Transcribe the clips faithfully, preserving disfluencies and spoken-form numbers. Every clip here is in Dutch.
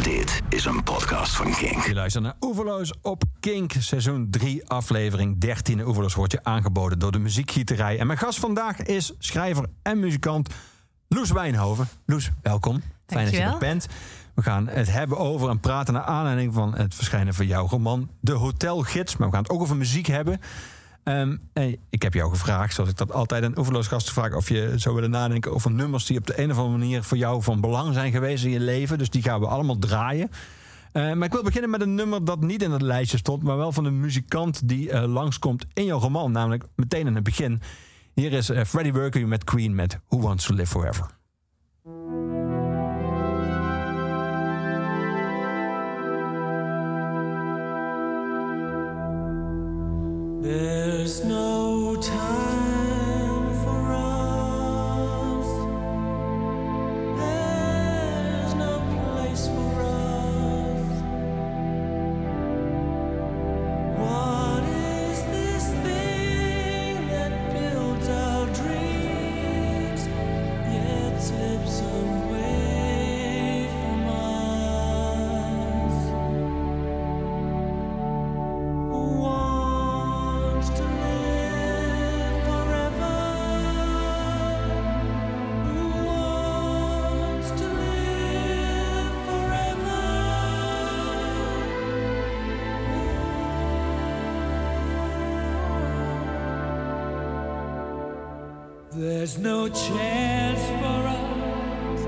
Dit is een podcast van Kink. Je luistert naar Oeverloos op Kink. Seizoen drie, aflevering dertien. Oeverloos wordt je aangeboden door de Muziekgieterij. En mijn gast vandaag is schrijver en muzikant Loes Wijnhoven. Loes, welkom. Fijn dat je er bent. We gaan het hebben over en praten naar aanleiding van het verschijnen van jouw roman De Hotelgids. Maar we gaan het ook over muziek hebben. Um, hey, ik heb jou gevraagd, zoals ik dat altijd aan Oeverloos gasten vraag, of je zou willen nadenken over nummers die op de een of andere manier voor jou van belang zijn geweest in je leven. Dus die gaan we allemaal draaien. Uh, maar ik wil beginnen met een nummer dat niet in het lijstje stond, maar wel van een muzikant die uh, langskomt in jouw roman, namelijk meteen in het begin. Hier is uh, Freddie Mercury met Queen met Who Wants to Live Forever. There's no time for us. There's no place for us. What is this thing that builds our dreams yet slips away from us? What There's no chance for us.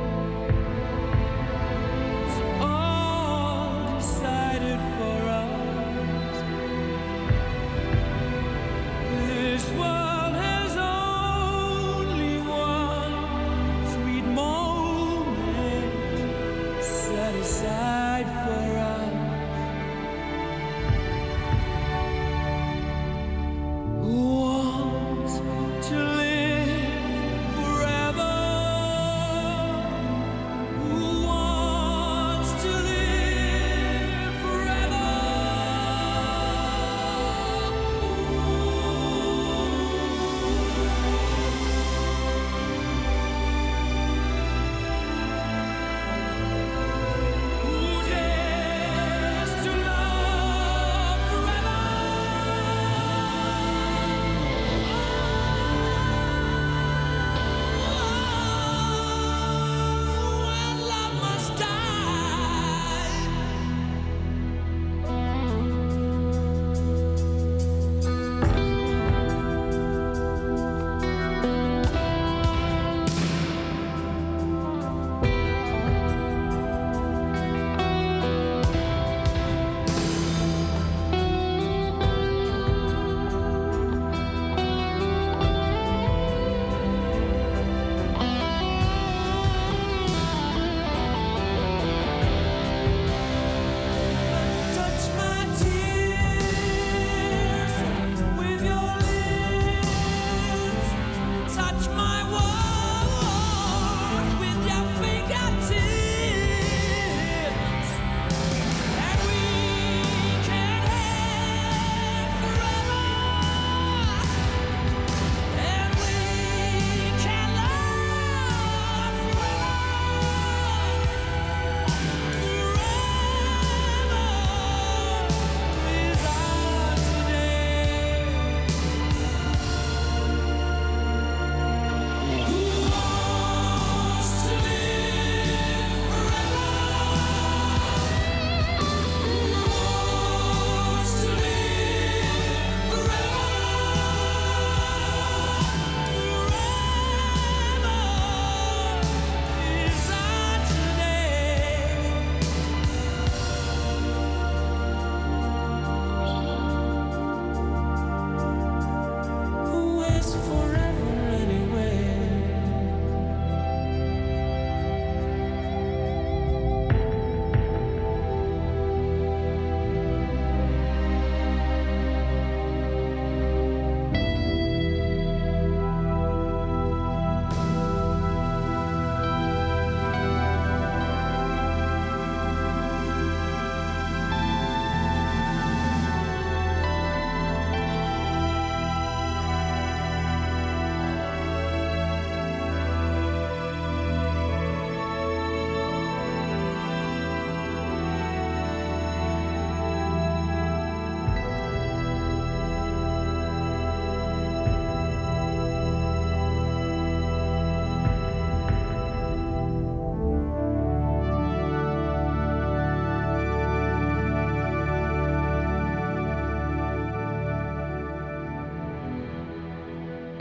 It's all decided for us. This world has only one sweet moment set aside for us. Who wants to live forever? Who wants to live forever? Who dares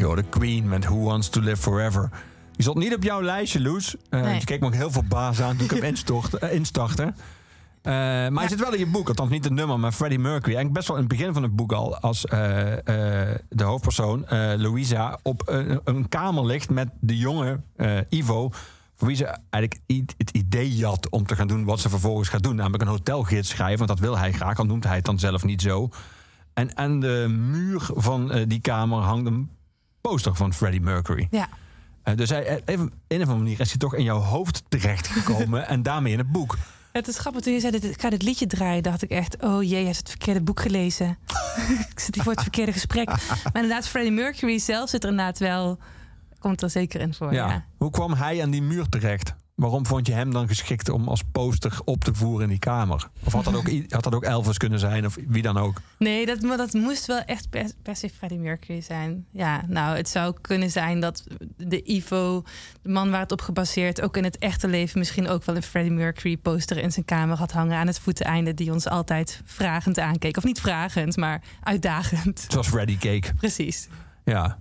je hoorde Queen met Who Wants to Live Forever. Die zat niet op jouw lijstje, Loes. Uh, Nee. Je keek me ook heel veel baas aan toen ik hem instort, uh, instartte. Uh, maar Ja. hij zit wel in je boek, althans niet het nummer, maar Freddie Mercury. Eigenlijk best wel in het begin van het boek al, als uh, uh, de hoofdpersoon, uh, Louisa, op uh, een kamer ligt met de jonge uh, Ivo, voor wie ze eigenlijk i- het idee jat om te gaan doen wat ze vervolgens gaat doen. Namelijk een hotelgids schrijven, want dat wil hij graag, al noemt hij het dan zelf niet zo. En aan de muur van uh, die kamer hangt een poster van Freddie Mercury. Ja. Uh, dus hij, even, op een of andere manier is hij toch in jouw hoofd terechtgekomen en daarmee in het boek. Het is grappig, toen je zei, dit, ik ga dit liedje draaien, dacht ik echt, oh jee, hij heeft het verkeerde boek gelezen. Ik zit hier voor het verkeerde gesprek. Maar inderdaad, Freddie Mercury zelf zit er inderdaad wel, komt er zeker in voor, Ja. ja. Hoe kwam hij aan die muur terecht? Waarom vond je hem dan geschikt om als poster op te voeren in die kamer? Of had dat ook, i- had dat ook Elvis kunnen zijn of wie dan ook? Nee, dat, maar dat moest wel echt per, per se Freddie Mercury zijn. Ja, nou, het zou kunnen zijn dat de Ivo, de man waar het op gebaseerd, ook in het echte leven misschien ook wel een Freddie Mercury poster in zijn kamer had hangen aan het voeteneinde, die ons altijd vragend aankeek. Of niet vragend, maar uitdagend. Zoals Freddie keek. Precies. Ja.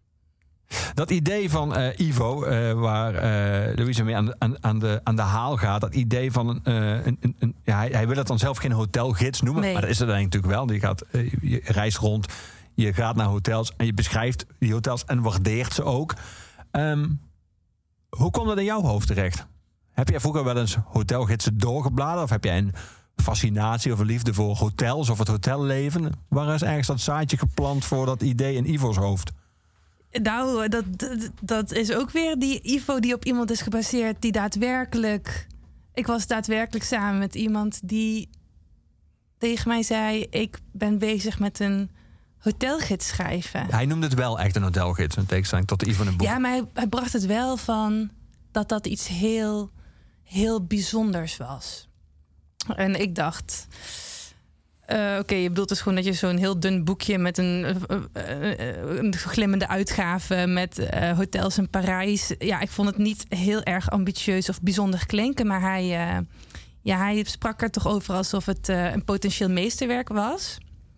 Dat idee van uh, Ivo, uh, waar uh, Louise mee aan de, aan, aan, de, aan de haal gaat, dat idee van een, uh, een, een, een ja, hij, hij wil het dan zelf geen hotelgids noemen, Nee. maar dat is het eigenlijk natuurlijk wel. Je gaat, uh, je reist rond, je gaat naar hotels en je beschrijft die hotels en waardeert ze ook. Um, hoe kwam dat in jouw hoofd terecht? Heb jij vroeger wel eens hotelgidsen doorgebladerd of heb jij een fascinatie of een liefde voor hotels of het hotelleven? Waar is ergens dat zaadje geplant voor dat idee in Ivo's hoofd? Nou, dat, dat, dat is ook weer die Ivo die op iemand is gebaseerd die daadwerkelijk... Ik was daadwerkelijk samen met iemand die tegen mij zei, ik ben bezig met een hotelgids schrijven. Hij noemde het wel echt een hotelgids, in tegenstelling tot de Ivo in het boek. Ja, maar hij, hij bracht het wel van dat dat iets heel, heel bijzonders was. En ik dacht, uh, oké, okay, je bedoelt dus gewoon dat je zo'n heel dun boekje met een, uh, uh, uh, een glimmende uitgave met uh, hotels in Parijs. Ja, ik vond het niet heel erg ambitieus of bijzonder klinken, maar hij, uh, ja, hij sprak er toch over alsof het uh, een potentieel meesterwerk was.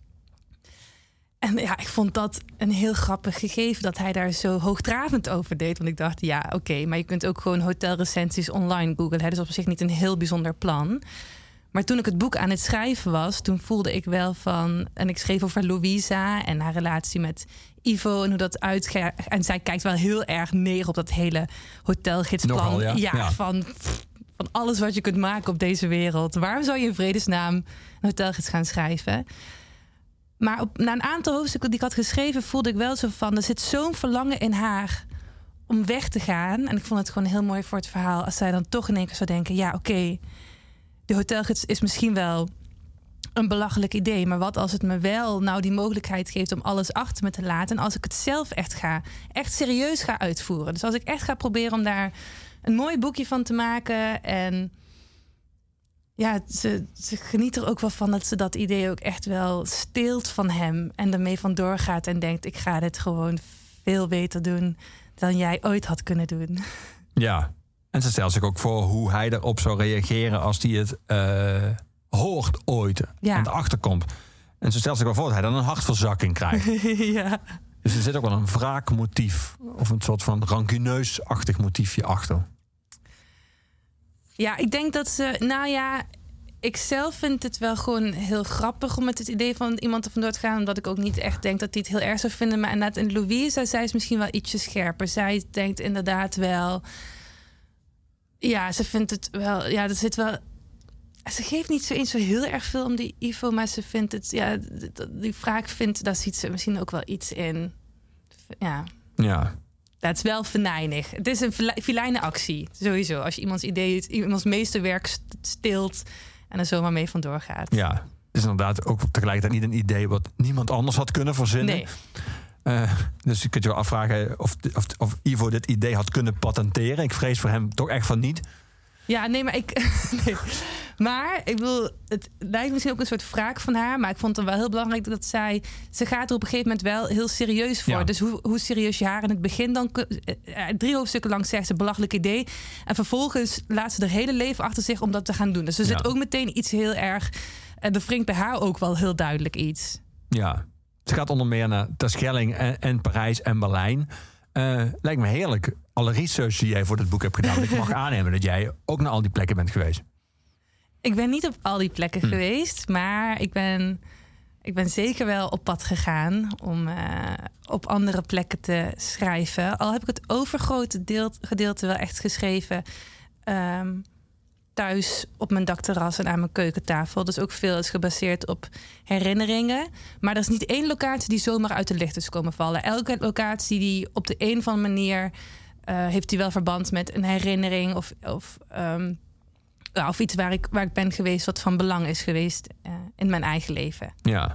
En ja, ik vond dat een heel grappig gegeven dat hij daar zo hoogdravend over deed. Want ik dacht, ja, oké, okay, maar je kunt ook gewoon hotelrecensies online googlen. Hè? Dus op zich niet een heel bijzonder plan. Maar toen ik het boek aan het schrijven was, toen voelde ik wel van... En ik schreef over Louisa en haar relatie met Ivo en hoe dat uitgaat. En zij kijkt wel heel erg neer op dat hele hotelgidsplan. Nogal, ja. Ja, Ja. Van, van alles wat je kunt maken op deze wereld. Waarom zou je in vredesnaam een hotelgids gaan schrijven? Maar op, na een aantal hoofdstukken die ik had geschreven, voelde ik wel zo van, er zit zo'n verlangen in haar om weg te gaan. En ik vond het gewoon heel mooi voor het verhaal als zij dan toch in één keer zou denken, ja, oké, okay, de hotelgids is misschien wel een belachelijk idee, maar wat als het me wel nou die mogelijkheid geeft om alles achter me te laten en als ik het zelf echt ga, echt serieus ga uitvoeren. Dus als ik echt ga proberen om daar een mooi boekje van te maken en ja, ze, ze geniet er ook wel van dat ze dat idee ook echt wel steelt van hem en ermee vandoor gaat en denkt, ik ga dit gewoon veel beter doen dan jij ooit had kunnen doen. Ja, en ze stelt zich ook voor hoe hij erop zou reageren als hij het uh, hoort ooit Ja. en erachter komt. En ze stelt zich wel voor dat hij dan een hartverzakking krijgt. Ja. Dus er zit ook wel een wraakmotief of een soort van rancuneus-achtig motiefje achter. Ja, ik denk dat ze, nou ja, ik zelf vind het wel gewoon heel grappig om met het idee van iemand er vandoor te gaan, omdat ik ook niet echt denk dat hij het heel erg zou vinden. Maar inderdaad, in Louisa, zij is misschien wel ietsje scherper. Zij denkt inderdaad wel, ja, ze vindt het wel, ja, er zit wel, ze geeft niet zo eens zo heel erg veel om die Ivo, maar ze vindt het, ja, die wraak vindt, daar ziet ze misschien ook wel iets in. Ja. Ja. Dat is wel venijnig. Het is een filijne actie, sowieso. Als je iemands idee, iemands meesterwerk steelt en er zomaar mee vandoor gaat. Ja, het is inderdaad ook tegelijkertijd niet een idee wat niemand anders had kunnen verzinnen. Nee. Uh, dus je kunt je wel afvragen of, of, of Ivo dit idee had kunnen patenteren. Ik vrees voor hem toch echt van niet. Ja, nee, maar ik... nee. Maar ik bedoel, het lijkt misschien ook een soort wraak van haar. Maar ik vond het wel heel belangrijk dat zij... Ze gaat er op een gegeven moment wel heel serieus voor. Ja. Dus hoe, hoe serieus je haar in het begin dan... Uh, drie hoofdstukken lang zegt ze, belachelijk idee. En vervolgens laat ze haar hele leven achter zich om dat te gaan doen. Dus er zit Ja. ook meteen iets heel erg... Uh, er wringt bij haar ook wel heel duidelijk iets. Ja. Ze gaat onder meer naar Terschelling en, en Parijs en Berlijn. Uh, lijkt me heerlijk, alle research die jij voor dit boek hebt gedaan. Ik mag aannemen dat jij ook naar al die plekken bent geweest. Ik ben niet op al die plekken Hm. geweest, maar ik ben, ik ben zeker wel op pad gegaan om uh, op andere plekken te schrijven. Al heb ik het overgrote deel, gedeelte wel echt geschreven um, thuis op mijn dakterras en aan mijn keukentafel. Dus ook veel is gebaseerd op herinneringen. Maar er is niet één locatie die zomaar uit de licht is komen vallen. Elke locatie die op de een of andere manier uh, heeft die wel verband met een herinnering of, of, um, ja, of iets waar ik, waar ik ben geweest wat van belang is geweest uh, in mijn eigen leven. Ja.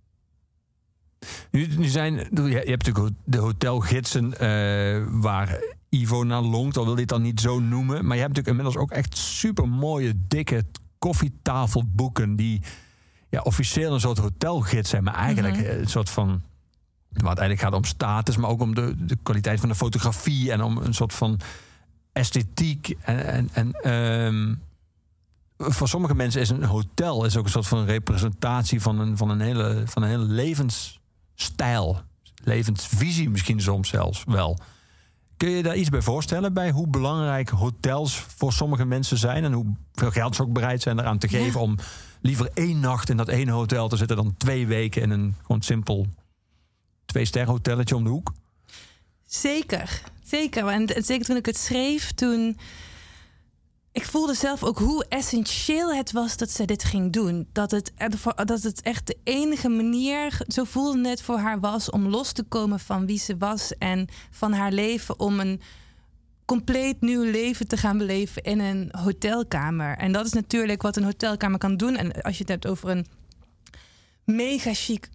Nu, nu zijn, je hebt natuurlijk de hotelgidsen uh, waar Ivo naar longt, al wil je het dan niet zo noemen. Maar je hebt natuurlijk inmiddels ook echt super mooie, dikke koffietafelboeken die ja, officieel een soort hotelgids zijn, maar eigenlijk mm-hmm. een soort van, waar het eigenlijk gaat om status, maar ook om de, de kwaliteit van de fotografie en om een soort van esthetiek. En, en, en um, voor sommige mensen is een hotel is ook een soort van representatie van een, van een, hele, van een hele levensstijl, levensvisie misschien soms zelfs wel. Kun je daar iets bij voorstellen, bij hoe belangrijk hotels voor sommige mensen zijn en hoeveel geld ze ook bereid zijn eraan te geven ja. om liever één nacht in dat ene hotel te zitten dan twee weken in een gewoon simpel twee-ster hotelletje om de hoek? Zeker, zeker. En zeker toen ik het schreef, toen ik voelde zelf ook hoe essentieel het was dat ze dit ging doen. Dat het, dat het echt de enige manier, zo voelde het voor haar was, om los te komen van wie ze was en van haar leven, om een compleet nieuw leven te gaan beleven in een hotelkamer. En dat is natuurlijk wat een hotelkamer kan doen. En als je het hebt over een mega chic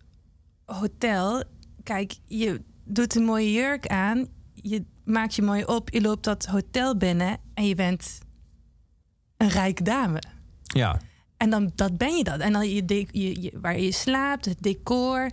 hotel, kijk, je doet een mooie jurk aan, je maakt je mooi op, je loopt dat hotel binnen en je bent een rijke dame. Ja. En dan dat ben je dat. En dan je, de, je, je waar je slaapt, het decor.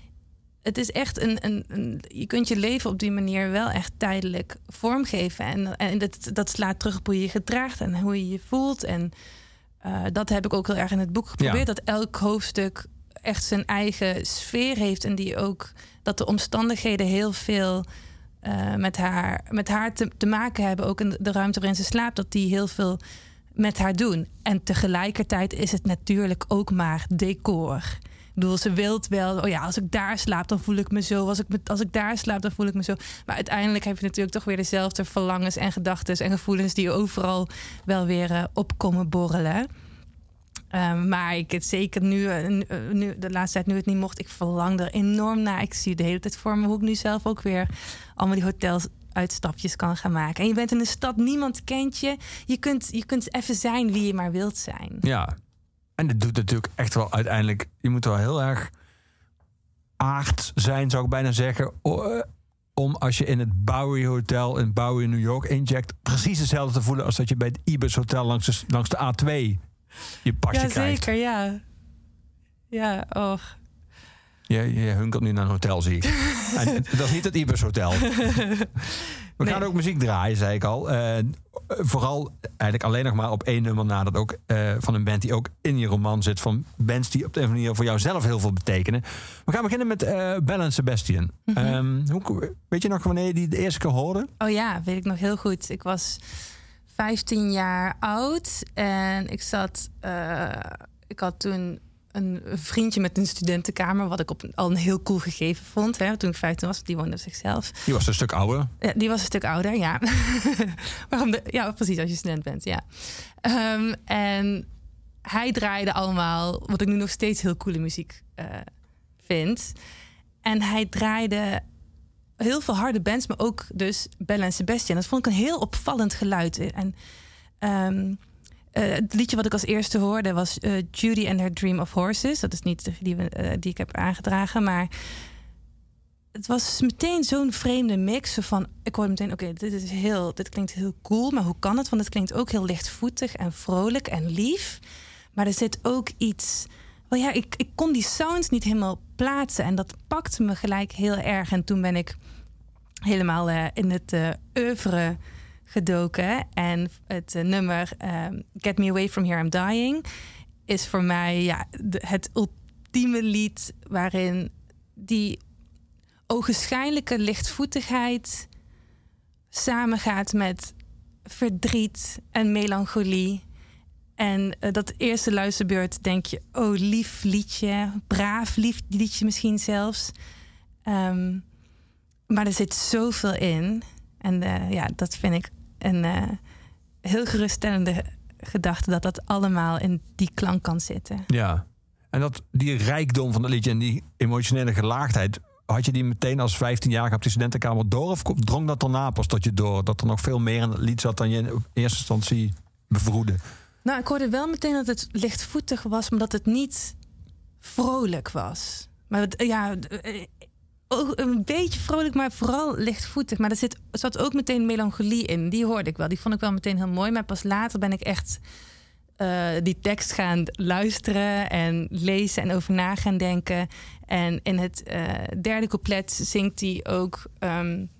Het is echt een, een, een. Je kunt je leven op die manier wel echt tijdelijk vormgeven. En, en dat, dat slaat terug op hoe je je gedraagt en hoe je je voelt. En uh, dat heb ik ook heel erg in het boek geprobeerd. Ja. Dat elk hoofdstuk echt zijn eigen sfeer heeft. En die ook dat de omstandigheden heel veel uh, met haar, met haar te, te maken hebben. Ook in de ruimte waarin ze slaapt, dat die heel veel met haar doen. En tegelijkertijd is het natuurlijk ook maar decor. Ik bedoel, ze wilt wel, oh ja, als ik daar slaap, dan voel ik me zo. Als ik, als ik daar slaap, dan voel ik me zo. Maar uiteindelijk heb je natuurlijk toch weer dezelfde verlangens en gedachten en gevoelens die overal wel weer uh, opkomen borrelen. Um, maar ik het zeker nu, uh, nu, de laatste tijd nu het niet mocht, ik verlang er enorm naar. Ik zie de hele tijd voor me hoe ik nu zelf ook weer allemaal die hotels uitstapjes kan gaan maken. En je bent in een stad, niemand kent je. Je kunt, je kunt even zijn wie je maar wilt zijn. Ja, en dat doet natuurlijk echt wel uiteindelijk. Je moet wel heel erg aard zijn, zou ik bijna zeggen, om als je in het Bowery Hotel in Bowery, New York inject, precies hetzelfde te voelen als dat je bij het Ibis Hotel langs de, langs de A twee je pasje ja, krijgt. Zeker, ja. Ja, oh. Je, je hunkelt nu naar een hotel, zie ik. En dat is niet het Ibis Hotel. We nee. gaan ook muziek draaien, zei ik al. Uh, vooral eigenlijk alleen nog maar op één nummer na. Dat ook uh, van een band die ook in je roman zit. Van bands die op de een of andere manier voor jou zelf heel veel betekenen. We gaan beginnen met uh, Belle en Sebastian. Mm-hmm. Um, hoe, weet je nog wanneer je die de eerste keer hoorde? Oh ja, weet ik nog heel goed. Ik was vijftien jaar oud. En ik zat... Uh, ik had toen een vriendje met een studentenkamer, wat ik op al een heel cool gegeven vond. Hè, toen ik vijftien was, die woonde op zichzelf. Die was een stuk ouder. Ja, die was een stuk ouder, ja. Waarom de, ja, precies, als je student bent, ja. Um, en hij draaide allemaal, wat ik nu nog steeds heel coole muziek uh, vind. En hij draaide heel veel harde bands, maar ook dus Belle en Sebastian. Dat vond ik een heel opvallend geluid. En um, Uh, het liedje wat ik als eerste hoorde was uh, Judy and Her Dream of Horses. Dat is niet de die, we, uh, die ik heb aangedragen, maar het was meteen zo'n vreemde mix. Van, ik hoorde meteen, oké, okay, dit is heel, dit klinkt heel cool, maar hoe kan het? Want het klinkt ook heel lichtvoetig en vrolijk en lief. Maar er zit ook iets. Wel ja, ik, ik kon die sounds niet helemaal plaatsen en dat pakte me gelijk heel erg. En toen ben ik helemaal uh, in het uh, oeuvre gedoken. En het uh, nummer um, Get Me Away From Here I'm Dying is voor mij ja, de, het ultieme lied waarin die ogenschijnlijke lichtvoetigheid samengaat met verdriet en melancholie. En uh, dat eerste luisterbeurt denk je, oh, lief liedje, braaf lief liedje misschien zelfs. Um, maar er zit zoveel in. En uh, ja, dat vind ik een uh, heel geruststellende gedachte, dat dat allemaal in die klank kan zitten. Ja, en dat die rijkdom van het liedje en die emotionele gelaagdheid, had je die meteen als vijftienjarige op de studentenkamer door? Of drong dat daarna pas tot je door? Dat er nog veel meer in het lied zat dan je in eerste instantie bevroedde? Nou, ik hoorde wel meteen dat het lichtvoetig was, omdat het niet vrolijk was. Maar het, ja, een beetje vrolijk, maar vooral lichtvoetig. Maar er zit, er zat ook meteen melancholie in. Die hoorde ik wel. Die vond ik wel meteen heel mooi. Maar pas later ben ik echt uh, die tekst gaan luisteren en lezen en over na gaan denken. En in het uh, derde couplet zingt hij ook... Um,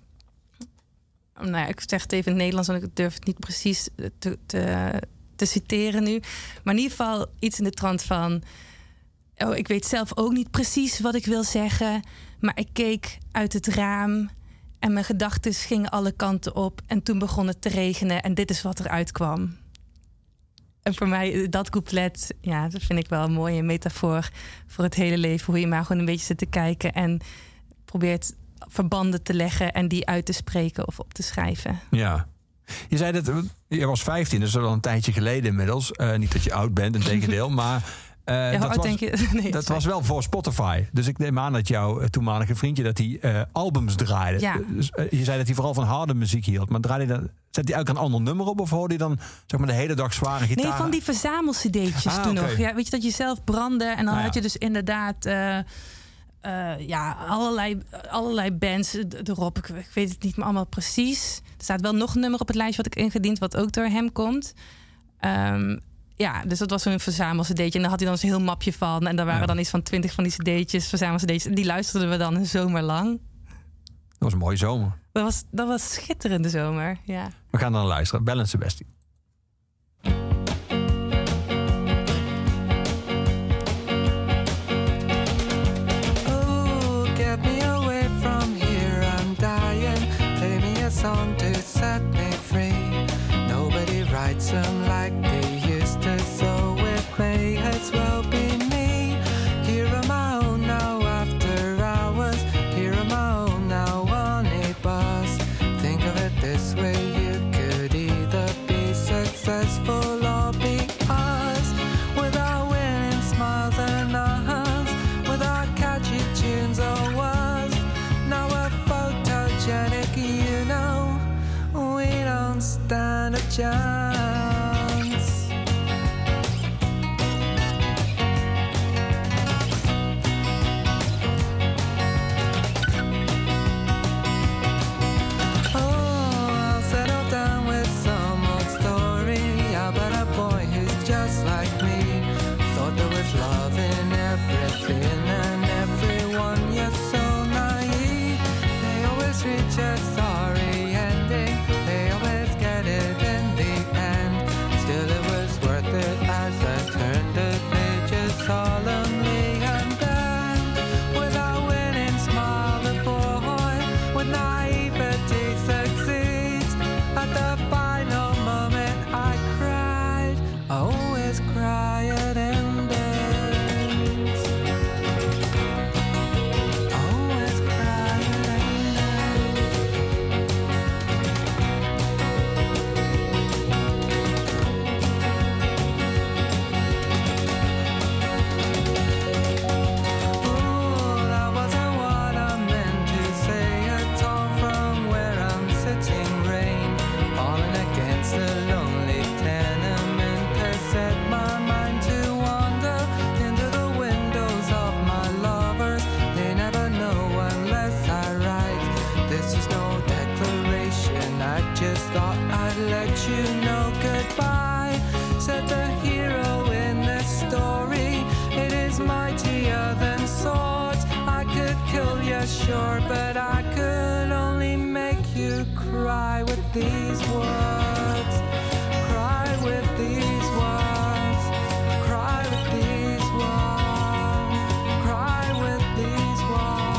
nou ja, ik zeg het even in het Nederlands, want ik durf het niet precies te, te, te citeren nu. Maar in ieder geval iets in de trant van... Oh, ik weet zelf ook niet precies wat ik wil zeggen, maar ik keek uit het raam en mijn gedachten gingen alle kanten op. En toen begon het te regenen en dit is wat eruit kwam. En voor mij, dat couplet, ja, dat vind ik wel een mooie metafoor voor het hele leven. Hoe je maar gewoon een beetje zit te kijken en probeert verbanden te leggen en die uit te spreken of op te schrijven. Ja. Je zei dat, je was vijftien, dus dat is al een tijdje geleden inmiddels. Uh, niet dat je oud bent, integendeel, maar... Uh, ja, dat was, denk je? Nee, dat was wel voor Spotify. Dus ik neem aan dat jouw toenmalige vriendje dat hij uh, albums draaide. Ja. Dus, uh, je zei dat hij vooral van harde muziek hield. Maar draaide dan, zet hij elk een ander nummer op? Of hoorde hij dan zeg maar, de hele dag zware gitaar? Nee, van die verzamel-cd'tjes ah, toen okay. nog. Ja, weet je, dat je zelf brandde. En dan ah, ja. had je dus inderdaad uh, uh, ja, allerlei, allerlei bands erop. Ik, ik weet het niet meer allemaal precies. Er staat wel nog een nummer op het lijstje wat ik ingediend, wat ook door hem komt. Um, Ja, dus dat was zo'n verzamel-cd'tje. En daar had hij dan zo'n heel mapje van. En daar waren ja. dan iets van twintig van die cd'tjes, verzamel-cd'tjes. En die luisterden we dan een zomer lang. Dat was een mooie zomer. Dat was, dat was schitterende zomer, ja. We gaan dan luisteren. Belle en Sebastian. Oh, get me away from here, I'm dying. Play me a song to set me free. Nobody writes them like they used to, so it may as well be me. Here on my own now after hours. Here on my own now on a bus. Think of it this way, you could either be successful or be us. Without winning smiles and hugs, without catchy tunes or words. Now we're photogenic, you know. We don't stand a chance. Love in everything and everyone, you're so naive. They always reach a sorry ending, they always get it in the end. Still it was worth it as I turned the pages solemnly. And then, without winning, smile the boy with naivety succeeds. At the final moment I cried, I always cry at ending. You know goodbye, said the hero in this story. It is mightier than swords. I could kill you, sure, but I could only make you cry with these words. Cry with these words. Cry with these words. Cry with these words.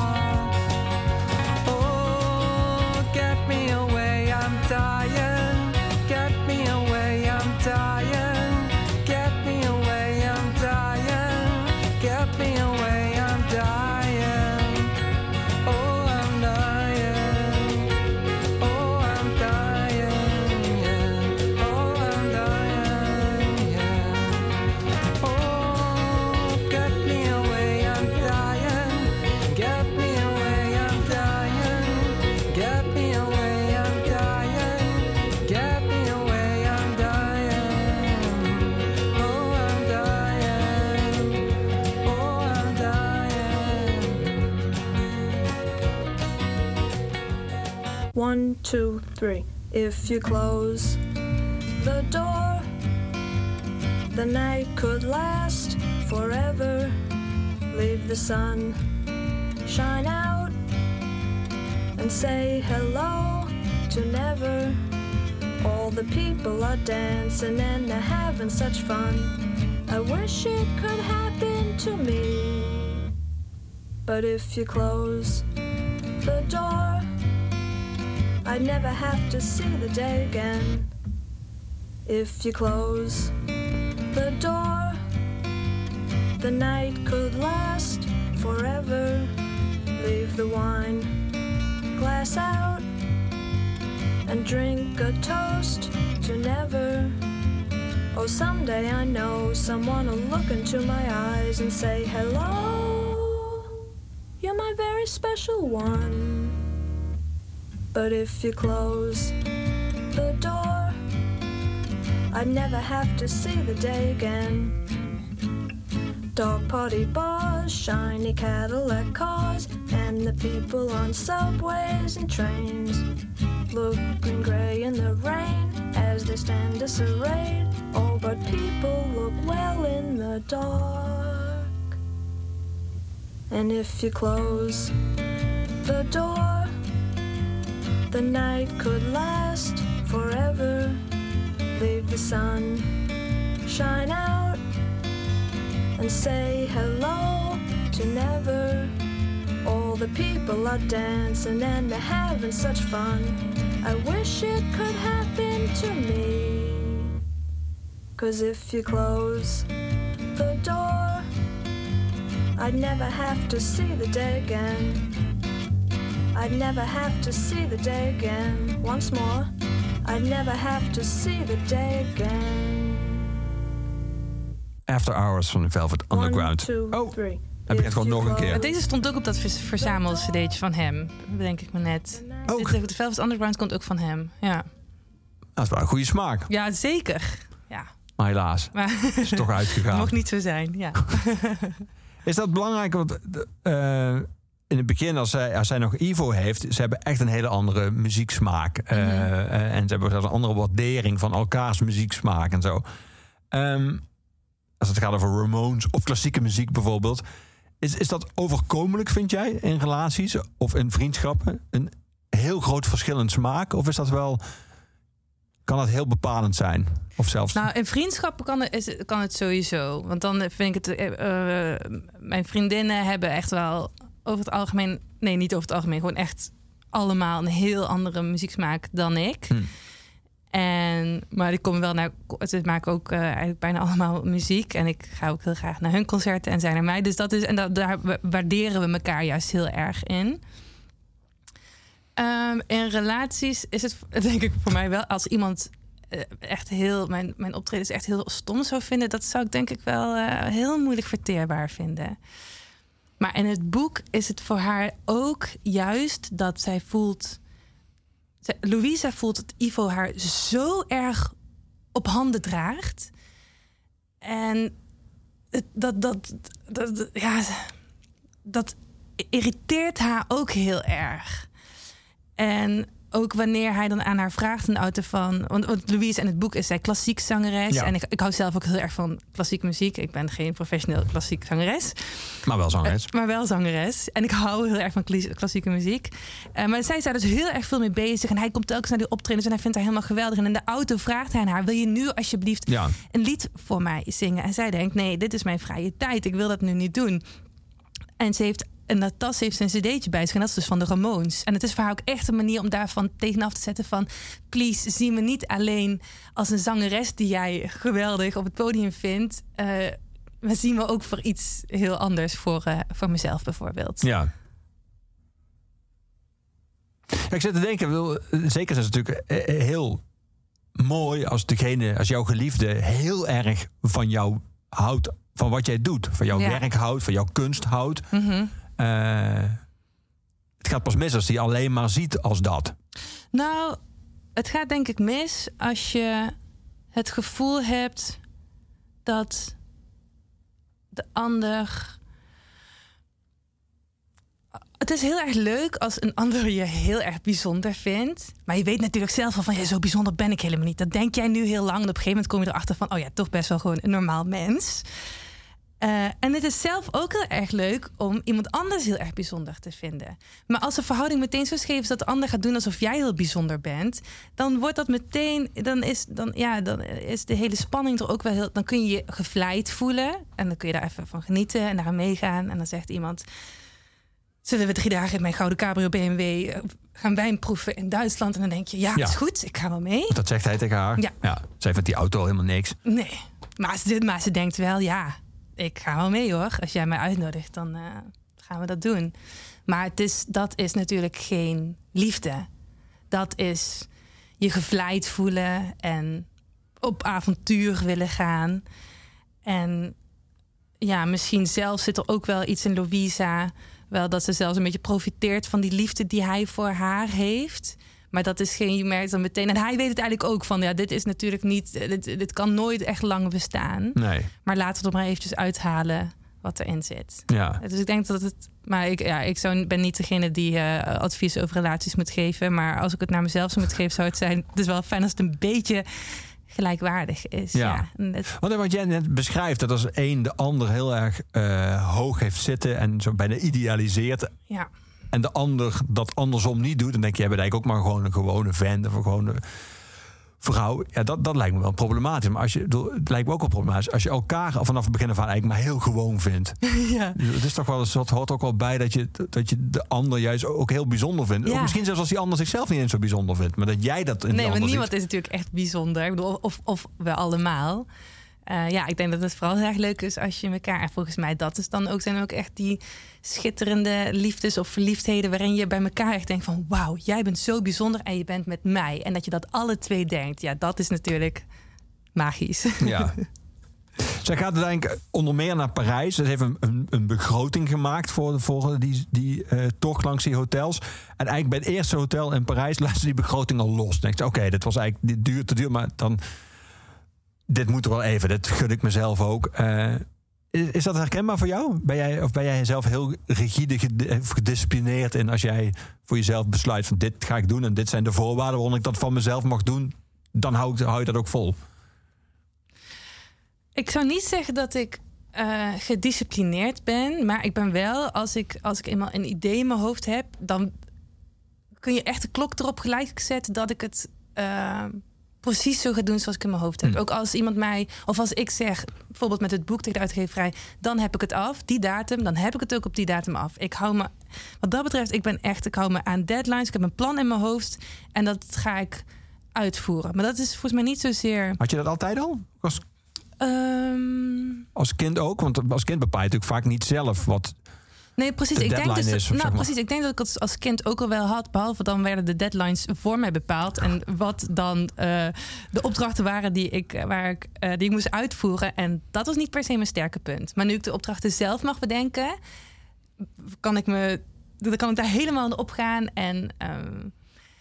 One, two, three. If you close the door, the night could last forever. Leave the sun shine out and say hello to never. All the people are dancing and they're having such fun. I wish it could happen to me. But if you close the door, I'd never have to see the day again. If you close the door, the night could last forever. Leave the wine glass out and drink a toast to never. Oh, someday I know someone will look into my eyes and say, hello, you're my very special one. But if you close the door, I'd never have to see the day again. Dog party bars, shiny Cadillac cars, and the people on subways and trains, looking grey in the rain as they stand disarrayed. Oh, but people look well in the dark. And if you close the door, the night could last forever. Leave the sun shine out and say hello to never. All the people are dancing and they're having such fun. I wish it could happen to me. 'Cause if you close the door, I'd never have to see the day again. I'd never have to see the day again. Once more, I'd never have to see the day again. After Hours van de Velvet Underground. One, two, Oh, three. hij begint gewoon nog een keer. Maar deze stond ook op dat vers- verzamel-cd'tje van hem. Bedenk ik me net. Ook? Dit, de Velvet Underground komt ook van hem. Ja, Dat is wel een goede smaak. ja zeker. Ja, Maar helaas, maar is toch uitgegaan. mocht niet zo zijn. Ja. Is dat belangrijk? Want uh, in het begin, als zij, als zij nog Ivo heeft, ze hebben echt een hele andere muzieksmaak. Uh, Mhm. uh, en ze hebben zelfs een andere waardering van elkaars muzieksmaak en zo. Um, als het gaat over Ramones of klassieke muziek bijvoorbeeld. Is, is dat overkomelijk, vind jij, in relaties of in vriendschappen? Een heel groot verschil in smaak? Of is dat wel... Kan dat heel bepalend zijn? Of zelfs... Nou, in vriendschappen kan het, is, kan het sowieso. Want dan vind ik het... Uh, mijn vriendinnen hebben echt wel over het algemeen... Nee, niet over het algemeen. Gewoon echt allemaal een heel andere muzieksmaak dan ik. Hm. En, maar die komen wel naar... Ze maken ook uh, eigenlijk bijna allemaal muziek. En ik ga ook heel graag naar hun concerten en zij naar mij. Dus dat is... En dat, daar waarderen we elkaar juist heel erg in. Um, in relaties is het denk ik voor mij wel... Als iemand uh, echt heel... Mijn, mijn optredens echt heel stom zou vinden... Dat zou ik denk ik wel uh, heel moeilijk verteerbaar vinden. Maar in het boek is het voor haar ook juist dat zij voelt... Louisa voelt dat Ivo haar zo erg op handen draagt. En dat, dat, dat, dat, ja, dat irriteert haar ook heel erg. En ook wanneer hij dan aan haar vraagt in de auto van... Want, want Louise in het boek is zij klassiek zangeres. Ja. En ik, ik hou zelf ook heel erg van klassiek muziek. Ik ben geen professioneel klassiek zangeres. Maar wel zangeres. Uh, maar wel zangeres. En ik hou heel erg van klassieke muziek. Uh, maar zij is daar dus heel erg veel mee bezig. En hij komt telkens naar die optredens en hij vindt haar helemaal geweldig. En in de auto vraagt hij aan haar... wil je nu alsjeblieft Ja. een lied voor mij zingen? En zij denkt, nee, dit is mijn vrije tijd. Ik wil dat nu niet doen. En ze heeft... En dat tas heeft ze een cd'tje bij zich. En dat is dus van de Ramones. En het is voor haar ook echt een manier om daarvan tegenaf te zetten van... please, zie me niet alleen als een zangeres die jij geweldig op het podium vindt. Uh, maar zie me ook voor iets heel anders. Voor, uh, voor mezelf bijvoorbeeld. Ja. Ja, ik zit te denken, wil, zeker is het natuurlijk heel mooi als degene, als jouw geliefde heel erg van jou houdt, van wat jij doet, van jouw Ja. werk houdt, van jouw kunst houdt. Mm-hmm. Uh, het gaat pas mis als hij alleen maar ziet als dat. Nou, het gaat denk ik mis als je het gevoel hebt dat de ander Het is heel erg leuk als een ander je heel erg bijzonder vindt. Maar je weet natuurlijk zelf al van, ja, zo bijzonder ben ik helemaal niet. Dat denk jij nu heel lang. En op een gegeven moment kom je erachter van, oh ja, toch best wel gewoon een normaal mens. Uh, en het is zelf ook heel erg leuk om iemand anders heel erg bijzonder te vinden. Maar als de verhouding meteen zo scheef is dat de ander gaat doen alsof jij heel bijzonder bent, dan wordt dat meteen, dan is, dan, ja, dan is de hele spanning er ook wel heel. Dan kun je je gevleid voelen en dan kun je daar even van genieten en daar meegaan. En dan zegt iemand: zullen we drie dagen in mijn gouden cabrio B M W gaan wijn proeven in Duitsland? En dan denk je, ja, Ja. is goed, ik ga wel mee. Dat zegt hij tegen haar. Ja. ja zij vindt die auto helemaal niks. Nee, maar ze, maar ze denkt wel, ja, ik ga wel mee hoor. Als jij mij uitnodigt, dan uh, gaan we dat doen. Maar het is, dat is natuurlijk geen liefde. Dat is je gevleid voelen en op avontuur willen gaan. En ja, misschien zelf zit er ook wel iets in Louisa. Wel dat ze zelfs een beetje profiteert van die liefde die hij voor haar heeft. Maar dat is geen, je merkt dan meteen. En hij weet het eigenlijk ook van, ja, dit is natuurlijk niet, dit, dit kan nooit echt lang bestaan. Nee. Maar laten we er maar eventjes uithalen wat erin zit. Ja. Dus ik denk dat het, maar ik, ja, ik zou, ben niet degene die uh, advies over relaties moet geven. Maar als ik het naar mezelf zou moeten geven, zou het zijn, het is wel fijn als het een beetje gelijkwaardig is. Ja. Ja. En het- Want wat jij net beschrijft, dat als een de ander heel erg uh, hoog heeft zitten en zo bijna idealiseert, ja. en de ander dat andersom niet doet, dan denk je, jij bent eigenlijk ook maar gewoon een gewone vent of een gewone vrouw. Ja, dat, dat lijkt me wel problematisch. Maar als je, het lijkt me ook wel problematisch als je elkaar vanaf het begin af aan eigenlijk maar heel gewoon vindt. ja. Het is toch wel eens, dat hoort ook wel bij dat je, dat je de ander juist ook heel bijzonder vindt. Ja. Ook misschien zelfs als die ander zichzelf niet eens zo bijzonder vindt, maar dat jij dat in die Nee, maar ander niemand ziet. is natuurlijk echt bijzonder. Ik bedoel, of, of we allemaal. Uh, ja, ik denk dat het vooral heel erg leuk is als je elkaar... En volgens mij dat is dan ook, zijn ook echt die schitterende liefdes of verliefdheden waarin je bij elkaar echt denkt van, wauw, jij bent zo bijzonder en je bent met mij. En dat je dat alle twee denkt. Ja, dat is natuurlijk magisch. Ja. Zij gaat uiteindelijk onder meer naar Parijs. Ze heeft een, een, een begroting gemaakt voor, voor die, die uh, tocht langs die hotels. En eigenlijk bij het eerste hotel in Parijs laat ze die begroting al los. Dan denkt ze, oké, okay, dit was eigenlijk dit duur te duur, maar dan, dit moet er wel even. Dat gun ik mezelf ook. Uh, is, is dat herkenbaar voor jou? Ben jij, of ben jij zelf heel rigide, gedisciplineerd in als jij voor jezelf besluit van dit ga ik doen en dit zijn de voorwaarden waarom ik dat van mezelf mag doen, dan hou, ik, hou je dat ook vol? Ik zou niet zeggen dat ik uh, gedisciplineerd ben, maar ik ben wel, als ik, als ik eenmaal een idee in mijn hoofd heb, dan kun je echt de klok erop gelijk zetten dat ik het uh, precies zo ga doen zoals ik in mijn hoofd heb. Hmm. Ook als iemand mij, of als ik zeg, bijvoorbeeld met het boek tegen de uitgeverij, dan heb ik het af, die datum, dan heb ik het ook op die datum af. Ik hou me, wat dat betreft, ik ben echt, ik hou me aan deadlines, ik heb een plan in mijn hoofd en dat ga ik uitvoeren. Maar dat is volgens mij niet zozeer. Had je dat altijd al? Was Um... Als kind ook? Want als kind bepaal je natuurlijk vaak niet zelf wat nee, precies. de ik denk dus, is. nou, zeg maar. precies. Ik denk dat ik het als kind ook al wel had. Behalve dan werden de deadlines voor mij bepaald. En wat dan uh, de opdrachten waren die ik, waar ik, uh, die ik moest uitvoeren. En dat was niet per se mijn sterke punt. Maar nu ik de opdrachten zelf mag bedenken, kan ik, me, dan kan ik daar helemaal in opgaan. En um,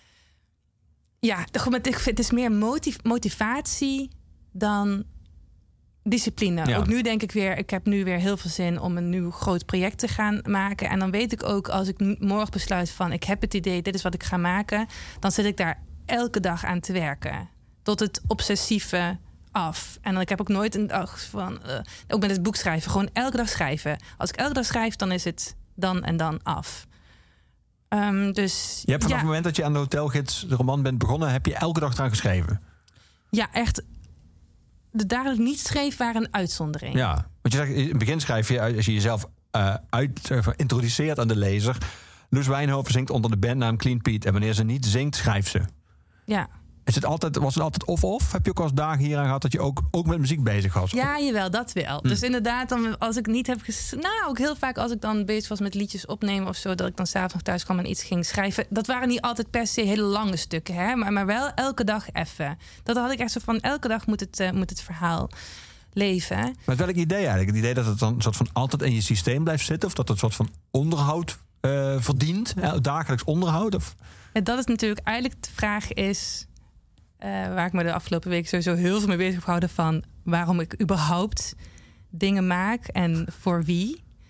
ja, het is meer motiv- motivatie dan discipline. Ja. Ook nu denk ik weer, ik heb nu weer heel veel zin om een nieuw groot project te gaan maken. En dan weet ik ook, als ik morgen besluit van, ik heb het idee, dit is wat ik ga maken, dan zit ik daar elke dag aan te werken. Tot het obsessieve af. En dan, ik heb ook nooit een dag van, uh, ook met het boek schrijven, gewoon elke dag schrijven. Als ik elke dag schrijf, dan is het dan en dan af. Um, dus, je hebt vanaf ja. het moment dat je aan de hotelgids de roman bent begonnen, heb je elke dag eraan geschreven? Ja, echt. De dagen dat ik niet schreef waren een uitzondering. Ja, want je zegt, in het begin schrijf je, als je jezelf uh, uit, uh, introduceert aan de lezer, Loes Wijnhoven zingt onder de bandnaam Clean Pete. En wanneer ze niet zingt, schrijft ze. Ja. Is het altijd, was het altijd of-of? Heb je ook al eens dagen hieraan gehad dat je ook, ook met muziek bezig was? Ja, jawel, dat wel. Hm. Dus inderdaad, dan, als ik niet heb ges... Nou, ook heel vaak als ik dan bezig was met liedjes opnemen of zo, dat ik dan s'avonds nog thuis kwam en iets ging schrijven. Dat waren niet altijd per se hele lange stukken, hè? Maar, maar wel elke dag even. Dat had ik echt zo van, elke dag moet het, uh, moet het verhaal leven. Met welk idee eigenlijk? Het idee dat het dan een soort van altijd in je systeem blijft zitten? Of dat het een soort van onderhoud uh, verdient? Ja, dagelijks onderhoud? Of? En dat is natuurlijk eigenlijk de vraag is, Uh, waar ik me de afgelopen week sowieso heel veel mee bezig heb gehouden van waarom ik überhaupt dingen maak en voor wie.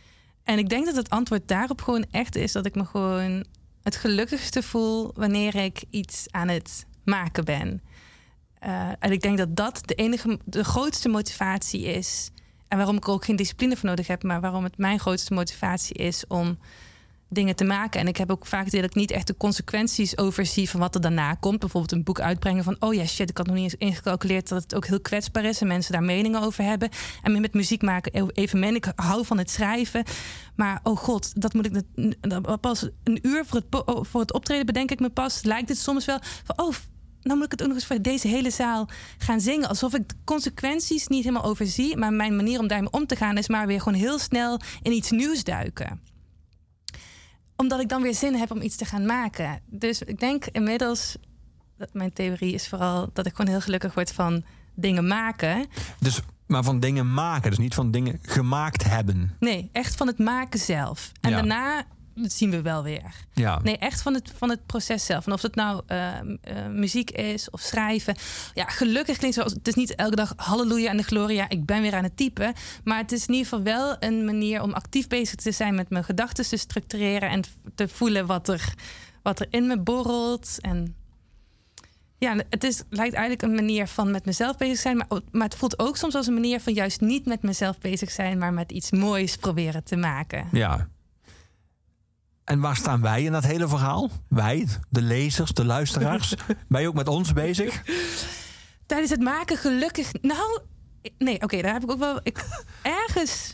En ik denk dat het antwoord daarop gewoon echt is dat ik me gewoon het gelukkigste voel wanneer ik iets aan het maken ben. Uh, en ik denk dat dat de enige, de grootste motivatie is. En waarom ik er ook geen discipline voor nodig heb, maar waarom het mijn grootste motivatie is om dingen te maken. En ik heb ook vaak dat ik niet echt de consequenties overzie van wat er daarna komt. Bijvoorbeeld een boek uitbrengen van, oh ja, shit, ik had nog niet eens ingecalculeerd dat het ook heel kwetsbaar is en mensen daar meningen over hebben. En met muziek maken evenmin. Ik hou van het schrijven. Maar oh god, dat moet ik pas een uur voor het, voor het optreden bedenk ik me pas. Lijkt het soms wel van, oh, nou moet ik het ook nog eens voor deze hele zaal gaan zingen. Alsof ik de consequenties niet helemaal overzie. Maar mijn manier om daarmee om te gaan is maar weer gewoon heel snel in iets nieuws duiken. Omdat ik dan weer zin heb om iets te gaan maken. Dus ik denk inmiddels, dat mijn theorie is vooral dat ik gewoon heel gelukkig word van dingen maken. Dus, maar van dingen maken, dus niet van dingen gemaakt hebben. Nee, echt van het maken zelf. En ja. daarna, dat zien we wel weer. Ja. Nee, echt van het, van het proces zelf. En of het nou uh, uh, muziek is of schrijven. Ja, gelukkig klinkt zo. Het is niet elke dag halleluja en de gloria. Ik ben weer aan het typen. Maar het is in ieder geval wel een manier om actief bezig te zijn met mijn gedachten te structureren en te voelen wat er, wat er in me borrelt. En ja, het is, lijkt eigenlijk een manier van met mezelf bezig zijn. Maar, maar het voelt ook soms als een manier van juist niet met mezelf bezig zijn, maar met iets moois proberen te maken. Ja. En waar staan wij in dat hele verhaal? Wij, de lezers, de luisteraars. Ben je ook met ons bezig? Tijdens het maken gelukkig... Nou, nee, oké, okay, daar heb ik ook wel... Ik, ergens...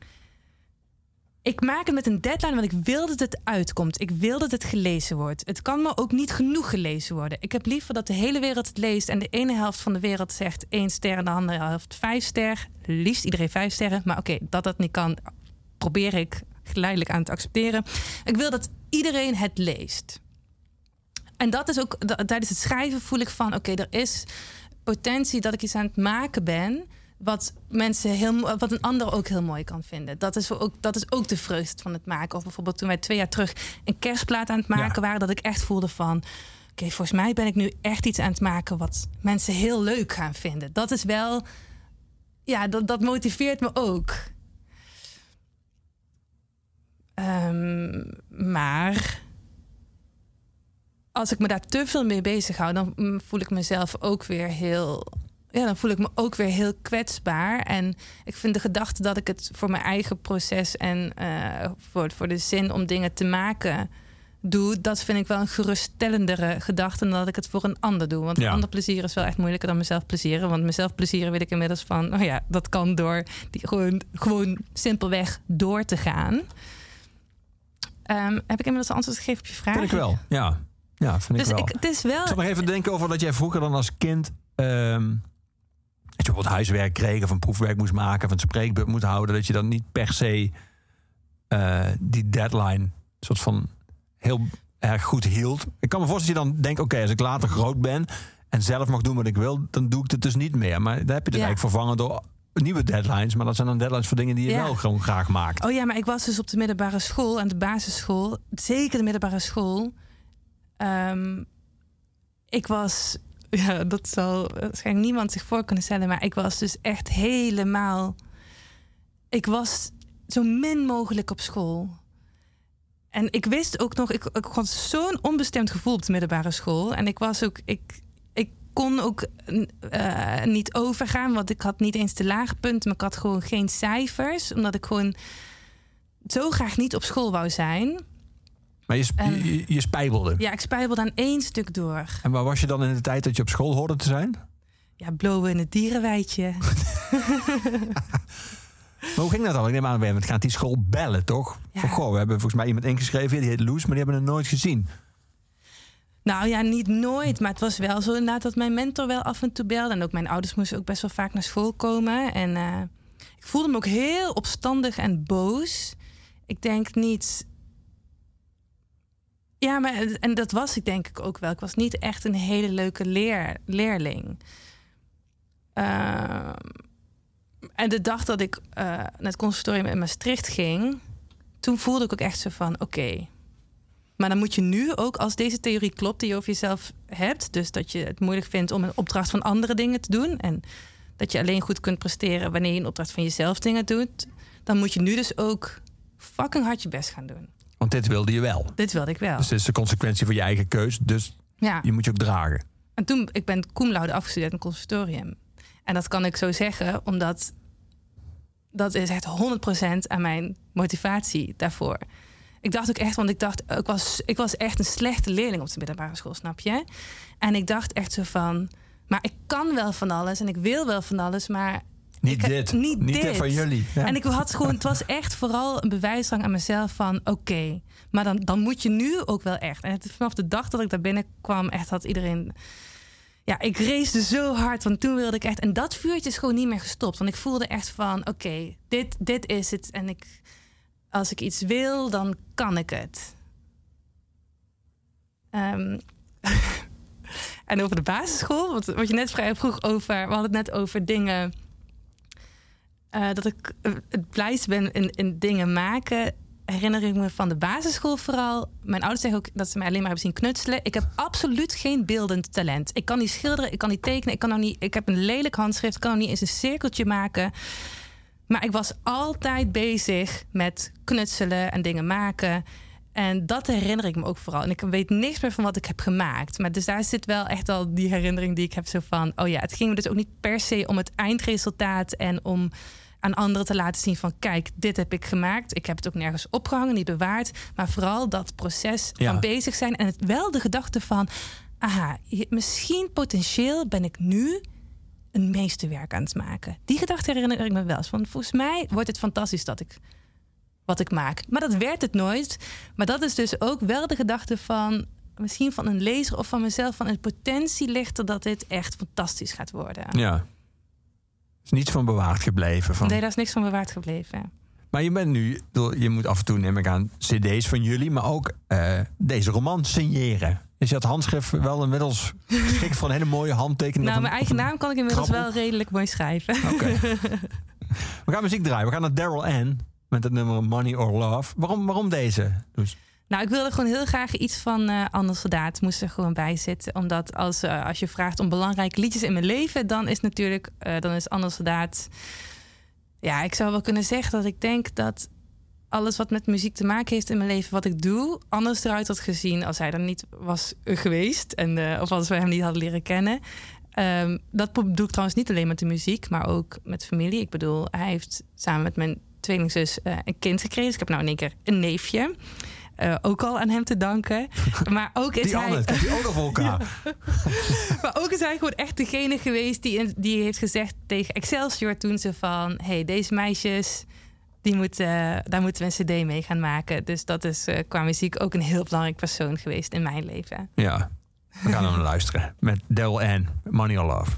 Ik maak het met een deadline, want ik wil dat het uitkomt. Ik wil dat het gelezen wordt. Het kan me ook niet genoeg gelezen worden. Ik heb liever dat de hele wereld het leest en de ene helft van de wereld zegt één ster en de andere helft vijf ster. Liefst iedereen vijf sterren. Maar oké, okay, dat dat niet kan, probeer ik geleidelijk aan te accepteren. Ik wil dat iedereen het leest. En dat is ook, tijdens het schrijven voel ik van, oké, okay, er is potentie dat ik iets aan het maken ben wat mensen heel, wat een ander ook heel mooi kan vinden. Dat is ook, dat is ook de vreugde van het maken. Of bijvoorbeeld toen wij twee jaar terug een kerstplaat aan het maken ja. waren, dat ik echt voelde van, oké, okay, volgens mij ben ik nu echt iets aan het maken wat mensen heel leuk gaan vinden. Dat is wel, ja, dat, dat motiveert me ook. Um, maar als ik me daar te veel mee bezig hou, dan voel ik mezelf ook weer heel, ja, dan voel ik me ook weer heel kwetsbaar. En ik vind de gedachte dat ik het voor mijn eigen proces en uh, voor, voor de zin om dingen te maken doe, dat vind ik wel een geruststellendere gedachte dan dat ik het voor een ander doe. Want ja. een ander plezieren is wel echt moeilijker dan mezelf plezieren. Want mezelf plezieren weet ik inmiddels van, oh ja, dat kan door die gewoon, gewoon simpelweg door te gaan. Um, heb ik inmiddels een antwoord gegeven op je vraag? Vind ik wel, ja. Ja, vind dus ik wel. Ik, het is wel. Ik zal nog even denken over dat jij vroeger dan als kind Um, dat je bijvoorbeeld huiswerk kreeg of een proefwerk moest maken of een spreekbeurt moet houden, dat je dan niet per se uh, die deadline soort van heel erg goed hield. Ik kan me voorstellen dat je dan denkt, oké, okay, als ik later groot ben en zelf mag doen wat ik wil, dan doe ik het dus niet meer. Maar daar heb je dus ja. eigenlijk vervangen door nieuwe deadlines. Maar dat zijn dan deadlines voor dingen die je ja. wel gewoon graag maakt. Oh ja, maar ik was dus op de middelbare school, aan de basisschool, zeker de middelbare school. Um, ik was, ja, dat zal waarschijnlijk niemand zich voor kunnen stellen, maar ik was dus echt helemaal, ik was zo min mogelijk op school. En ik wist ook nog, ik, ik had zo'n onbestemd gevoel op de middelbare school. En ik was ook, ik, ik kon ook uh, niet overgaan, want ik had niet eens de lage punten, maar ik had gewoon geen cijfers, omdat ik gewoon zo graag niet op school wou zijn. Maar je, sp- en, je, je spijbelde? Ja, ik spijbelde aan één stuk door. En waar was je dan in de tijd dat je op school hoorde te zijn? Ja, blowen in het dierenweidje. Maar hoe ging dat dan? Ik neem aan, we gaan die school bellen, toch? Ja. Van, goh, we hebben volgens mij iemand ingeschreven, die heet Loes, maar die hebben het nooit gezien. Nou ja, niet nooit, maar het was wel zo inderdaad dat mijn mentor wel af en toe belde. En ook mijn ouders moesten ook best wel vaak naar school komen. En uh, ik voelde me ook heel opstandig en boos. Ik denk niet... Ja, maar en dat was ik denk ik ook wel. Ik was niet echt een hele leuke leer, leerling. Uh, en de dag dat ik uh, naar het conservatorium in Maastricht ging, toen voelde ik ook echt zo van, oké. Okay, maar dan moet je nu ook, als deze theorie klopt die je over jezelf hebt, dus dat je het moeilijk vindt om een opdracht van andere dingen te doen en dat je alleen goed kunt presteren wanneer je een opdracht van jezelf dingen doet, dan moet je nu dus ook fucking hard je best gaan doen. Want dit wilde je wel. Dit wilde ik wel. Dus dit is de consequentie van je eigen keus. Dus Ja. je moet je ook dragen. En toen, ik ben cum laude afgestudeerd in het conservatorium. En dat kan ik zo zeggen, omdat dat is echt honderd procent aan mijn motivatie daarvoor. Ik dacht ook echt, want ik dacht, ik was, ik was echt een slechte leerling op de middelbare school, snap je? En ik dacht echt zo van, maar ik kan wel van alles en ik wil wel van alles, maar Niet ik, dit. Niet, Niet dit. dit van jullie. Ja. En ik had gewoon, het was echt vooral een bewijsdrang aan mezelf van, oké, okay, maar dan, dan moet je nu ook wel echt. En het, vanaf de dag dat ik daar binnenkwam, echt had iedereen. Ja, ik race zo hard, want toen wilde ik echt. En dat vuurtje is gewoon niet meer gestopt. Want ik voelde echt van, oké, okay, dit, dit is het. En ik, als ik iets wil, dan kan ik het. Um, en over de basisschool, wat, wat je net vrij vroeg over. We hadden het net over dingen. Uh, dat ik uh, het blijste ben in, in dingen maken. Herinner ik me van de basisschool vooral. Mijn ouders zeggen ook dat ze mij alleen maar hebben zien knutselen. Ik heb absoluut geen beeldend talent. Ik kan niet schilderen, ik kan niet tekenen. Ik, kan nog niet, ik heb een lelijk handschrift. Ik kan nog niet eens een cirkeltje maken. Maar ik was altijd bezig met knutselen en dingen maken. En dat herinner ik me ook vooral. En ik weet niks meer van wat ik heb gemaakt. Maar dus daar zit wel echt al die herinnering die ik heb. Zo van, oh ja, het ging me dus ook niet per se om het eindresultaat. En om aan anderen te laten zien van, kijk, dit heb ik gemaakt. Ik heb het ook nergens opgehangen, niet bewaard. Maar vooral dat proces Ja. van bezig zijn. En het wel de gedachte van, aha, misschien potentieel ben ik nu een meesterwerk aan het maken. Die gedachte herinner ik me wel eens. Want volgens mij wordt het fantastisch dat ik wat ik maak. Maar dat werd het nooit. Maar dat is dus ook wel de gedachte van, misschien van een lezer of van mezelf, van een potentie ligt er dat dit echt fantastisch gaat worden. Ja. Er is niets van bewaard gebleven. Van... Nee, daar is niks van bewaard gebleven. Maar je bent nu, je moet af en toe, neem ik aan, cd's van jullie, maar ook uh, deze roman signeren. Is dat handschrift wel inmiddels geschikt voor een hele mooie handtekening? Nou, of mijn een, eigen naam kan ik inmiddels krabbel? wel redelijk mooi schrijven. Oké. Okay. We gaan muziek draaien. We gaan naar Daryl Ann met het nummer Money or Love. Waarom, waarom deze? Dus... Nou, ik wilde gewoon heel graag iets van uh, Anders Soldaat moest er gewoon bij zitten. Omdat als, uh, als je vraagt om belangrijke liedjes in mijn leven, dan is natuurlijk uh, dan is Anders Soldaat. Ja, ik zou wel kunnen zeggen dat ik denk dat alles wat met muziek te maken heeft in mijn leven, wat ik doe, anders eruit had gezien als hij er niet was geweest. En, uh, of als we hem niet hadden leren kennen. Um, dat doe ik trouwens niet alleen met de muziek, maar ook met familie. Ik bedoel, hij heeft samen met mijn tweelingzus uh, een kind gekregen. Dus ik heb nou in één keer een neefje. Uh, ook al aan hem te danken. Maar ook is die hij... Anne, die ook nog voor elkaar. Ja. Maar ook is hij gewoon echt degene geweest die, die heeft gezegd tegen Excelsior toen ze van, hey, deze meisjes, die moeten, daar moeten we een cd mee gaan maken. Dus dat is uh, qua muziek ook een heel belangrijk persoon geweest in mijn leven. Ja, we gaan naar luisteren met Daryl Ann, Money or Love.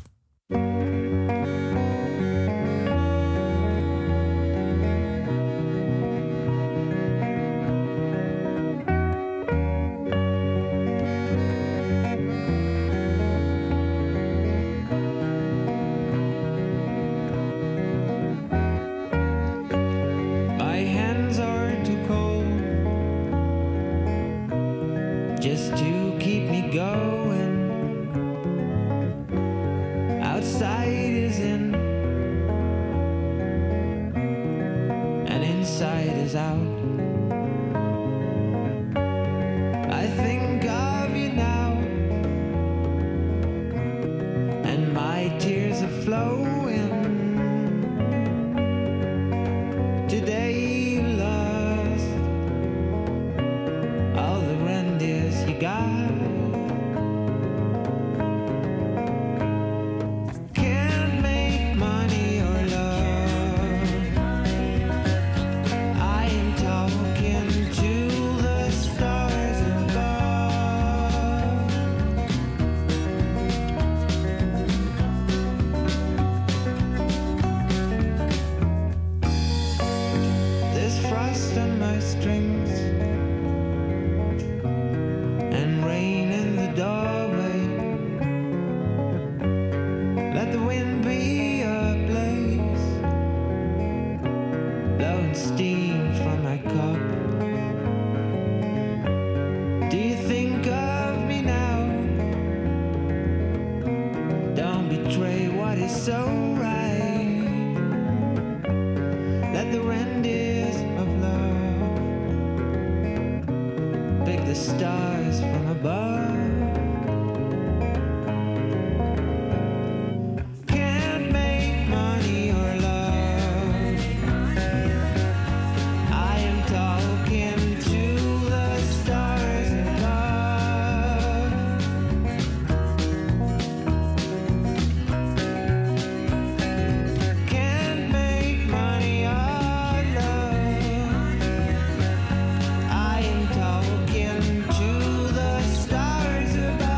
Just to keep me going. Outside is in, and inside is out. I think of you now, and my tears are flowing. Today you lost all the reindeers you got. Can't make money or love. I am talking to the stars above. There's frost on my strings and rain in the doorway. Let the wind be a blaze, blowing steam from my cup. Do you think of me now? Don't betray what is so right. Let the reindeers of love the stars from above. Can't make money or love. I am talking to the stars above. Can't make money or love. I am talking to the stars above.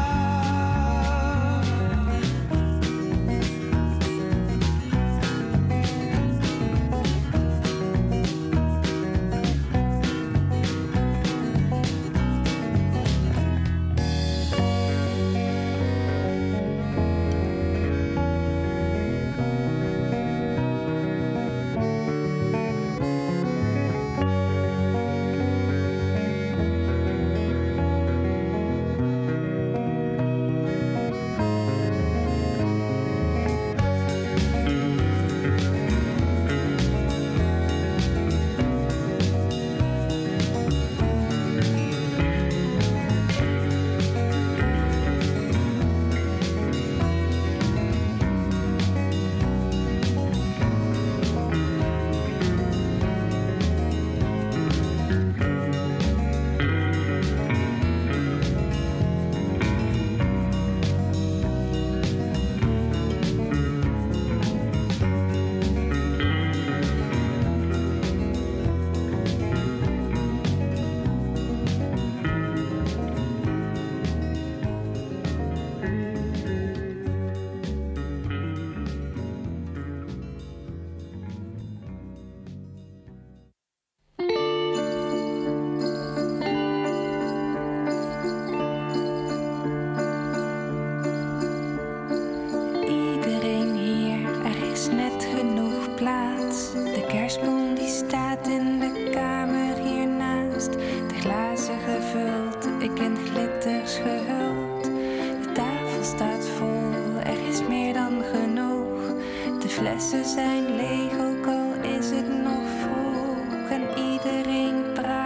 Iedereen hier, er is net genoeg plaats. De kerstboom die staat in de kamer hiernaast. De glazen gevuld, ik in glitters gehuld. De tafel staat vol, er is meer dan genoeg. De flessen zijn leeg, ook al is het nog vroeg. En iedereen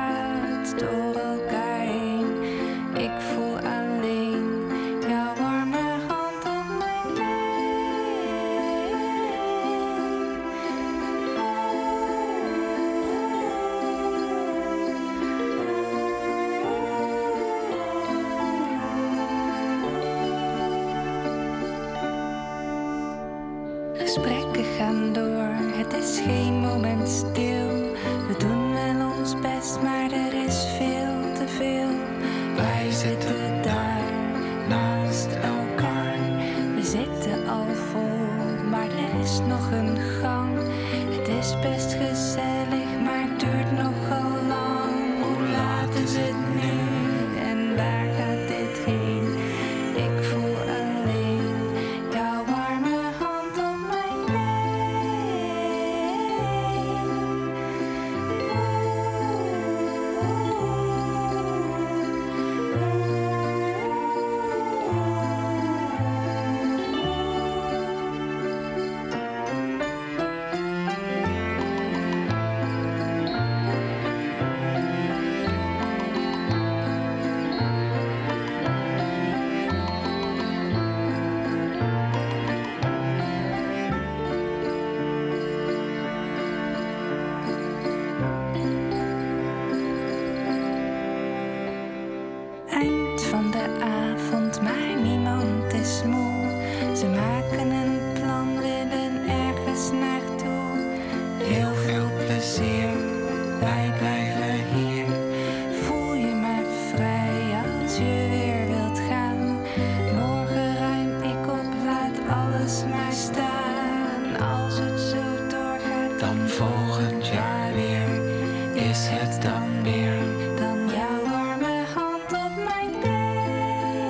praat door elkaar heen. Ik voel alleen jouw warme hand op mijn been. Gesprekken gaan door, het is geen moment stil. We doen wel ons best, maar er is veel te veel. Wij zitten daar naast elkaar. We zitten al vol, maar er is nog een gang. Het is best gezellig, maar het duurt nogal lang. Hoe laat is het nu en waar gaat dit heen? Ik voel alleen jouw warme hand op mijn been. Eind van de avond, maar niemand is moe. Ze maken een plan, willen ergens naartoe. Heel veel plezier, wij blijven hier. Voel je maar vrij als je weer wilt gaan. Morgen ruim ik op, laat alles maar staan. Als het zo doorgaat, dan volgend jaar weer. Is het dan weer dan jouw warme hand op mijn been?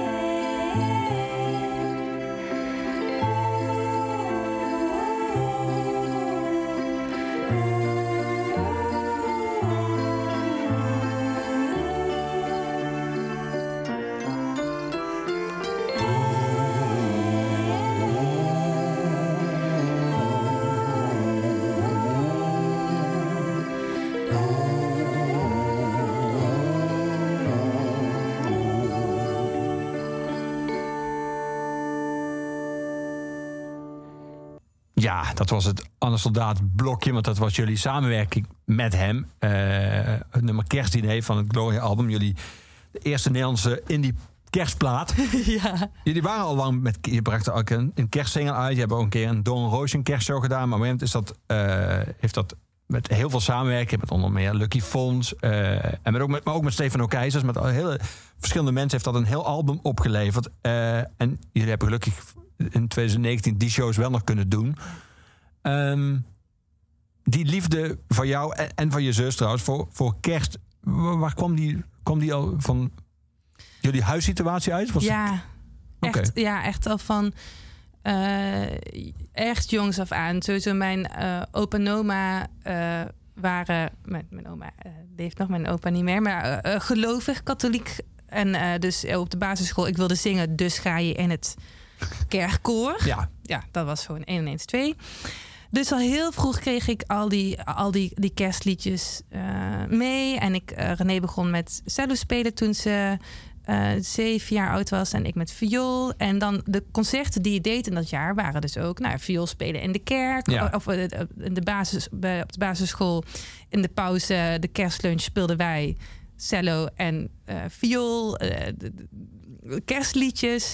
ja, dat was het Anne Soldaat blokje. Want dat was jullie samenwerking met hem. Uh, het nummer Kerstdiner van het Gloria album. Jullie de eerste Nederlandse indie kerstplaat. Ja. Jullie waren al lang met... Je bracht ook een, een kerstsingle uit. Je hebt ook een keer een Dawn Roosje kerstshow gedaan. Maar op een moment is dat, uh, heeft dat met heel veel samenwerking. Met onder meer Lucky Fons. Uh, en met ook met, maar ook met Stefano Keizers. Met hele verschillende mensen heeft dat een heel album opgeleverd. Uh, en jullie hebben gelukkig in twintig negentien die shows wel nog kunnen doen. Um, die liefde van jou en, en van je zus trouwens voor, voor kerst. Waar kwam die, kwam die al van jullie huissituatie uit? Was ja, het... echt, okay. ja, echt al van uh, echt jongs af aan. Sowieso mijn uh, opa en oma uh, waren... Mijn, mijn oma uh, leeft nog, mijn opa niet meer. Maar uh, uh, gelovig, katholiek. En uh, dus op de basisschool, ik wilde zingen. Dus ga je in het kerkkoor. Ja. Ja, dat was gewoon één en één is twee. Dus al heel vroeg kreeg ik al die, al die, die kerstliedjes uh, mee. En ik, uh, René begon met cello spelen toen ze uh, zeven jaar oud was. En ik met viool. En dan de concerten die je deed in dat jaar waren dus ook... Nou, viool spelen in de kerk. Ja. Of uh, in de basis, bij, op de basisschool. In de pauze, de kerstlunch speelden wij cello en uh, viool. Uh, de, de kerstliedjes.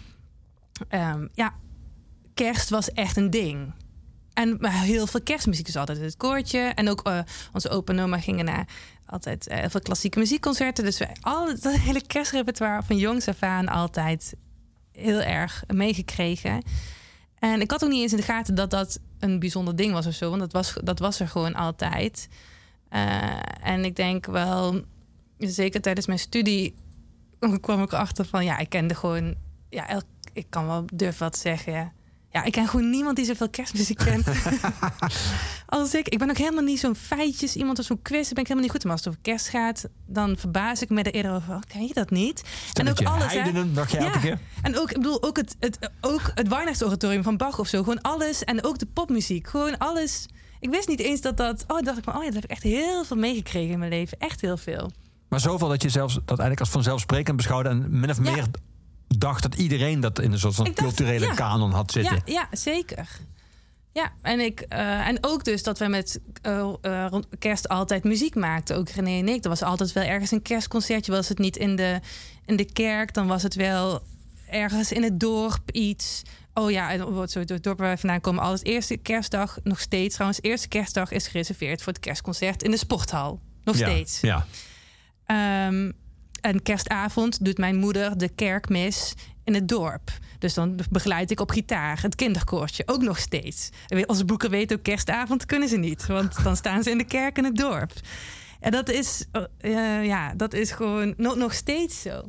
Um, ja, kerst was echt een ding. En heel veel kerstmuziek is altijd het koortje. En ook uh, onze opa en oma gingen naar altijd uh, heel veel klassieke muziekconcerten. Dus wij al het hele kerstrepertoire van jongs af aan altijd heel erg meegekregen. En ik had ook niet eens in de gaten dat dat een bijzonder ding was of zo. Want dat was, dat was er gewoon altijd. Uh, en ik denk wel, zeker tijdens mijn studie kwam ik erachter van... ja, ik kende gewoon... ja, elk, ik kan wel durven wat zeggen... Ja, ik ken gewoon niemand die zoveel kerstmuziek kent. Als ik. Ik ben ook helemaal niet zo'n feitjes. Iemand of zo'n quiz, daar ben ik helemaal niet goed. Maar als het over kerst gaat, dan verbaas ik me er eerder over. Oh, ken je dat niet? En ook alles, heidenen, dacht je ja. elke keer? En ook, ik bedoel, ook het, het, ook het Weihnachtsoratorium van Bach of zo. Gewoon alles. En ook de popmuziek. Gewoon alles. Ik wist niet eens dat dat... Oh, dacht ik van, oh ja, dat heb ik echt heel veel meegekregen in mijn leven. Echt heel veel. Maar zoveel dat je zelfs dat eigenlijk als vanzelfsprekend beschouwde... en min of Ja. meer dacht dat iedereen dat in een soort van Ik dacht, culturele ja. kanon had zitten. Ja, ja zeker. Ja, en, ik, uh, en ook dus dat wij met uh, uh, rond kerst altijd muziek maakten. Ook René en ik. Er was altijd wel ergens een kerstconcertje. Was het niet in de, in de kerk, dan was het wel ergens in het dorp iets. Oh ja, en wordt zo door het dorp waar wij vandaan komen. Altijd eerste kerstdag, nog steeds trouwens. Eerste kerstdag is gereserveerd voor het kerstconcert in de sporthal. Nog Ja, steeds. Ja. Um, en kerstavond doet mijn moeder de kerkmis in het dorp. Dus dan begeleid ik op gitaar het kinderkoortje. Ook nog steeds. Onze boeken weten ook kerstavond kunnen ze niet. Want dan staan ze in de kerk in het dorp. En dat is, uh, ja, dat is gewoon nog, nog steeds zo.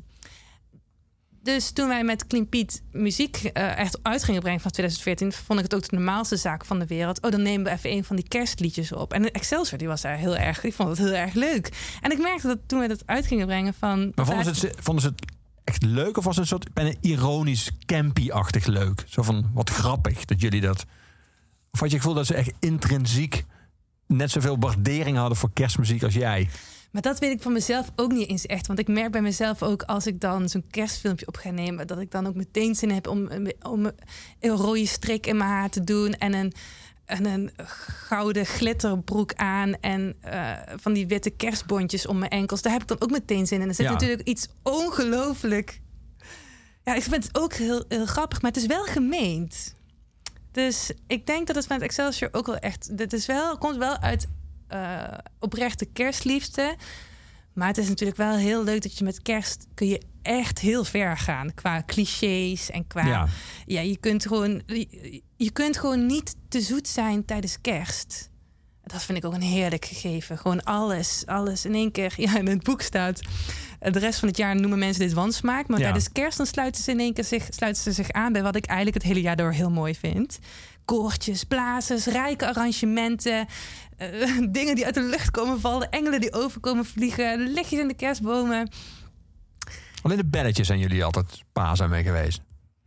Dus toen wij met Clean Piet muziek uh, echt uit gingen brengen van twintig veertien... vond ik het ook de normaalste zaak van de wereld. Oh, dan nemen we even een van die kerstliedjes op. En Excelsior, die was daar heel erg... die vond het heel erg leuk. En ik merkte dat toen we dat uit gingen brengen van... Maar vonden ze, het, vonden ze het echt leuk? Of was het een soort bijna ironisch, campy-achtig leuk? Zo van, wat grappig dat jullie dat... Of had je het gevoel dat ze echt intrinsiek... net zoveel waardering hadden voor kerstmuziek als jij? Maar dat weet ik van mezelf ook niet eens echt. Want ik merk bij mezelf ook als ik dan zo'n kerstfilmpje op ga nemen... dat ik dan ook meteen zin heb om, om een rode strik in mijn haar te doen... en een, en een gouden glitterbroek aan... en uh, van die witte kerstbondjes om mijn enkels. Daar heb ik dan ook meteen zin in. Er zit Ja. natuurlijk iets ongelooflijk... Ja, ik vind het ook heel, heel grappig, maar het is wel gemeend. Dus ik denk dat het van het Excelsior ook wel echt... Dit is wel, komt wel uit... Uh, oprechte kerstliefde. Maar het is natuurlijk wel heel leuk dat je met kerst... kun je echt heel ver gaan qua clichés en qua... Ja. Ja, je kunt gewoon... Je, je kunt gewoon niet te zoet zijn tijdens kerst. Dat vind ik ook een heerlijk gegeven. Gewoon alles, alles in één keer. Ja, in het boek staat... De rest van het jaar noemen mensen dit wansmaak. Maar Ja. tijdens kerst dan sluiten ze in één keer zich, sluiten ze zich aan... bij wat ik eigenlijk het hele jaar door heel mooi vind. Koortjes, blazers, rijke arrangementen... Uh, dingen die uit de lucht komen vallen... engelen die overkomen vliegen... lichtjes in de kerstbomen. Alleen de belletjes zijn jullie altijd spaarzaam mee geweest.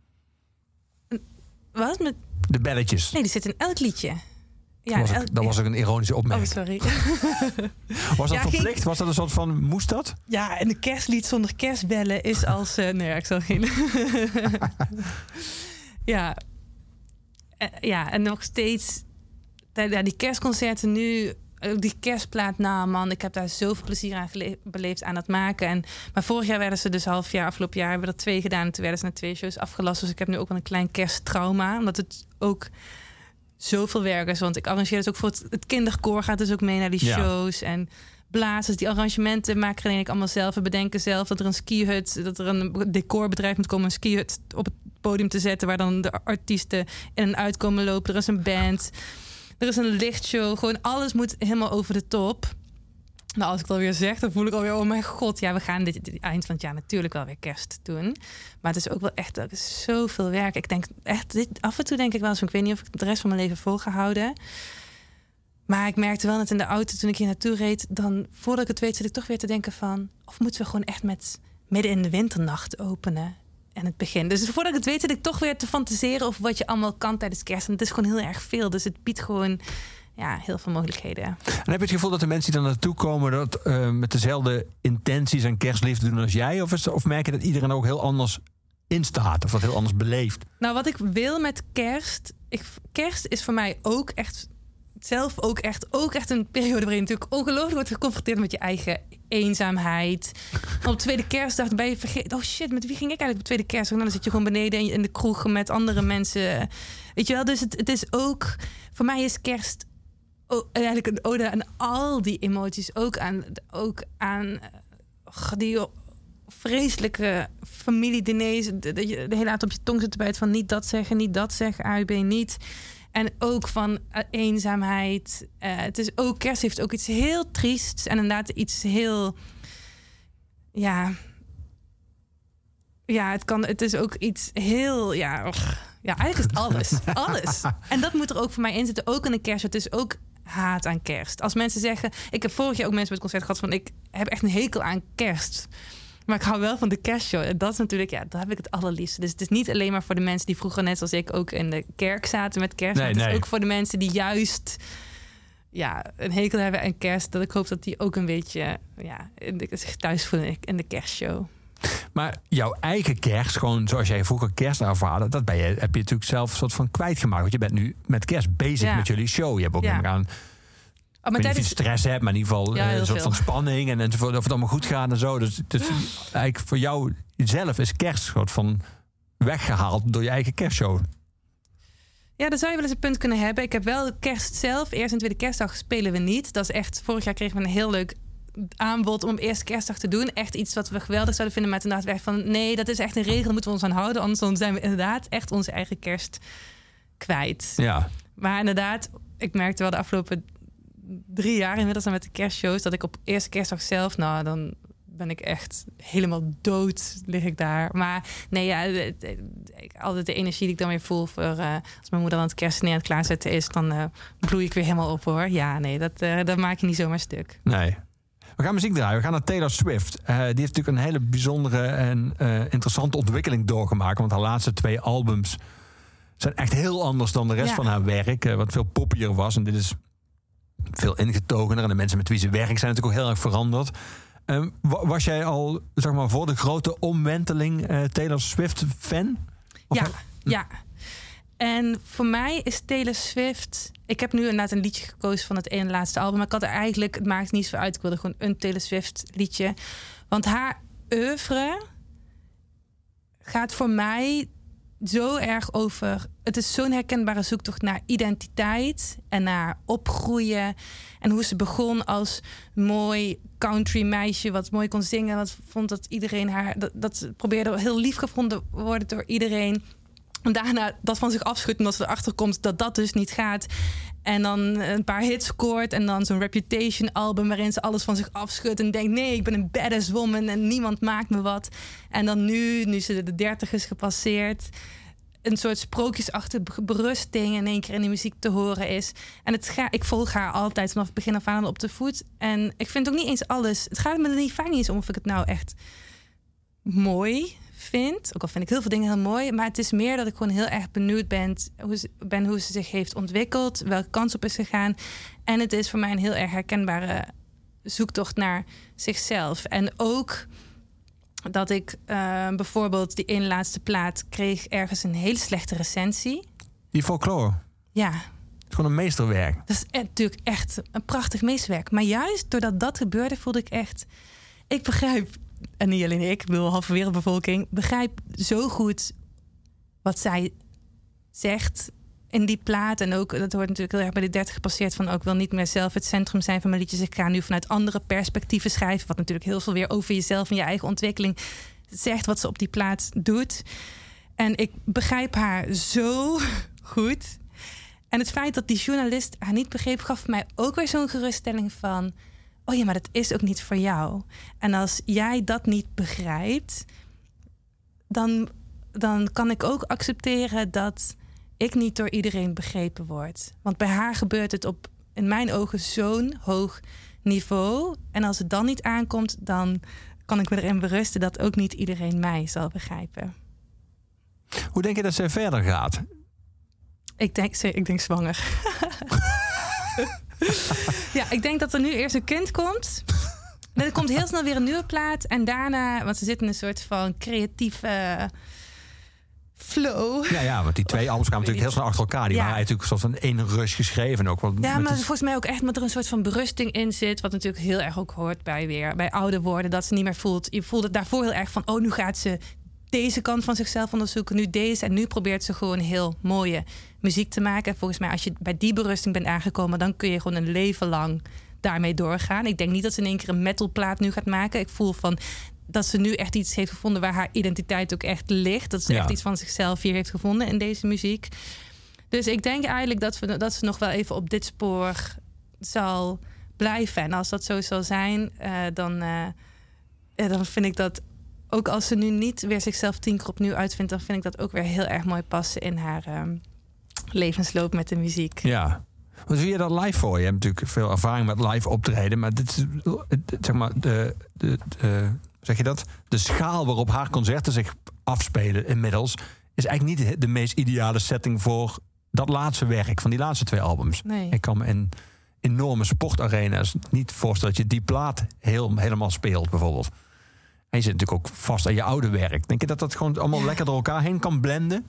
Wat? Met... De belletjes. Nee, die zit in elk liedje. Ja, dat was, in ook, elk... dat was ook een ironische Oh, opmerking. sorry. Was dat Ja, ging- verplicht? Was dat een soort van... Moest dat? Ja, en de kerstlied zonder kerstbellen is als... Uh, nee, ik zal geen... ja. uh, ja, en nog steeds... Ja, die kerstconcerten nu... Die kerstplaat, nou man, ik heb daar zoveel plezier aan gele- beleefd aan het maken. En, maar vorig jaar werden ze dus half jaar, afgelopen jaar hebben we er twee gedaan. En toen werden ze naar twee shows afgelast. Dus ik heb nu ook wel een klein kersttrauma. Omdat het ook zoveel werk is. Want ik arrangeer dus ook voor het, het kinderkoor gaat dus ook mee naar die Ja. shows. En blazers, die arrangementen maken René en ik allemaal zelf. We bedenken zelf dat er een skihut, dat er een decorbedrijf moet komen, een skihut op het podium te zetten, waar dan de artiesten in en uit komen lopen. Er is een band. Er is een lichtshow. Gewoon alles moet helemaal over de top. Nou, als ik het alweer zeg, dan voel ik alweer... oh mijn god, ja, we gaan dit, dit eind van het jaar natuurlijk wel weer kerst doen. Maar het is ook wel echt er is zoveel werk. Ik denk echt, dit, af en toe denk ik wel eens... ik weet niet of ik de rest van mijn leven volgehouden. Maar ik merkte wel net in de auto toen ik hier naartoe reed... dan voordat ik het weet zit ik toch weer te denken van... of moeten we gewoon echt met midden in de winternacht openen... en het begin. Dus voordat ik het weet zit ik toch weer te fantaseren... over wat je allemaal kan tijdens kerst. En het is gewoon heel erg veel. Dus het biedt gewoon ja, heel veel mogelijkheden. En heb je het gevoel dat de mensen die er naartoe komen... dat uh, met dezelfde intenties en kerstliefde doen als jij? Of, is, of merk je dat iedereen ook heel anders instaat? Of wat heel anders beleeft? Nou, wat ik wil met kerst... Ik, kerst is voor mij ook echt... zelf ook echt, ook echt een periode waarin je natuurlijk ongelooflijk wordt geconfronteerd met je eigen eenzaamheid. Op tweede kerstdag ben je vergeten... oh shit, met wie ging ik eigenlijk op tweede kerstdag? Nou, dan zit je gewoon beneden in de kroeg met andere mensen. Weet je wel, dus het, het is ook... Voor mij is kerst ook eigenlijk een ode aan al die emoties. Ook aan, ook aan oh, die vreselijke familiediners. Dat je de hele avond op je tong zit bij van niet dat zeggen, niet dat zeggen, A U B niet... En ook van eenzaamheid. Uh, het is ook, kerst heeft ook iets heel triests. En inderdaad iets heel... Ja... Ja, het, kan, het is ook iets heel... Ja, och, ja eigenlijk is het alles. Alles. En dat moet er ook voor mij in zitten. Ook in de kerst. Het is ook haat aan kerst. Als mensen zeggen... Ik heb vorig jaar ook mensen met het concert gehad van... Ik heb echt een hekel aan kerst. Maar ik hou wel van de kerstshow. En dat is natuurlijk, ja, daar heb ik het allerliefste. Dus het is niet alleen maar voor de mensen die vroeger net zoals ik ook in de kerk zaten met kerst. Nee, maar het nee. is ook voor de mensen die juist ja, een hekel hebben aan kerst. Dat ik hoop dat die ook een beetje ja, in de, zich thuis voelen in de kerstshow. Maar jouw eigen kerst, gewoon zoals jij vroeger kerst ervaarde... dat ben je, heb je natuurlijk zelf een soort van kwijtgemaakt. Want je bent nu met kerst bezig Ja. met jullie show. Je hebt ook Ja. neem ik aan... Oh, Ik maar weet niet of je stress hebt, maar in ieder geval Ja, uh, heel een soort veel. van spanning en enzovoort, of het allemaal goed gaat en zo. Dus, dus eigenlijk voor jou zelf is kerst een soort van weggehaald door je eigen kerstshow. Ja, dan zou je wel eens een punt kunnen hebben. Ik heb wel kerst zelf. Eerst en tweede kerstdag spelen we niet. Dat is echt... Vorig jaar kregen we een heel leuk aanbod om op eerste kerstdag te doen. Echt iets wat we geweldig zouden vinden. Maar toen dachten we echt van... nee, dat is echt een regel. Daar moeten we ons aan houden. Anders dan zijn we inderdaad echt onze eigen kerst kwijt. Ja. Maar inderdaad, ik merkte wel de afgelopen drie jaar inmiddels met de kerstshows... dat ik op eerste kerstdag zelf... nou, dan ben ik echt helemaal dood, lig ik daar. Maar nee, ja, de- de- ik- altijd de energie die ik dan weer voel... voor uh, als mijn moeder aan het kerstdiner aan het klaarzetten is... dan uh, bloei ik weer helemaal op, hoor. Ja, nee, dat, uh, dat maak je niet zomaar stuk. Nee. We gaan muziek draaien. We gaan naar Taylor Swift. Uh, die heeft natuurlijk een hele bijzondere en uh, interessante ontwikkeling doorgemaakt. Want haar laatste twee albums zijn echt heel anders dan de rest Ja. van haar werk. Uh, wat veel poppier was. En dit is veel ingetogener. En de mensen met wie ze werkt zijn natuurlijk ook heel erg veranderd. Um, wa- was jij al, zeg maar, voor de grote omwenteling uh, Taylor Swift fan? Of Ja, wel- ja. En voor mij is Taylor Swift... Ik heb nu inderdaad een liedje gekozen van het ene laatste album. Maar ik had er eigenlijk... Het maakt niet zo uit. Ik wilde gewoon een Taylor Swift liedje. Want haar oeuvre gaat voor mij zo erg over... Het is zo'n herkenbare zoektocht naar identiteit... en naar opgroeien. En hoe ze begon als mooi country meisje... wat mooi kon zingen. Wat vond dat iedereen haar... Dat, dat ze probeerde heel lief gevonden worden door iedereen... En daarna dat van zich afschudt omdat ze erachter komt dat dat dus niet gaat. En dan een paar hits scoort en dan zo'n Reputation album waarin ze alles van zich afschudt en denkt nee, ik ben een badass woman en niemand maakt me wat. En dan nu, nu ze de dertig is gepasseerd, een soort sprookjesachtige berusting in één keer in die muziek te horen is. En het ga, ik volg haar altijd vanaf het begin af aan op de voet. En ik vind ook niet eens alles. Het gaat me er niet vaak niet eens om of ik het nou echt mooi vind. Ook al vind ik heel veel dingen heel mooi. Maar het is meer dat ik gewoon heel erg benieuwd ben hoe ze, ben hoe ze zich heeft ontwikkeld. Welke kans op is gegaan. En het is voor mij een heel erg herkenbare zoektocht naar zichzelf. En ook dat ik uh, bijvoorbeeld die ene laatste plaat kreeg ergens een hele slechte recensie. Die folklore. Ja, Het is gewoon een meesterwerk. dat is e- natuurlijk echt een prachtig meesterwerk. Maar juist doordat dat gebeurde, voelde ik echt... Ik begrijp, en niet alleen ik, ik bedoel, halve wereldbevolking... begrijp zo goed wat zij zegt in die plaat. En ook, dat hoort natuurlijk heel erg bij de dertig gepasseerd... van ook wil niet meer zelf het centrum zijn van mijn liedjes. Ik ga nu vanuit andere perspectieven schrijven... wat natuurlijk heel veel weer over jezelf en je eigen ontwikkeling zegt... wat ze op die plaat doet. En ik begrijp haar zo goed... En het feit dat die journalist haar niet begreep... gaf mij ook weer zo'n geruststelling van... oh ja, maar dat is ook niet voor jou. En als jij dat niet begrijpt... dan, dan kan ik ook accepteren dat ik niet door iedereen begrepen word. Want bij haar gebeurt het op, in mijn ogen, zo'n hoog niveau. En als het dan niet aankomt... dan kan ik me erin berusten dat ook niet iedereen mij zal begrijpen. Hoe denk je dat zij verder gaat? Ik denk, ik denk zwanger. Ja, ik denk dat er nu eerst een kind komt. Er komt heel snel weer een nieuwe plaat. En daarna, want ze zitten in een soort van creatieve flow. Ja, ja, want die twee albums kwamen natuurlijk heel snel achter elkaar. Die Ja. waren natuurlijk een soort van één rush geschreven. Ook wel Ja, met maar het- volgens mij ook echt dat er een soort van berusting in zit. Wat natuurlijk heel erg ook hoort bij weer bij ouder worden. Dat ze niet meer voelt. Je voelt het daarvoor heel erg van, oh, nu gaat ze deze kant van zichzelf onderzoeken. Nu deze. En nu probeert ze gewoon heel mooie muziek te maken. En volgens mij, als je bij die berusting bent aangekomen... dan kun je gewoon een leven lang daarmee doorgaan. Ik denk niet dat ze in één keer een metalplaat nu gaat maken. Ik voel van dat ze nu echt iets heeft gevonden... waar haar identiteit ook echt ligt. Dat ze Ja. echt iets van zichzelf hier heeft gevonden in deze muziek. Dus ik denk eigenlijk dat, we, dat ze nog wel even op dit spoor zal blijven. En als dat zo zal zijn, uh, dan, uh, ja, dan vind ik dat... ook als ze nu niet weer zichzelf tien keer opnieuw uitvindt... dan vind ik dat ook weer heel erg mooi passen in haar um, levensloop met de muziek. Ja. Hoe zie je dat live voor? Je hebt natuurlijk veel ervaring met live optreden. Maar dit is, zeg maar, de, de, de, zeg je dat? De schaal waarop haar concerten zich afspelen inmiddels... is eigenlijk niet de, de meest ideale setting voor dat laatste werk van die laatste twee albums. Nee. Ik kan me in enorme sportarena's niet voorstellen dat je die plaat heel, helemaal speelt, bijvoorbeeld. En je zit natuurlijk ook vast aan je oude werk. Denk je dat dat gewoon allemaal Ja. lekker door elkaar heen kan blenden?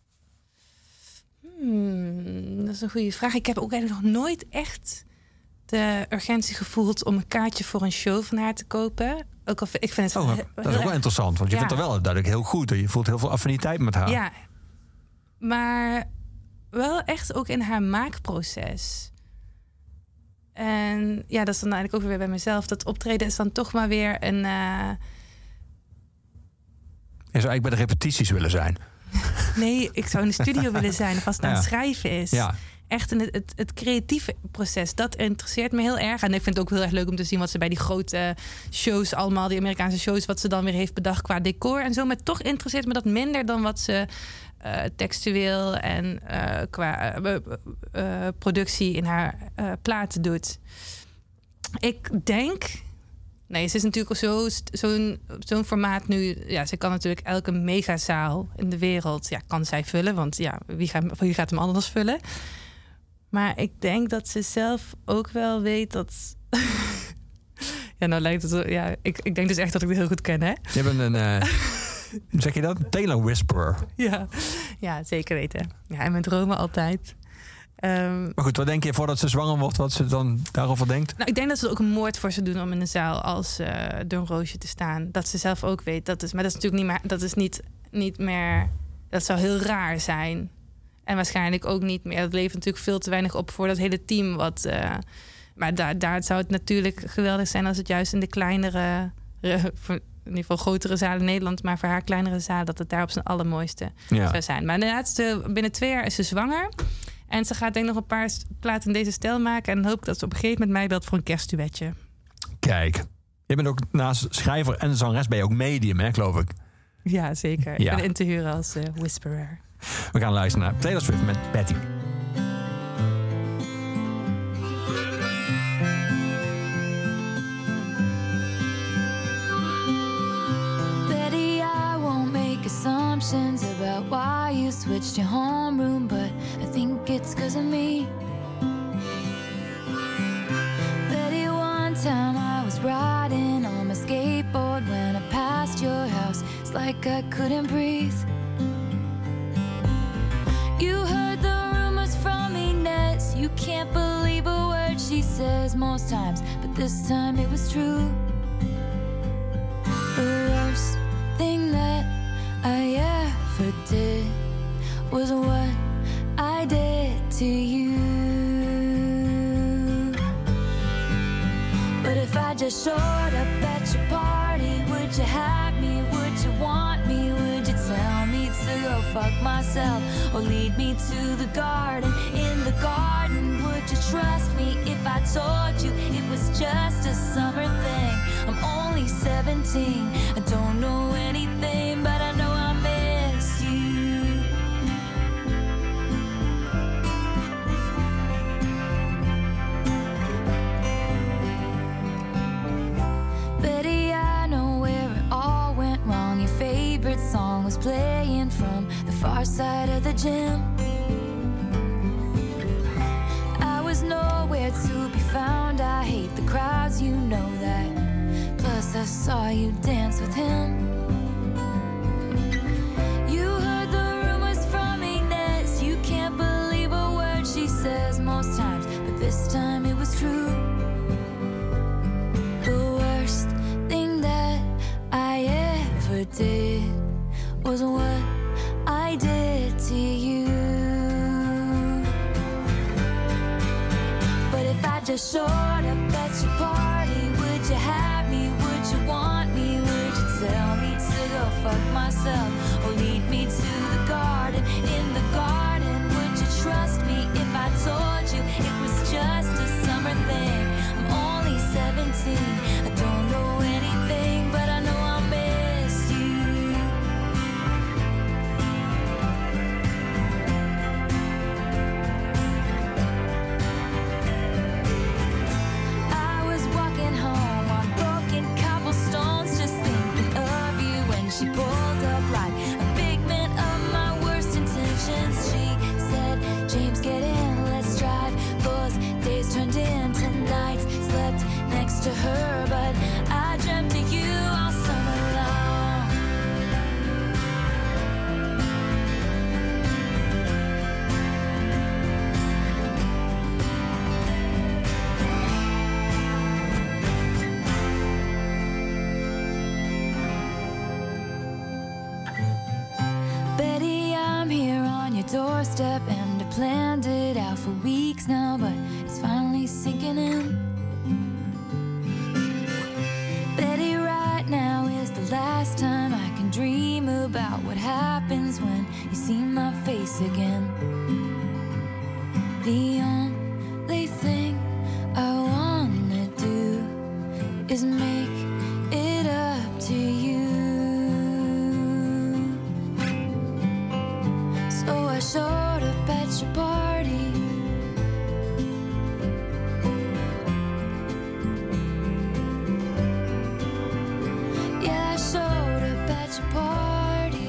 Hmm, dat is een goede vraag. Ik heb ook eigenlijk nog nooit echt de urgentie gevoeld... om een kaartje voor een show van haar te kopen. Ook al, ik vind het Oh, heel dat is ook erg- wel interessant, want je Ja. vindt er wel duidelijk heel goed. En je voelt heel veel affiniteit met haar. Ja, maar wel echt ook in haar maakproces. En ja, dat is dan eigenlijk ook weer bij mezelf. Dat optreden is dan toch maar weer een... Uh... Je zou eigenlijk bij de repetities willen zijn. Nee, ik zou in de studio willen zijn of als het aan Ja. het schrijven is. Ja. Echt in het, het, het creatieve proces, dat interesseert me heel erg. En ik vind het ook heel erg leuk om te zien wat ze bij die grote shows allemaal, die Amerikaanse shows, wat ze dan weer heeft bedacht qua decor en zo. Maar toch interesseert me dat minder dan wat ze uh, textueel en uh, qua uh, uh, productie in haar uh, platen doet. Ik denk... Nee, ze is natuurlijk zo, zo'n, zo'n formaat nu... Ja, ze kan natuurlijk elke megazaal in de wereld... Ja, kan zij vullen, want ja, wie gaat, wie gaat hem anders vullen? Maar ik denk dat ze zelf ook wel weet dat... ja, nou lijkt het... Ja, ik, ik denk dus echt dat ik het heel goed ken, hè? Je bent een... Uh, zeg je dat? Taylor Whisperer. Ja, ja, zeker weten. Ja, en met dromen altijd... Um, maar goed, wat denk je voordat ze zwanger wordt, wat ze dan daarover denkt? Nou, ik denk dat ze er ook een moord voor ze doen om in een zaal als uh, Doornroosje te staan. Dat ze zelf ook weet. Dat is, maar dat is natuurlijk niet meer. Dat is niet, niet meer. Dat zou heel raar zijn. En waarschijnlijk ook niet meer. Dat levert natuurlijk veel te weinig op voor dat hele team. Wat, uh, maar daar, daar zou het natuurlijk geweldig zijn als het juist in de kleinere. Uh, voor, in ieder geval grotere zalen in Nederland, maar voor haar kleinere zalen, dat het daar op zijn allermooiste ja. zou zijn. Maar inderdaad, binnen twee jaar is ze zwanger. En ze gaat denk ik nog een paar platen in deze stijl maken. En dan hoop ik dat ze op een gegeven moment mij belt voor een kerstduetje. Kijk, je bent ook naast schrijver en zangeres ben je ook medium, hè, geloof ik. Ja, zeker. Ja. Ik ben in te huren als uh, whisperer. We gaan luisteren naar Taylor Swift met Betty. Betty, I won't make assumptions about why you switched your homeroom, but I think it's 'cause of me. Betty, one time I was riding on my skateboard when I passed your house. It's like I couldn't breathe. You heard the says most times, but this time it was true. The worst thing that I ever did was what I did to you. But if I just showed up at your party, would you have me? Would you want me? Would you tell me to go fuck myself or lead me to the garden? In the garden, would you trust me if I told you it was just a summer thing? I'm only seventeen, I don't know anything, but I know I miss you. Betty, I know where it all went wrong. Your favorite song was playing from the far side of the gym. I was nowhere to be found. I hate the crowds, you know that. Plus I saw you dance with him. You heard the rumors from Ignace. You can't believe a word she says most times, but this time it was true. The worst thing that I ever did was what I did to you. But if I just showed up at your party, would you have me? Would you want me? Would you tell me to go fuck myself or lead me to the garden? In the garden, would you trust me if I told you it was just a summer thing? I'm only seventeen, I don't know anything, but I know I miss you. I was walking home on broken cobblestones, just thinking of you when she pulled up like a figment of my worst intentions. She said, James, get in, let's drive. Those days turned into nights, slept next to her, but I dreamt of you all summer long. Betty, I'm here on your doorstep, and I planned it out for weeks now, but it's finally sinking in. Betty, right now is the last time I can dream about what happens when you see my face again. The only thing I wanna do is make it up to you. So I showed up at your party. Yeah, I showed up at your party.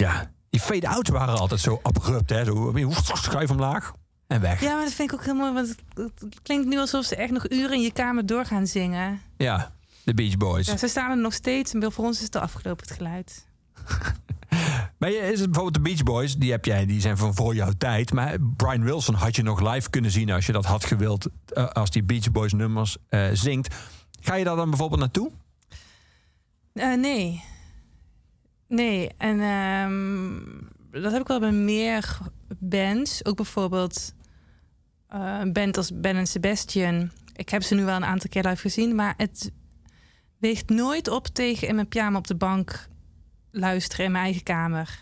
Ja, die fade-outs waren altijd zo abrupt, hè? Zo schuif omlaag en weg. Ja, maar dat vind ik ook heel mooi. Want het, het klinkt nu alsof ze echt nog uren in je kamer door gaan zingen. Ja, de Beach Boys. Ja, ze staan er nog steeds. En voor ons is het al afgelopen, het geluid. Maar is het bijvoorbeeld de Beach Boys, die heb jij, die zijn van voor jouw tijd. Maar Brian Wilson had je nog live kunnen zien als je dat had gewild. Uh, als die Beach Boys nummers uh, zingt. Ga je daar dan bijvoorbeeld naartoe? Uh, nee. Nee. En um, dat heb ik wel bij meer bands. Ook bijvoorbeeld uh, een band als Ben en Sebastian. Ik heb ze nu wel een aantal keer live gezien. Maar het weegt nooit op tegen in mijn pyjama op de bank luisteren in mijn eigen kamer.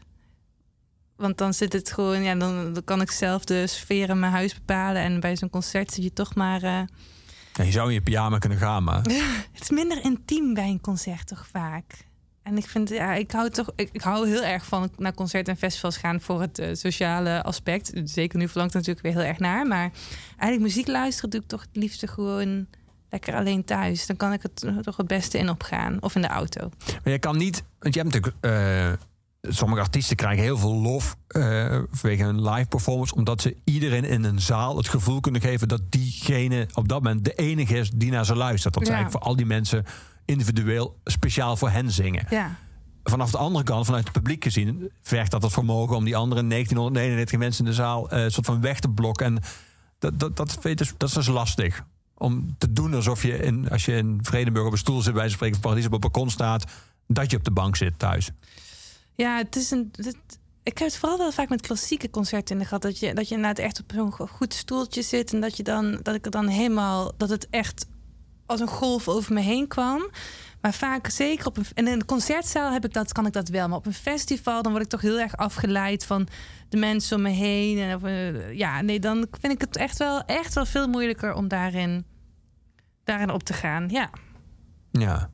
Want dan zit het gewoon, ja, dan, dan kan ik zelf de sfeer in mijn huis bepalen. En bij zo'n concert zit je toch maar. Uh... Ja, je zou in je pyjama kunnen gaan, maar. Het is minder intiem bij een concert toch vaak. En ik vind, ja, ik hou toch, ik, ik hou heel erg van naar concerten en festivals gaan voor het uh, sociale aspect. Zeker nu verlangt het natuurlijk weer heel erg naar. Maar eigenlijk muziek luisteren doe ik toch het liefste gewoon lekker alleen thuis. Dan kan ik het toch het beste in opgaan. Of in de auto. Maar je kan niet, want je hebt natuurlijk, uh, sommige artiesten krijgen heel veel lof uh, vanwege hun live performance, omdat ze iedereen in een zaal het gevoel kunnen geven dat diegene op dat moment de enige is die naar ze luistert. Dat ze Ja. eigenlijk voor al die mensen individueel speciaal voor hen zingen. Ja. Vanaf de andere kant, vanuit het publiek gezien, vergt dat het vermogen om die andere negentienhonderdnegenennegentig mensen in de zaal uh, soort van weg te blokken. En dat, dat, dat, weet je, dat is dus lastig. Om te doen alsof je, in, als je in Vredenburg op een stoel zit, bij wijze van spreken, of Paradies op een balkon staat, dat je op de bank zit thuis. Ja, het is een. Het, ik heb het vooral wel vaak met klassieke concerten in de gehad. Dat je, dat je inderdaad echt op zo'n goed stoeltje zit. En dat je dan, dat ik er dan helemaal, dat het echt als een golf over me heen kwam. Maar vaak, zeker op een, en in een concertzaal heb ik dat, kan ik dat wel. Maar op een festival, dan word ik toch heel erg afgeleid van de mensen om me heen. En, of, uh, ja, nee, dan vind ik het echt wel, echt wel veel moeilijker om daarin, daarin op te gaan. Ja. Ja.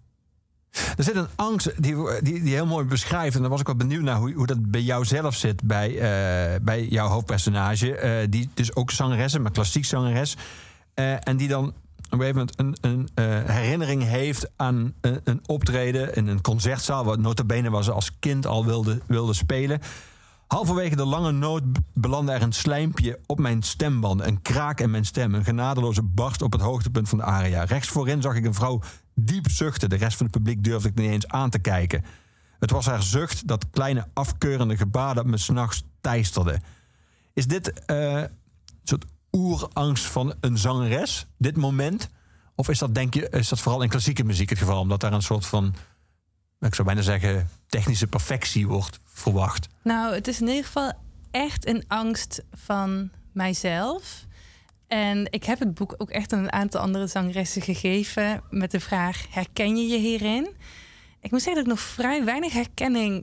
Er zit een angst die, die, die heel mooi beschrijft. En daar was ik wel benieuwd naar hoe, hoe dat bij jou zelf zit. Bij, uh, bij jouw hoofdpersonage. Uh, die dus ook zangeres is, maar klassiek zangeres. Uh, en die dan op een gegeven moment een, een uh, herinnering heeft aan een, een optreden in een concertzaal. Wat nota bene was ze als kind al wilde, wilde spelen. Halverwege de lange noot belandde er een slijmpje op mijn stembanden. Een kraak in mijn stem. Een genadeloze barst op het hoogtepunt van de aria. Rechts voorin zag ik een vrouw diep zuchten. De rest van het publiek durfde ik niet eens aan te kijken. Het was haar zucht, dat kleine afkeurende gebaar dat me 's nachts teisterde. Is dit uh, een soort oerangst van een zangeres, dit moment? Of is dat, denk je, is dat vooral in klassieke muziek het geval? Omdat daar een soort van, ik zou bijna zeggen, technische perfectie wordt verwacht. Nou, het is in ieder geval echt een angst van mijzelf. En ik heb het boek ook echt aan een aantal andere zangeressen gegeven met de vraag: herken je je hierin? Ik moet zeggen dat ik nog vrij weinig herkenning,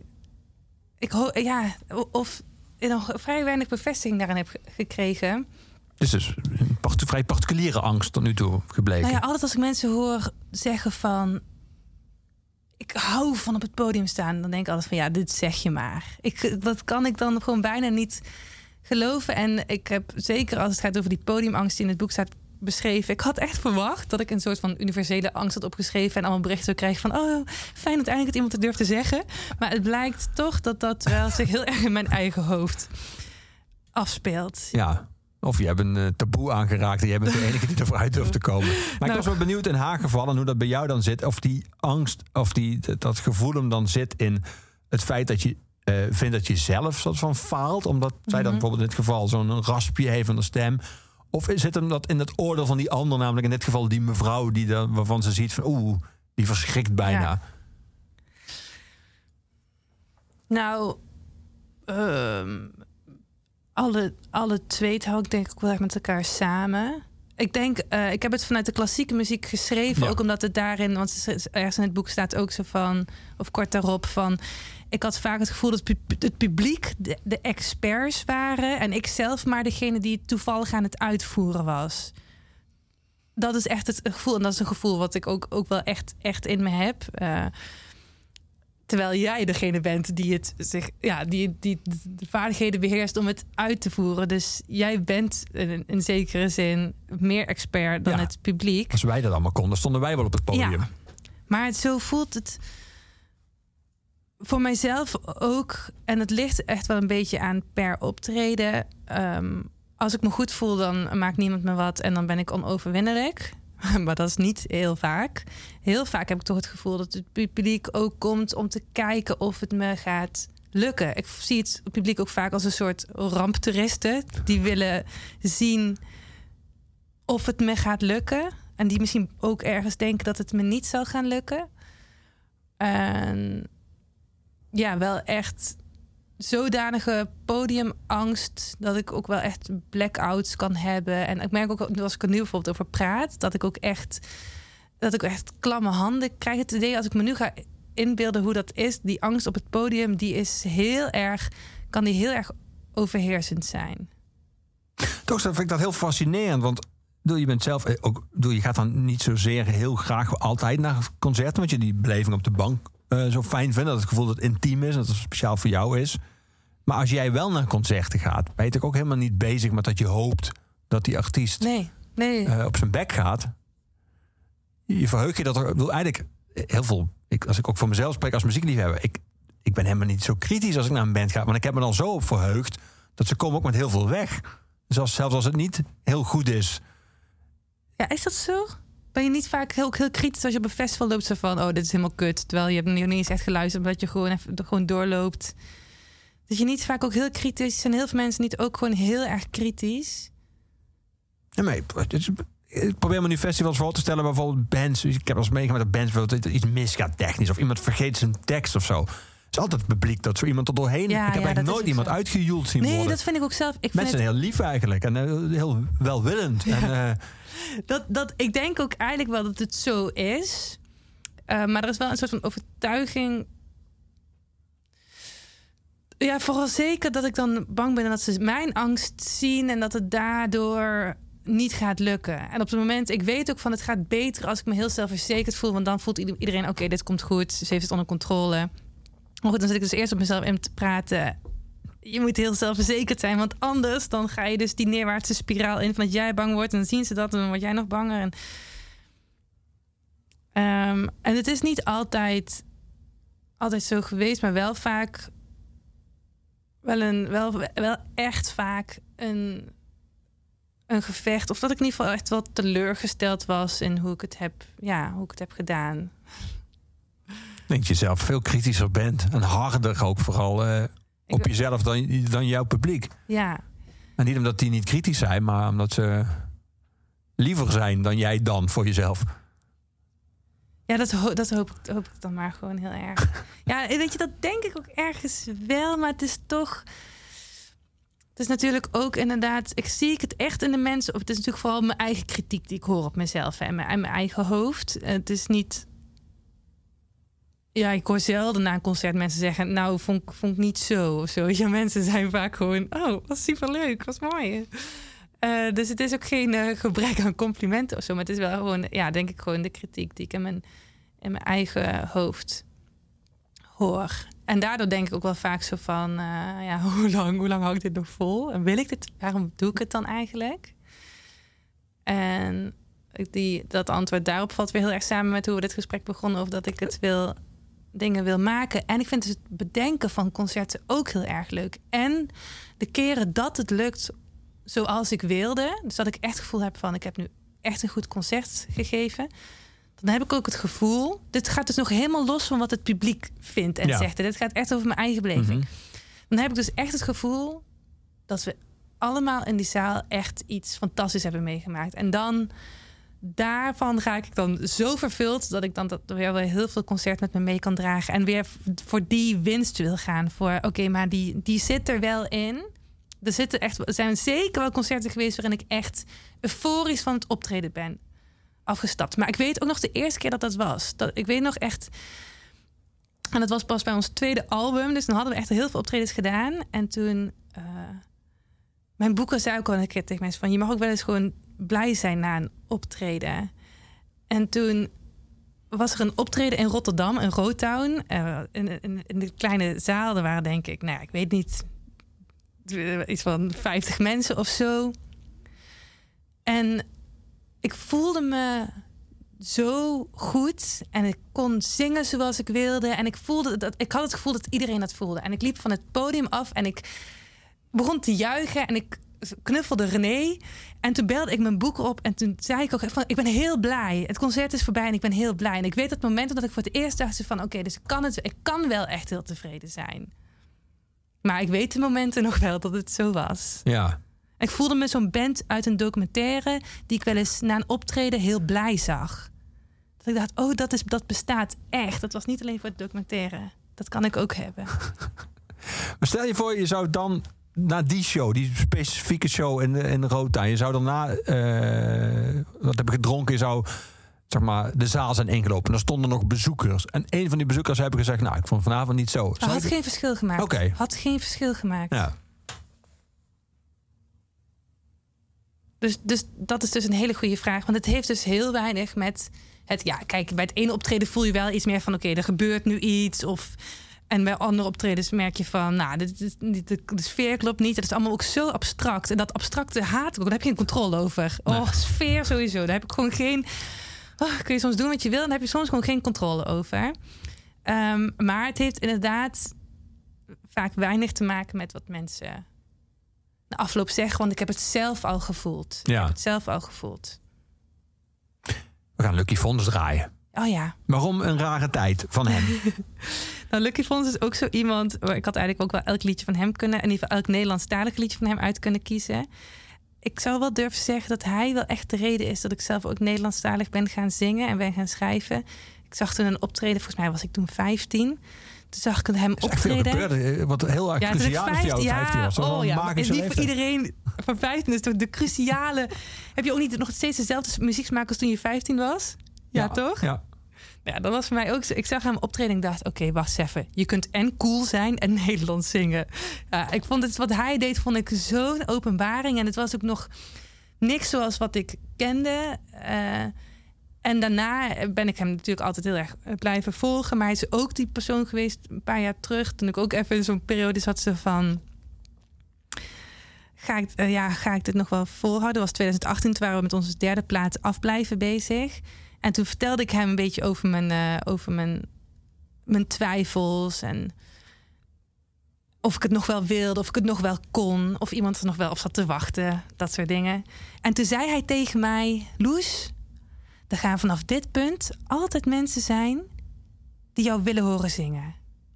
ik ho- ja, of nog vrij weinig bevestiging daarin heb ge- gekregen. Het is dus een part- vrij particuliere angst tot nu toe gebleken. Nou ja, altijd als ik mensen hoor zeggen van, ik hou van op het podium staan, dan denk ik altijd van, ja, dit zeg je maar. Ik, dat kan ik dan gewoon bijna niet geloven. En ik heb zeker als het gaat over die podiumangst die in het boek staat beschreven, ik had echt verwacht dat ik een soort van universele angst had opgeschreven en allemaal berichten zou krijgen van, oh, fijn uiteindelijk dat iemand het durft te zeggen. Maar het blijkt toch dat dat wel zich heel erg in mijn eigen hoofd afspeelt. Ja. Of je hebt een uh, taboe aangeraakt en jij bent de enige die er vooruit durft te komen. Maar Nou. ik was wel benieuwd in haar geval en hoe dat bij jou dan zit. Of die angst, of die, dat gevoel hem dan zit in het feit dat je uh, vindt dat je zelf soort van faalt. Omdat zij dan Mhm. bijvoorbeeld in dit geval zo'n raspje heeft van de stem. Of zit hem dat in het oordeel van die ander, namelijk in dit geval die mevrouw die dan, waarvan ze ziet van oeh, die verschrikt bijna. Ja. Nou, ehm, alle, alle twee het hou ik denk ik ook wel echt met elkaar samen. Ik denk, uh, ik heb het vanuit de klassieke muziek geschreven, Ja. ook omdat het daarin, want het is- ergens in het boek staat ook zo van, of kort daarop van, ik had vaak het gevoel dat het pub- het publiek de, de experts waren en ik zelf maar degene die het toevallig aan het uitvoeren was. Dat is echt het gevoel, en dat is een gevoel wat ik ook, ook wel echt, echt in me heb. Uh, Terwijl jij degene bent die het zich, ja, die, die de vaardigheden beheerst om het uit te voeren. Dus jij bent in, in zekere zin meer expert dan Ja. het publiek. Als wij dat allemaal konden, stonden wij wel op het podium. Ja. Maar het, zo voelt het voor mijzelf ook, en het ligt echt wel een beetje aan per optreden. Um, als ik me goed voel, dan maakt niemand me wat en dan ben ik onoverwinnelijk. Maar dat is niet heel vaak. Heel vaak heb ik toch het gevoel dat het publiek ook komt om te kijken of het me gaat lukken. Ik zie het publiek ook vaak als een soort ramptoeristen. Die willen zien of het me gaat lukken. En die misschien ook ergens denken dat het me niet zal gaan lukken. En ja, wel echt zodanige podiumangst dat ik ook wel echt blackouts kan hebben. En ik merk ook, als ik er nu bijvoorbeeld over praat, dat ik ook echt, dat ik echt klamme handen krijg. Het idee, als ik me nu ga inbeelden hoe dat is, die angst op het podium, die is heel erg, kan die heel erg overheersend zijn. Toch vind ik dat heel fascinerend, want je bent zelf ook, je gaat dan niet zozeer heel graag altijd naar concerten, want je die beleving op de bank uh, zo fijn vindt, dat het gevoel dat het intiem is, dat het speciaal voor jou is. Maar als jij wel naar concerten gaat, ben je toch ook helemaal niet bezig met dat je hoopt dat die artiest nee, nee. Uh, op zijn bek gaat. Je verheugt je dat er, ik bedoel, eigenlijk heel veel. Ik, als ik ook voor mezelf spreek als muziekliefhebber, ik, ik ben helemaal niet zo kritisch als ik naar een band ga, want ik heb me dan zo op verheugd dat ze komen ook met heel veel weg. Dus als, zelfs als het niet heel goed is. Ja, is dat zo? Ben je niet vaak heel, heel kritisch als je op een festival loopt, zo van, oh, dit is helemaal kut, terwijl je hebt niet eens echt geluisterd, omdat je gewoon even gewoon doorloopt. Dat je niet vaak ook heel kritisch, zijn heel veel mensen niet ook gewoon heel erg kritisch? Ja, maar ik probeer me nu festivals voor te stellen, bijvoorbeeld bands. Ik heb wel eens meegemaakt dat bands bijvoorbeeld iets misgaat technisch, of iemand vergeet zijn tekst of zo. Het is altijd het publiek dat zo iemand er doorheen. Ja, ik heb ja, eigenlijk nooit iemand zo uitgejoeld zien nee, worden. Nee, dat vind ik ook zelf. Ik mensen vind zijn het heel lief eigenlijk en uh, heel welwillend. Ja. En, uh, dat, dat, ik denk ook eigenlijk wel dat het zo is. Uh, maar er is wel een soort van overtuiging. Ja, vooral zeker dat ik dan bang ben dat ze mijn angst zien en dat het daardoor niet gaat lukken. En op het moment, ik weet ook van het gaat beter als ik me heel zelfverzekerd voel, want dan voelt iedereen, oké, okay, dit komt goed, ze heeft het onder controle. Maar goed, dan zit ik dus eerst op mezelf in te praten. Je moet heel zelfverzekerd zijn, want anders dan ga je dus die neerwaartse spiraal in van dat jij bang wordt en dan zien ze dat en dan word jij nog banger. En, um, en het is niet altijd, altijd zo geweest, maar wel vaak wel, een, wel, wel echt vaak een, een gevecht. Of dat ik in ieder geval echt wel teleurgesteld was in hoe ik het heb, ja, hoe ik het heb gedaan. Ik denk dat je zelf veel kritischer bent en harder ook vooral uh, op ik... jezelf dan, dan jouw publiek. Ja. En niet omdat die niet kritisch zijn, maar omdat ze liever zijn dan jij dan voor jezelf. Ja, dat, ho- dat hoop, ik, hoop ik dan maar gewoon heel erg. Ja, weet je, dat denk ik ook ergens wel, maar het is toch. Het is natuurlijk ook inderdaad, ik zie ik het echt in de mensen. Of het is natuurlijk vooral mijn eigen kritiek die ik hoor op mezelf en mijn, mijn eigen hoofd. Het is niet. Ja, ik hoor zelden na een concert mensen zeggen, nou, vond, vond ik niet zo of zo. Ja, mensen zijn vaak gewoon, oh, was superleuk, was mooi. Uh, dus het is ook geen uh, gebrek aan complimenten of zo, maar het is wel gewoon, ja, denk ik gewoon de kritiek die ik in mijn, in mijn eigen hoofd hoor. En daardoor denk ik ook wel vaak zo van, uh, ja, hoe lang, hoe lang hou ik dit nog vol? En wil ik dit, waarom doe ik het dan eigenlijk? En die, dat antwoord daarop valt weer heel erg samen met hoe we dit gesprek begonnen, of dat ik het wil, dingen wil maken. En ik vind dus het bedenken van concerten ook heel erg leuk. En de keren dat het lukt zoals ik wilde, dus dat ik echt het gevoel heb van, ik heb nu echt een goed concert gegeven, dan heb ik ook het gevoel, dit gaat dus nog helemaal los van wat het publiek vindt en ja. zegt. Dit gaat echt over mijn eigen beleving. Mm-hmm. Dan heb ik dus echt het gevoel dat we allemaal in die zaal echt iets fantastisch hebben meegemaakt. En dan daarvan ga ik dan zo vervuld dat ik dan dat weer wel heel veel concert met me mee kan dragen en weer voor die winst wil gaan. Voor oké, okay, maar die, die zit er wel in. Er zitten echt, er zijn zeker wel concerten geweest waarin ik echt euforisch van het optreden ben afgestapt. Maar ik weet ook nog de eerste keer dat dat was. Dat, ik weet nog echt. En dat was pas bij ons tweede album. Dus dan hadden we echt heel veel optredens gedaan. En toen. Uh, mijn boeker zei ook al een keer tegen mensen van, je mag ook wel eens gewoon blij zijn na een optreden. En toen was er een optreden in Rotterdam, in Rotown. Uh, in, in, in de kleine zaal. Er waren denk ik, nou ja, ik weet niet, iets van vijftig mensen of zo. En ik voelde me zo goed. En ik kon zingen zoals ik wilde. En ik voelde dat ik had het gevoel dat iedereen dat voelde. En ik liep van het podium af en ik begon te juichen. En ik knuffelde René. En toen belde ik mijn boek op. En toen zei ik ook van, ik ben heel blij. Het concert is voorbij en ik ben heel blij. En ik weet dat moment dat ik voor het eerst dacht van, oké, okay, dus ik kan het. Ik kan wel echt heel tevreden zijn. Maar ik weet de momenten nog wel dat het zo was. Ja. Ik voelde me zo'n band uit een documentaire die ik wel eens na een optreden heel blij zag. Dat ik dacht, oh, dat, is, dat bestaat echt. Dat was niet alleen voor het documentaire. Dat kan ik ook hebben. Maar stel je voor, je zou dan na die show, die specifieke show in de, in de Roodtuin, je zou daarna, uh, wat heb ik gedronken, je zou zeg maar de zaal zijn ingelopen. En er stonden nog bezoekers. En een van die bezoekers hebben gezegd, nou, ik vond vanavond niet zo. Dat had je... geen verschil gemaakt. Oké. Okay. Had geen verschil gemaakt. Ja. Dus, dus dat is dus een hele goede vraag. Want het heeft dus heel weinig met het... Ja, kijk, bij het ene optreden voel je wel iets meer van, oké, okay, er gebeurt nu iets. Of, en bij andere optredens merk je van, nou, de, de, de, de sfeer klopt niet. Dat is allemaal ook zo abstract. En dat abstracte haat ik ook. Daar heb je geen controle over. Nee. Oh, sfeer sowieso. Daar heb ik gewoon geen... Oh, kun je soms doen wat je wil. Dan heb je soms gewoon geen controle over. Um, maar het heeft inderdaad vaak weinig te maken met wat mensen de afloop zeggen. Want ik heb het zelf al gevoeld. Ja. Ik heb het zelf al gevoeld. We gaan Lucky Fons draaien. Oh ja. Waarom een rare tijd van hem? Nou, Lucky Fons is ook zo iemand... Ik had eigenlijk ook wel elk liedje van hem kunnen... in ieder geval elk Nederlandstalig liedje van hem uit kunnen kiezen. Ik zou wel durven zeggen dat hij wel echt de reden is... dat ik zelf ook Nederlandstalig ben gaan zingen en ben gaan schrijven. Ik zag toen een optreden, volgens mij was ik toen vijftien... Toen zag ik hem optreden. Gebeurde, wat heel erg ja, cruciaal voor jou, ja, vijftien was. Oh, ja. En die voor leeftijd. iedereen van vijftien is toch de cruciale... Heb je ook niet nog steeds dezelfde muzieksmaak als toen je vijftien was? Ja, ja toch? Ja. Ja, dat was voor mij ook zo. Ik zag hem optreden en ik dacht, oké, okay, wacht even. Je kunt en cool zijn en Nederlands zingen. Ja, ik vond het, wat hij deed, vond ik zo'n openbaring. En het was ook nog niks zoals wat ik kende. Uh, en daarna ben ik hem natuurlijk altijd heel erg blijven volgen. Maar hij is ook die persoon geweest een paar jaar terug. Toen ik ook even in zo'n periode zat ze van... Ga ik, uh, ja, ga ik dit nog wel volhouden? Dat was twintig achttien, toen waren we met onze derde plaat Afblijven bezig. En toen vertelde ik hem een beetje over mijn, uh, over mijn, mijn twijfels. En of ik het nog wel wilde, of ik het nog wel kon. Of iemand er nog wel op zat te wachten. Dat soort dingen. En toen zei hij tegen mij... Loes, er gaan vanaf dit punt altijd mensen zijn... die jou willen horen zingen.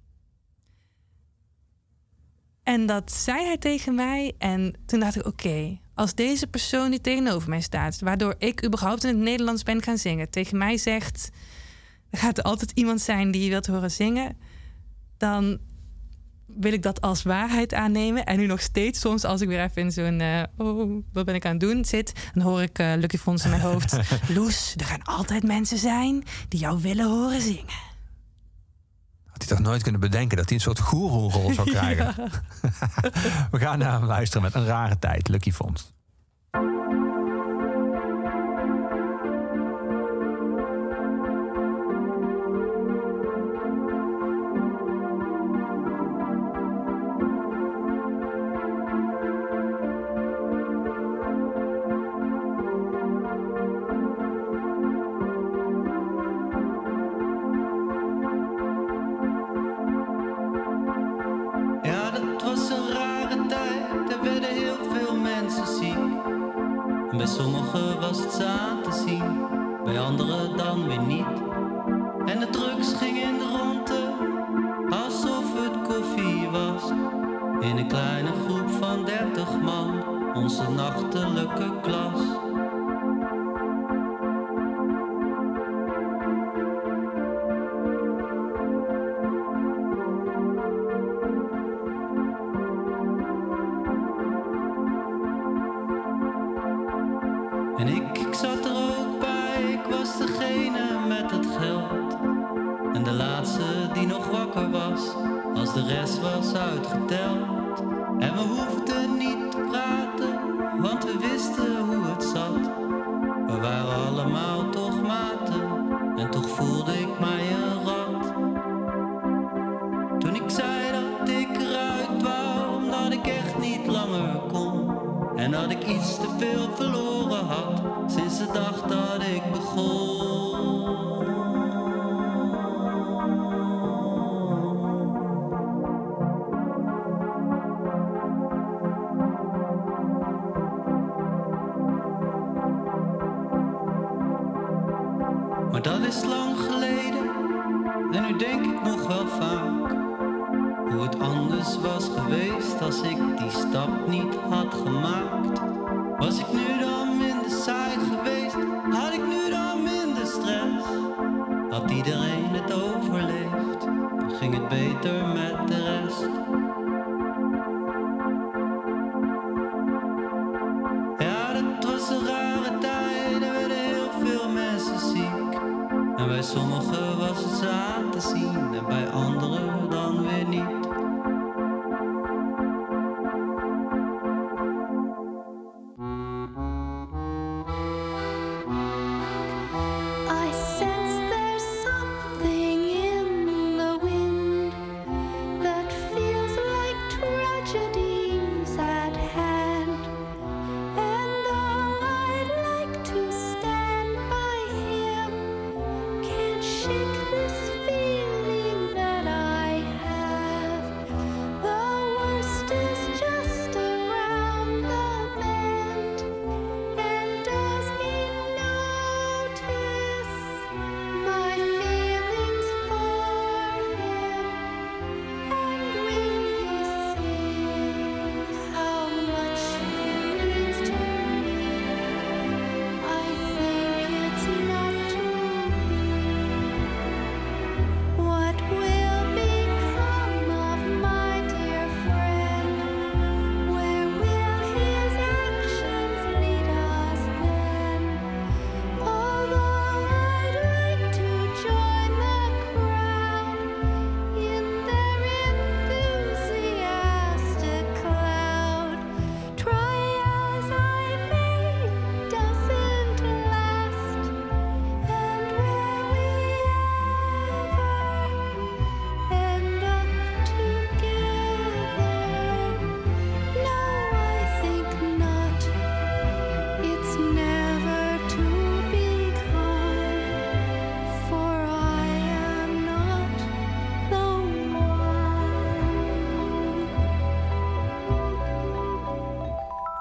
En dat zei hij tegen mij. En toen dacht ik, oké... Okay, als deze persoon die tegenover mij staat... waardoor ik überhaupt in het Nederlands ben gaan zingen... tegen mij zegt... er gaat er altijd iemand zijn die je wilt horen zingen... dan wil ik dat als waarheid aannemen. En nu nog steeds, soms als ik weer even in zo'n... Uh, oh, wat ben ik aan het doen zit... dan hoor ik uh, Lucky Fons in mijn hoofd... Loes, er gaan altijd mensen zijn die jou willen horen zingen. Had hij toch nooit kunnen bedenken dat hij een soort goeroe-rol zou krijgen? Ja. We gaan naar hem luisteren met Een Rare Tijd, Lucky Fons. Bij sommigen was het aan te zien, bij anderen dan weer niet. En de drugs gingen in de ronde, alsof het koffie was. In een kleine groep van dertig man, onze nachtelijke klas. En ik, ik zat er ook bij, ik was degene met het geld. En de laatste die nog wakker was, als de rest was uitgeteld. En we hoefden niet te praten, want we wisten hoe het zat. We waren allemaal toch maten, en toch voelde ik mij een rat. Toen ik zei dat ik eruit wou, omdat ik echt niet langer kon. En dat ik iets te veel verloren had, sinds de dag dat ik begon. En nu denk ik nog wel vaak hoe het anders was geweest als ik die stap niet had gemaakt. Was ik nu dan minder saai geweest? Had ik nu dan minder stress? Had iedereen het overleefd? Dan ging het beter met de rest. Ja, dat was een rare tijd. Er werden heel veel mensen ziek. En bij sommigen was het zo aan te zien. En bij anderen dan weer niet. I sense there's something in the wind that feels like tragedies at hand. And though I'd like to stand by him, can't shake this feeling that I have. The worst is just around the bend. And does he notice my feelings for him? And will he see how much he means to me? I think it's not to be. What will become of my dear friend? Where will his actions lead us then? Although I'd like to join the crowd in their enthusiastic cloud, try as I may, it doesn't last. And will we ever end up together? No, I think not. It's never to become, for I am not the one.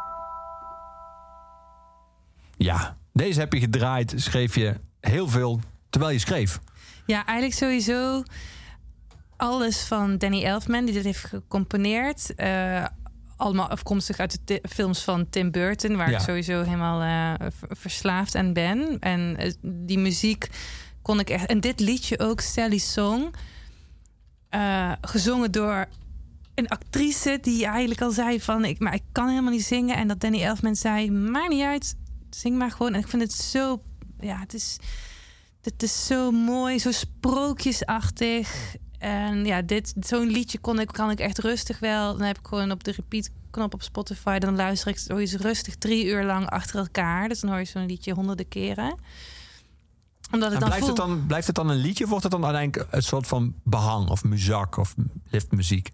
Ja, deze heb je gedraaid, schreef je heel veel terwijl je schreef. Ja, eigenlijk sowieso alles van Danny Elfman, die dit heeft gecomponeerd. Eh, allemaal afkomstig uit de ti- films van Tim Burton, waar Ja. ik sowieso helemaal eh, v- verslaafd aan ben. En eh, die muziek kon ik echt... En dit liedje ook, Sally's Song, eh, gezongen door een actrice die eigenlijk al zei van... Ik, maar ik kan helemaal niet zingen. En dat Danny Elfman zei, maakt niet uit, zing maar gewoon. En ik vind het zo... Ja, het is... Het is zo mooi, zo sprookjesachtig. En ja, dit, zo'n liedje kon ik, kan ik echt rustig wel. Dan heb ik gewoon op de repeat-knop op Spotify. Dan luister ik zoiets rustig drie uur lang achter elkaar. Dus dan hoor je zo'n liedje honderden keren. Omdat En het dan blijft, voel... het dan, blijft het dan een liedje of wordt het dan uiteindelijk een soort van behang of muzak of liftmuziek?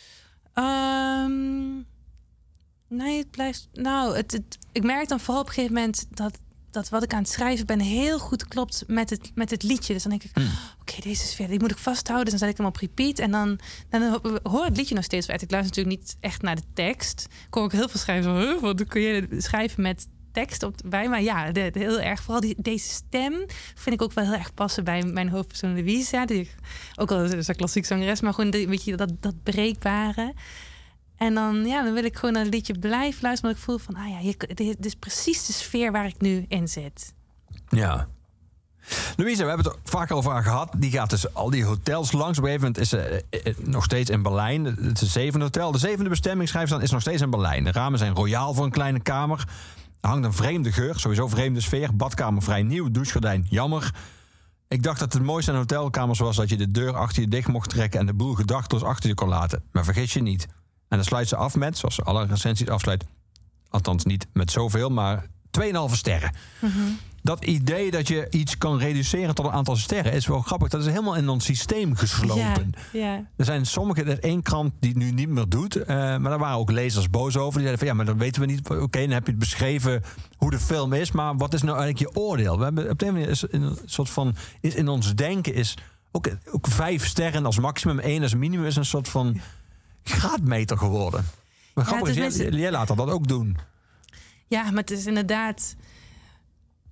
Ehm, nee, het blijft... Nou, het, het, ik merk dan vooral op een gegeven moment... dat dat wat ik aan het schrijven ben heel goed klopt met het, met het liedje. Dus dan denk ik, Mm. oké, deze is verder, die moet ik vasthouden. Dus dan zet ik hem op repeat. En dan, dan hoor het liedje nog steeds uit. Ik luister natuurlijk niet echt naar de tekst. Ik hoor ook heel veel schrijven van, huh, wat kun je schrijven met tekst op bij? Maar ja, de, de, heel erg. Vooral die, deze stem vind ik ook wel heel erg passen bij mijn hoofdpersoon Louisa. Die ook al is een klassiek zangeres, maar gewoon de, weet je, dat, dat breekbare. En dan, ja, dan wil ik gewoon naar het liedje blijven luisteren. Want ik voel van, ah ja, hier, dit is precies de sfeer waar ik nu in zit. Ja. Louise, we hebben het er vaak over haar gehad. Die gaat dus al die hotels langs. Op een gegeven moment is ze eh, nog steeds in Berlijn. Het is een zevende hotel. De zevende bestemming, schrijft ze dan, is nog steeds in Berlijn. De ramen zijn royaal voor een kleine kamer. Er hangt een vreemde geur, sowieso vreemde sfeer. Badkamer vrij nieuw, douchegordijn jammer. Ik dacht dat het mooiste aan hotelkamers was dat je de deur achter je dicht mocht trekken en de boel gedachteloos achter je kon laten. Maar vergis je niet. En dan sluit ze af met, zoals alle recensies afsluit, althans niet met zoveel, maar twee komma vijf sterren. Mm-hmm. Dat idee dat je iets kan reduceren tot een aantal sterren is wel grappig. Dat is helemaal in ons systeem geslopen. Ja, ja. Er zijn sommige, er is één krant die het nu niet meer doet. Uh, maar daar waren ook lezers boos over. Die zeiden van ja, maar dan weten we niet. Oké, okay, dan heb je het beschreven hoe de film is. Maar wat is nou eigenlijk je oordeel? We hebben op de manier is een soort van is in ons denken is ook, ook vijf sterren als maximum, één als minimum is een soort van graadmeter geworden. Maar Ja, grappig is, het is jij, mensen- jij laat dat ook doen. Ja, maar het is inderdaad...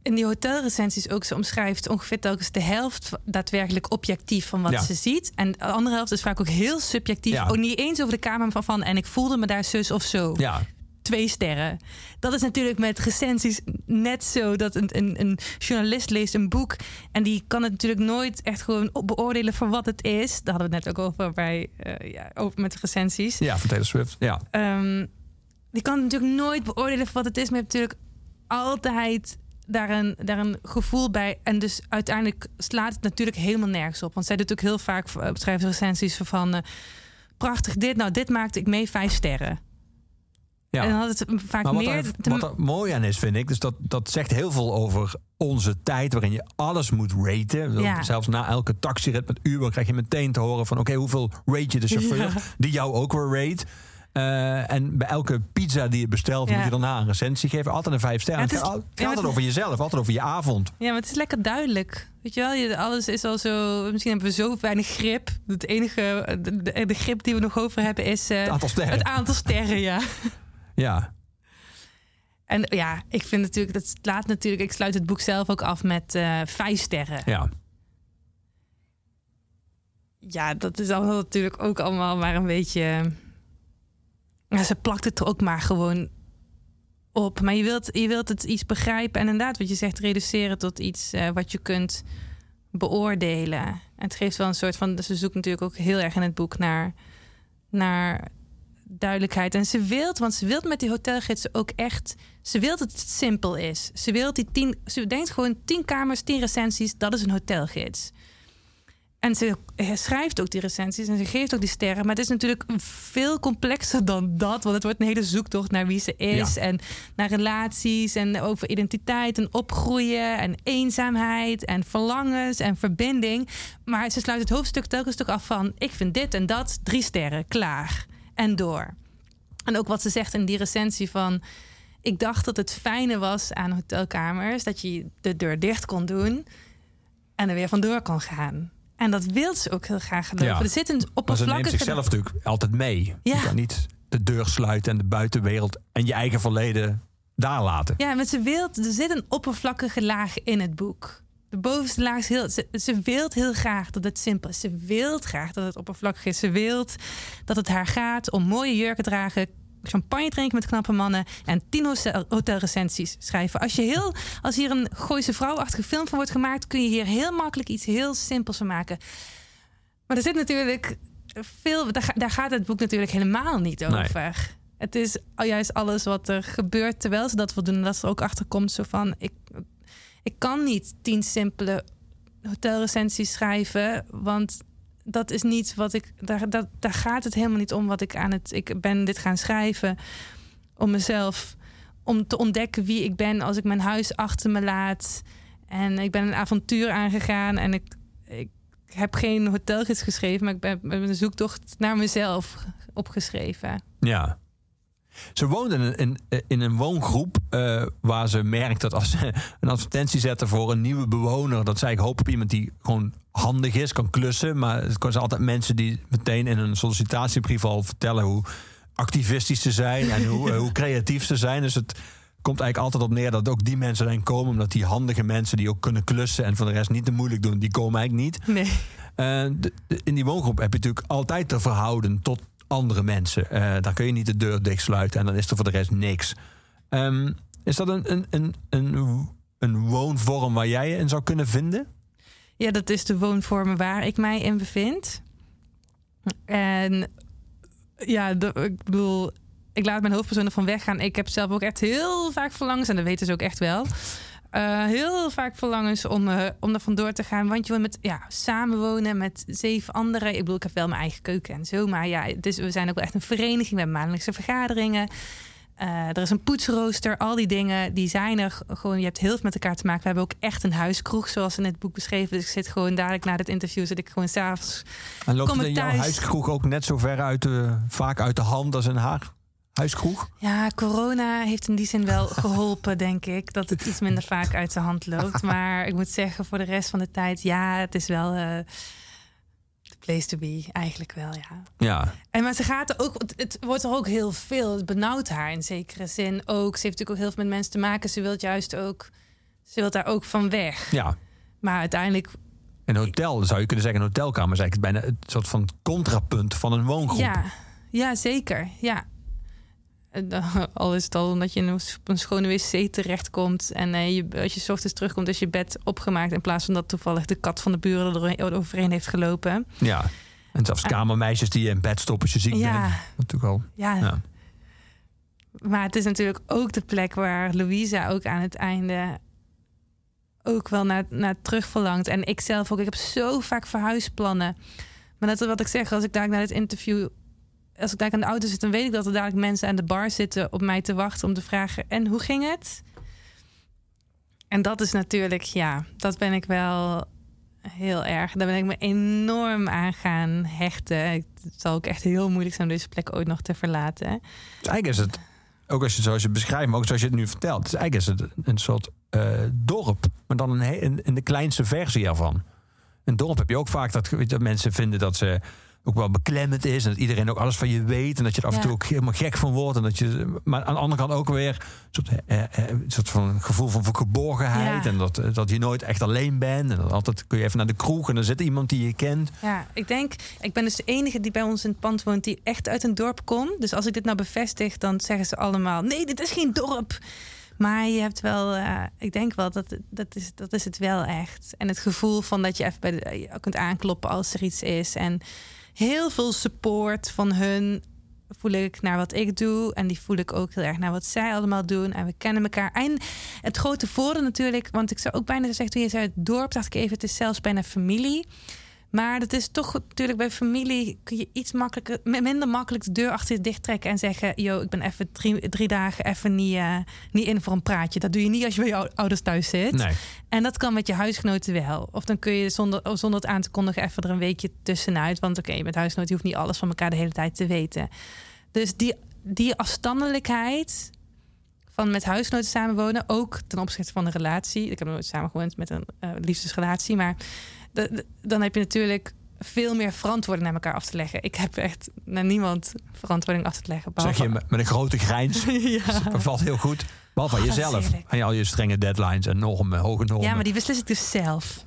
in die hotelrecensies ook, ze omschrijft ongeveer telkens de helft daadwerkelijk objectief van wat Ja. ze ziet. En de andere helft is vaak ook heel subjectief. Ja. Ook niet eens over de kamer van, van en ik voelde me daar zus of zo. Ja, Twee sterren. Dat is natuurlijk met recensies net zo. Dat een, een, een journalist leest een boek en die kan het natuurlijk nooit echt gewoon op- beoordelen voor wat het is. Daar hadden we het net ook over bij eh, ja, over met recensies. ja, van Taylor Swift. Ja. Ehm, die kan het natuurlijk nooit beoordelen voor wat het is, maar je hebt natuurlijk altijd daar een, daar een gevoel bij. En dus uiteindelijk slaat het natuurlijk helemaal nergens op. Want zij doet ook heel vaak, eh, beschrijft recensies van... Uh, prachtig dit, nou dit maakte ik mee vijf sterren. Ja. En dan had het vaak Maar wat meer... er, te- wat er mooi aan is, vind ik, dus dat, dat zegt heel veel over onze tijd waarin je alles moet raten. Ja. Zelfs na elke taxirit met Uber krijg je meteen te horen van oké, hoeveel rate je de chauffeur? Ja. Die jou ook weer rate. Uh, en bij elke pizza die je bestelt, Ja. moet je daarna een recensie geven. Altijd een vijf sterren. Ja, het Het is- gaat al- het ja, gaat maar altijd het- over jezelf, altijd over je avond. Ja, maar het is lekker duidelijk. Weet je wel, je, alles is al zo... Misschien hebben we zo weinig grip. Het enige, de, de, de grip die we nog over hebben is... uh, Het aantal sterren. Het aantal sterren, ja. Ja. En ja, ik vind natuurlijk... Dat laat natuurlijk... Ik sluit het boek zelf ook af met uh, vijf sterren. Ja. Ja, dat is allemaal natuurlijk ook allemaal maar een beetje... Ja, ze plakt het er ook maar gewoon op. Maar je wilt, je wilt het iets begrijpen. En inderdaad, wat je zegt, reduceren tot iets uh, wat je kunt beoordelen. En het geeft wel een soort van... Ze zoekt natuurlijk ook heel erg in het boek naar, naar duidelijkheid. En ze wilt, want ze wilt met die hotelgidsen ook echt... Ze wilt dat het simpel is. Ze wilt die tien... Ze denkt gewoon tien kamers, tien recensies. Dat is een hotelgids. En ze schrijft ook die recensies en ze geeft ook die sterren. Maar het is natuurlijk veel complexer dan dat. Want het wordt een hele zoektocht naar wie ze is. Ja. En naar relaties en over identiteit en opgroeien. En eenzaamheid en verlangens en verbinding. Maar ze sluit het hoofdstuk telkens ook af van... ik vind dit en dat, drie sterren, klaar. En door. En ook wat ze zegt in die recensie van... ik dacht dat het fijne was aan hotelkamers... dat je de deur dicht kon doen en er weer vandoor kon gaan. En dat wil ze ook heel graag geloven. Ja. Er zit een Maar ze oppervlakkige... neemt zichzelf natuurlijk altijd mee. Ja. Je kan niet de deur sluiten en de buitenwereld en je eigen verleden daar laten. Ja, maar ze wilt, er zit een oppervlakkige laag in het boek. De bovenste laag is heel... Ze, ze wilt heel graag dat het simpel is. Ze wilt graag dat het oppervlakkig is. Ze wilt dat het haar gaat om mooie jurken dragen... champagne drinken met knappe mannen... en tien hotel- hotelrecensies schrijven. Als, je heel, als hier een Gooise vrouwachtige film van wordt gemaakt... kun je hier heel makkelijk iets heel simpels van maken. Maar er zit natuurlijk veel... Daar, ga- daar gaat het boek natuurlijk helemaal niet over. Nee. Het is juist alles wat er gebeurt terwijl ze dat wil doen... en dat ze er ook achter komt zo van... Ik, ik kan niet tien simpele hotelrecensies schrijven... want dat is niet wat ik... Daar, dat, daar gaat het helemaal niet om wat ik aan het... Ik ben dit gaan schrijven om mezelf... om te ontdekken wie ik ben als ik mijn huis achter me laat. En ik ben een avontuur aangegaan... en ik, ik heb geen hotelgids geschreven... maar ik ben met een zoektocht naar mezelf opgeschreven. Ja. Ze woonde in een, in, in een woongroep uh, waar ze merkt dat als ze een advertentie zetten voor een nieuwe bewoner, dat zij ik hoop op iemand die gewoon handig is, kan klussen. Maar het zijn altijd mensen die meteen in een sollicitatiebrief al vertellen hoe activistisch ze zijn en hoe, uh, hoe creatief ze zijn. Dus het komt eigenlijk altijd op neer dat ook die mensen erin komen, omdat die handige mensen die ook kunnen klussen en voor de rest niet te moeilijk doen, die komen eigenlijk niet. Nee. Uh, de, de, in die woongroep heb je natuurlijk altijd te verhouden tot andere mensen. Uh, daar kun je niet de deur dichtsluiten en dan is er voor de rest niks. Um, is dat een, een, een, een, een woonvorm waar jij je in zou kunnen vinden? Ja, dat is de woonvorm waar ik mij in bevind. En ja, de, ik bedoel, ik laat mijn hoofdpersoon ervan weggaan. Ik heb zelf ook echt heel vaak verlangens, en dat weten ze ook echt wel. Uh, heel vaak verlangens om, uh, om er vandoor te gaan. Want je wil met ja, samenwonen met zeven anderen. Ik bedoel, ik heb wel mijn eigen keuken en zo. Maar ja, het is, we zijn ook wel echt een vereniging. We hebben maandelijkse vergaderingen. Uh, er is een poetsrooster. Al die dingen, die zijn er gewoon. Je hebt heel veel met elkaar te maken. We hebben ook echt een huiskroeg, zoals in het boek beschreven. Dus ik zit gewoon dadelijk na dit interview, zit ik gewoon s'avonds. En loopt kom het in ik jouw thuis. huiskroeg ook net zo ver uit de, vaak uit de hand als in haar huiskroeg? Ja, corona heeft in die zin wel geholpen, denk ik. Dat het iets minder vaak uit de hand loopt. Maar ik moet zeggen, voor de rest van de tijd... ja, het is wel uh, the place to be. Eigenlijk wel, ja. Ja. En maar ze gaat er ook... Het wordt er ook heel veel. Het benauwt haar in zekere zin ook. Ze heeft natuurlijk ook heel veel met mensen te maken. Ze wil juist ook Ze wil daar ook van weg. Ja. Maar uiteindelijk... Een hotel, zou je kunnen zeggen, een hotelkamer is eigenlijk bijna het soort van contrapunt van een woongroep. Ja, ja zeker. Ja. Al is het al omdat je op een schone wc terechtkomt en uh, je, als je 's ochtends terugkomt is je bed opgemaakt in plaats van dat toevallig de kat van de buren er overheen heeft gelopen. Ja, en zelfs kamermeisjes die je in bed stoppen als je ziek ja. bent. Natuurlijk al. Ja. ja. Maar het is natuurlijk ook de plek waar Louisa ook aan het einde ook wel naar, naar terug verlangt. En ik zelf ook. Ik heb zo vaak verhuisplannen. Maar dat is wat ik zeg. Als ik daar naar het interview... Als ik daar aan de auto zit, dan weet ik dat er dadelijk mensen aan de bar zitten op mij te wachten om te vragen, en hoe ging het? En dat is natuurlijk, ja, dat ben ik wel heel erg. Daar ben ik me enorm aan gaan hechten. Het zal ook echt heel moeilijk zijn om deze plek ooit nog te verlaten. Dus eigenlijk is het, ook als je het zoals je het beschrijft, maar ook zoals je het nu vertelt, dus eigenlijk is het een soort uh, dorp, maar dan een, een, een de kleinste versie ervan. Een dorp heb je ook vaak dat, dat mensen vinden dat ze ook wel beklemmend is en dat iedereen ook alles van je weet en dat je er af en toe Ja. ook helemaal gek van wordt en dat je, maar aan de andere kant ook weer een soort, eh, eh, een soort van gevoel van geborgenheid Ja. en dat, dat je nooit echt alleen bent en dan altijd kun je even naar de kroeg en dan zit iemand die je kent. Ja, ik denk, ik ben dus de enige die bij ons in het pand woont die echt uit een dorp komt. Dus als ik dit nou bevestig, dan zeggen ze allemaal, nee, dit is geen dorp. Maar je hebt wel, uh, ik denk wel, dat, dat, is, dat is het wel echt. En het gevoel van dat je even bij de, je kunt aankloppen als er iets is. En heel veel support van hun voel ik naar wat ik doe. En die voel ik ook heel erg naar wat zij allemaal doen. En we kennen elkaar. En het grote voordeel natuurlijk, want ik zou ook bijna zeggen, toen je zei het dorp, dacht ik even, het is zelfs bijna familie. Maar dat is toch natuurlijk bij familie kun je iets makkelijker, minder makkelijk de deur achter je dicht trekken en zeggen, yo, ik ben even drie, drie dagen even niet, uh, niet in voor een praatje. Dat doe je niet als je bij je ouders thuis zit. Nee. En dat kan met je huisgenoten wel. Of dan kun je zonder, zonder het aan te kondigen even er een weekje tussenuit. Want oké, okay, met huisgenoten je hoeft niet alles van elkaar de hele tijd te weten. Dus die, die afstandelijkheid van met huisgenoten samenwonen, ook ten opzichte van een relatie. Ik heb nooit samengewoond met een uh, liefdesrelatie, maar de, de, dan heb je natuurlijk veel meer verantwoording naar elkaar af te leggen. Ik heb echt naar niemand verantwoording af te leggen. Zeg je met een grote grijns. Ja. Dat valt heel goed. Behalve aan Oh, dat is jezelf. heerlijk. En al je strenge deadlines en normen, hoge normen. Ja, maar die beslis ik dus zelf.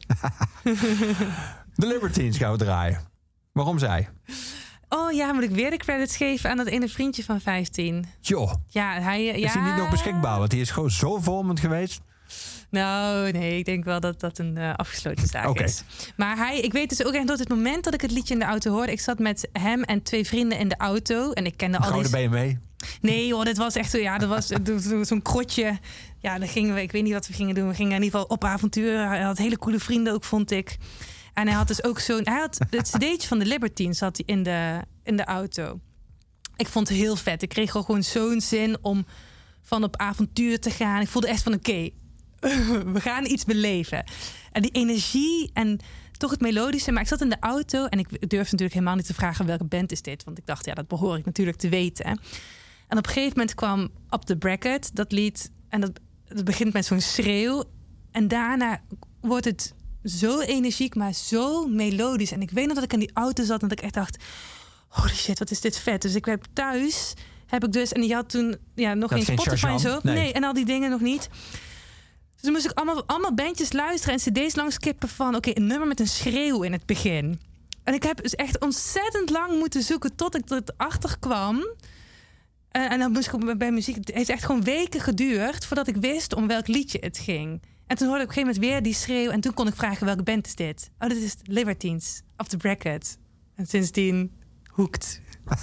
De Libertines gaan we draaien. Waarom zij? Oh ja, moet ik weer de credits geven aan dat ene vriendje van vijftien? Joh, Ja, hij... Ja... is hij niet nog beschikbaar? Want die is gewoon zo vormend geweest. Nou, nee, ik denk wel dat dat een uh, afgesloten zaak Oké. is. Maar hij, ik weet dus ook echt dat het moment dat ik het liedje in de auto hoorde, ik zat met hem en twee vrienden in de auto en ik kende al Gouden deze... B M W. Nee joh, dit was echt zo, ja, dat was zo'n krotje. Ja, dan gingen we, ik weet niet wat we gingen doen. We gingen in ieder geval op avontuur. Hij had hele coole vrienden ook, vond ik. En hij had dus ook zo'n, hij had het cd'tje van de Libertines zat hij in de, in de auto. Ik vond het heel vet. Ik kreeg gewoon zo'n zin om van op avontuur te gaan. Ik voelde echt van oké, okay, we gaan iets beleven. En die energie en toch het melodische. Maar ik zat in de auto en ik durfde natuurlijk helemaal niet te vragen welke band is dit. Want ik dacht, ja, dat behoor ik natuurlijk te weten. En op een gegeven moment kwam Up the Bracket, dat lied. En dat, dat begint met zo'n schreeuw. En daarna wordt het zo energiek, maar zo melodisch. En ik weet nog dat ik in die auto zat en dat ik echt dacht, holy shit, wat is dit vet. Dus ik heb thuis, heb ik dus, en die had toen ja, nog Dat geen geen Spotify en zo. Shazam? Nee. Nee, en al die dingen nog niet. Dus dan moest ik allemaal, allemaal bandjes luisteren en cd's langskippen van, oké, okay, een nummer met een schreeuw in het begin. En ik heb dus echt ontzettend lang moeten zoeken tot ik erachter kwam. Uh, en dan moest ik bij muziek, het heeft echt gewoon weken geduurd voordat ik wist om welk liedje het ging. En toen hoorde ik op een gegeven moment weer die schreeuw en toen kon ik vragen welke band is dit? Oh, dit is Libertines, Off the Bracket. En sindsdien hoekt.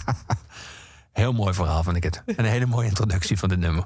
Heel mooi verhaal, vind ik het. En een hele mooie introductie van dit nummer.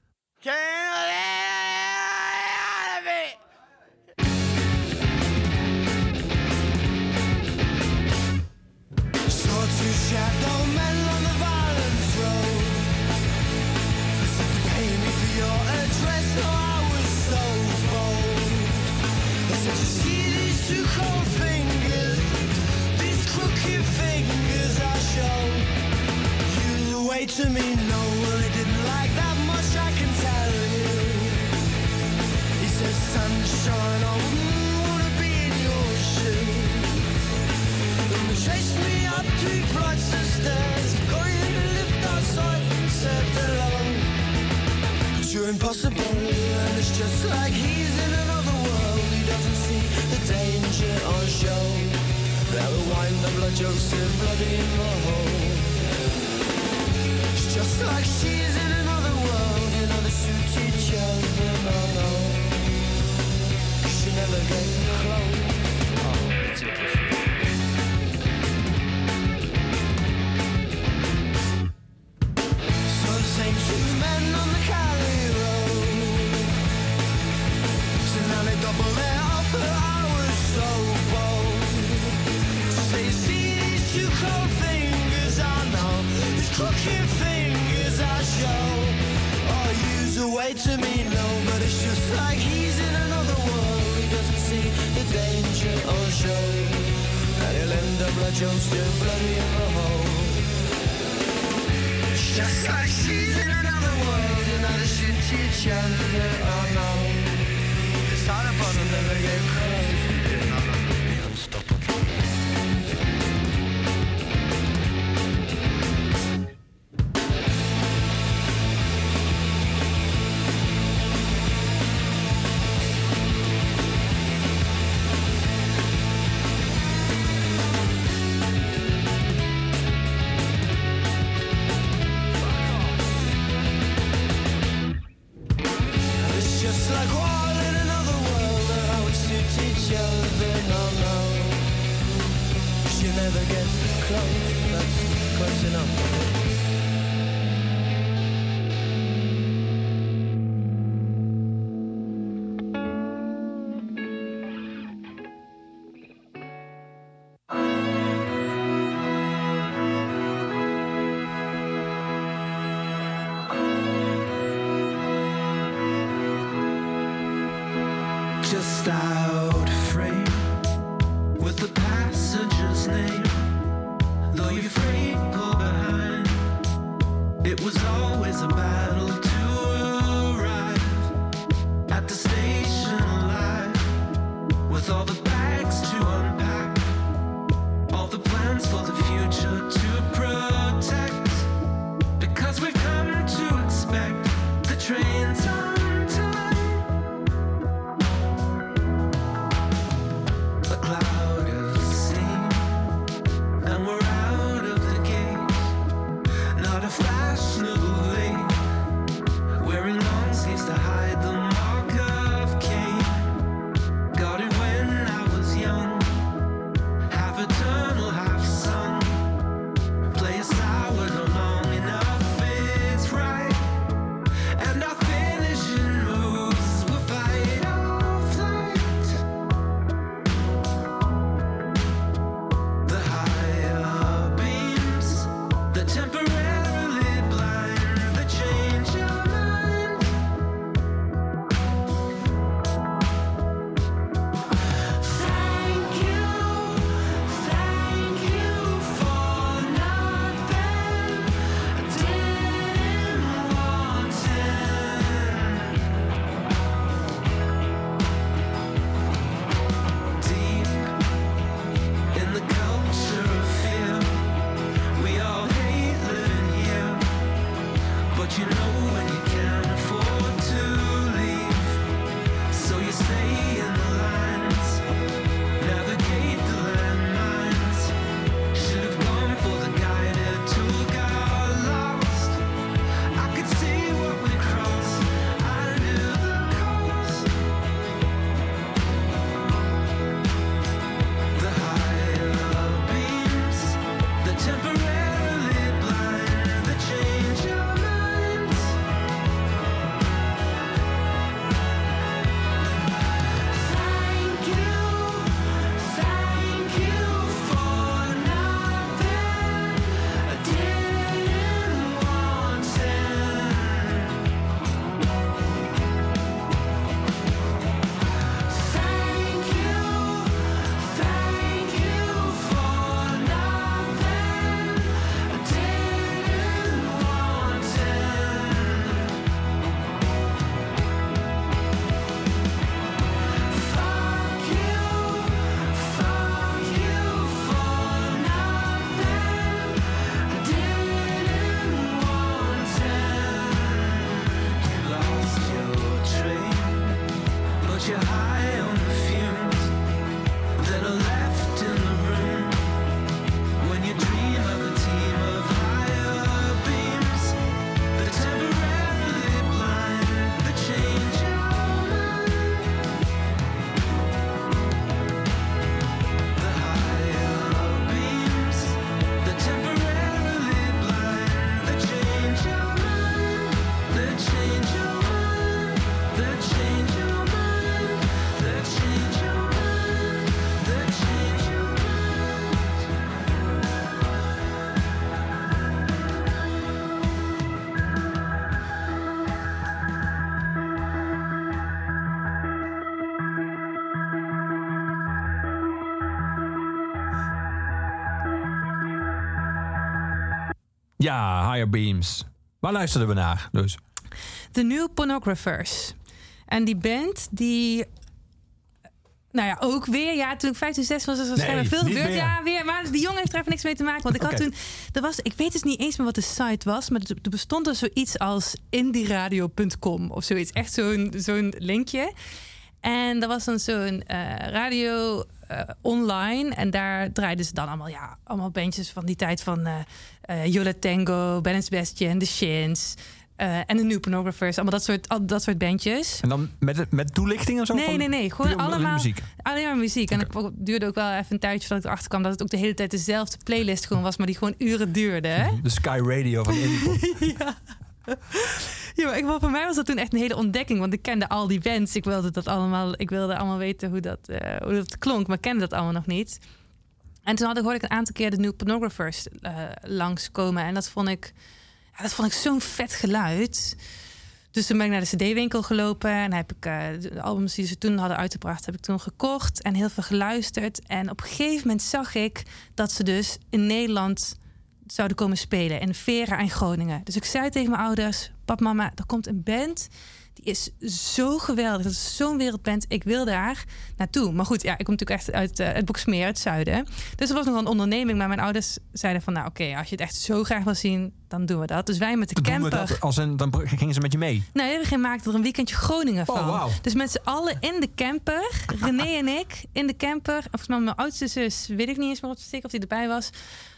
To me, no, well, he didn't like that much, I can tell you. He says, sunshine, I wouldn't want to be in your shoes. Then they chased me up three flights of stairs, got you to lift outside and said hello. But you you're impossible. And it's just like he's in another world. He doesn't see the danger on show. They'll rewind the blood jokes and bloody in the hole. It's just like she's in another world. You know, they suit each other, no, no. She never get close. Oh, it's interesting. So the same two men on the Cali Road. So now they double their offer. I was so bold. So say you see these two cold fingers, I know. These crooked fingers I show. Oh, use a way to me, no. But it's just like he's in another world. He doesn't see the danger or show. And he'll end up like Joe still bloody in the hole. It's just like she's in another world. You know they shoot each other, oh no. It's hard upon them, never get close. Unstoppable. It's just like all in another world. And how we suit each other, no, no. You never get close, that's close enough. Just out of frame with the passenger's name. Though you're free, pull behind. It was always a battle to arrive at the station alive. With all the bags to unpack, all the plans for the future to protect. Because we've come to expect the trains on time. A cloud of steam, and we're out of the gate. Not a fashionable lane, wearing long sleeves to hide the mark of Cain. Got it when I was young, half eternal, half sun. Ja, Higher Beams. Waar luisterden we naar, dus? The New Pornographers. En die band, die... Nou ja, ook weer. Ja, toen ik vijftien, zestien was, was er waarschijnlijk Nee, veel niet gebeurd. meer. Ja, weer. Maar die jongen heeft er even niks mee te maken. Want ik had Oké. toen... Er was, ik weet dus niet eens meer wat de site was. Maar er er bestond er zoiets als indieradio punt com of zoiets. Echt zo'n zo'n linkje. En dat was dan zo'n eh, radio eh, online. En daar draaiden ze dan allemaal, ja, allemaal bandjes van die tijd van... eh eh, Yola Tango, Ben and Sebastian, The Shins... eh, en de New Pornographers. Allemaal dat soort, al, dat soort bandjes. En dan met, met toelichting en zo? Nee, van, nee, nee. Gewoon puur om- allemaal muziek. Alleen maar muziek. En het duurde ook wel even een tijdje voordat ik erachter kwam... dat het ook de hele tijd dezelfde playlist gewoon was... maar die gewoon uren duurde. Hè? De Sky Radio van Indie. ja. Ja, maar ik, voor mij was dat toen echt een hele ontdekking. Want ik kende al die bands. Ik wilde dat allemaal, ik wilde allemaal weten hoe dat, uh, hoe dat klonk. Maar ik kende dat allemaal nog niet. En toen had ik, hoorde ik een aantal keer de New Pornographers uh, langskomen. En dat vond ik, ja, dat vond ik zo'n vet geluid. Dus toen ben ik naar de cd-winkel gelopen. En heb ik uh, de albums die ze toen hadden uitgebracht... heb ik toen gekocht en heel veel geluisterd. En op een gegeven moment zag ik dat ze dus in Nederland... zouden komen spelen in Vera in Groningen. Dus ik zei tegen mijn ouders... pap, mama, er komt een band... die is zo geweldig. Dat is zo'n wereldband. Ik wil daar naartoe. Maar goed, ja, ik kom natuurlijk echt uit uh, het Boksmeer, het zuiden. Dus er was nog een onderneming. Maar mijn ouders zeiden van... nou oké, okay, als je het echt zo graag wil zien... dan doen we dat. Dus wij met de Dan camper... doen we dat als een, dan gingen ze met je mee? Nee, we maakten er een weekendje Groningen van. Oh, wow. Dus met z'n allen in de camper. René en ik in de camper. Volgens mij mijn oudste zus, weet ik niet eens meer op de stick of die erbij was...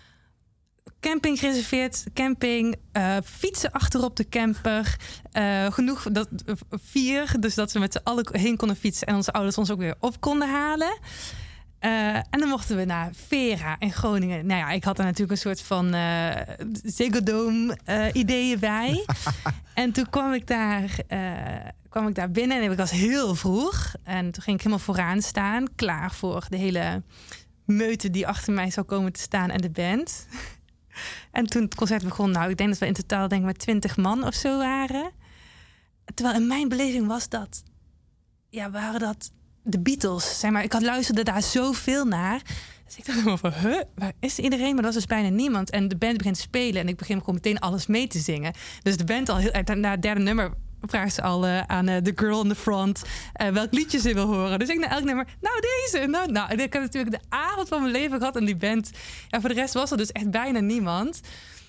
Camping gereserveerd, camping, uh, fietsen achterop de camper. Uh, genoeg, dat, uh, vier, dus dat we met z'n allen heen konden fietsen... en onze ouders ons ook weer op konden halen. Uh, en dan mochten we naar Vera in Groningen. Nou ja, ik had er natuurlijk een soort van uh, Ziggo Dome uh, ideeën bij. En toen kwam ik, daar, uh, kwam ik daar binnen en ik was heel vroeg. En toen ging ik helemaal vooraan staan, klaar voor de hele meute die achter mij zou komen te staan en de band... En toen het concert begon, nou, ik denk dat we in totaal denk ik met twintig man of zo waren. Terwijl in mijn beleving was dat, ja, waren dat de Beatles. Zeg maar, ik had luisterde daar zoveel naar. Dus ik dacht helemaal van, huh, waar is iedereen? Maar er was dus bijna niemand. En de band begint te spelen en ik begin gewoon meteen alles mee te zingen. Dus de band al, heel, na het derde nummer... vraagt ze al uh, aan uh, The Girl in the Front uh, welk liedje ze wil horen. Dus ik naar elk nummer, nou deze. Nou, nou, ik heb natuurlijk de avond van mijn leven gehad en die band. Ja, voor de rest was er dus echt bijna niemand.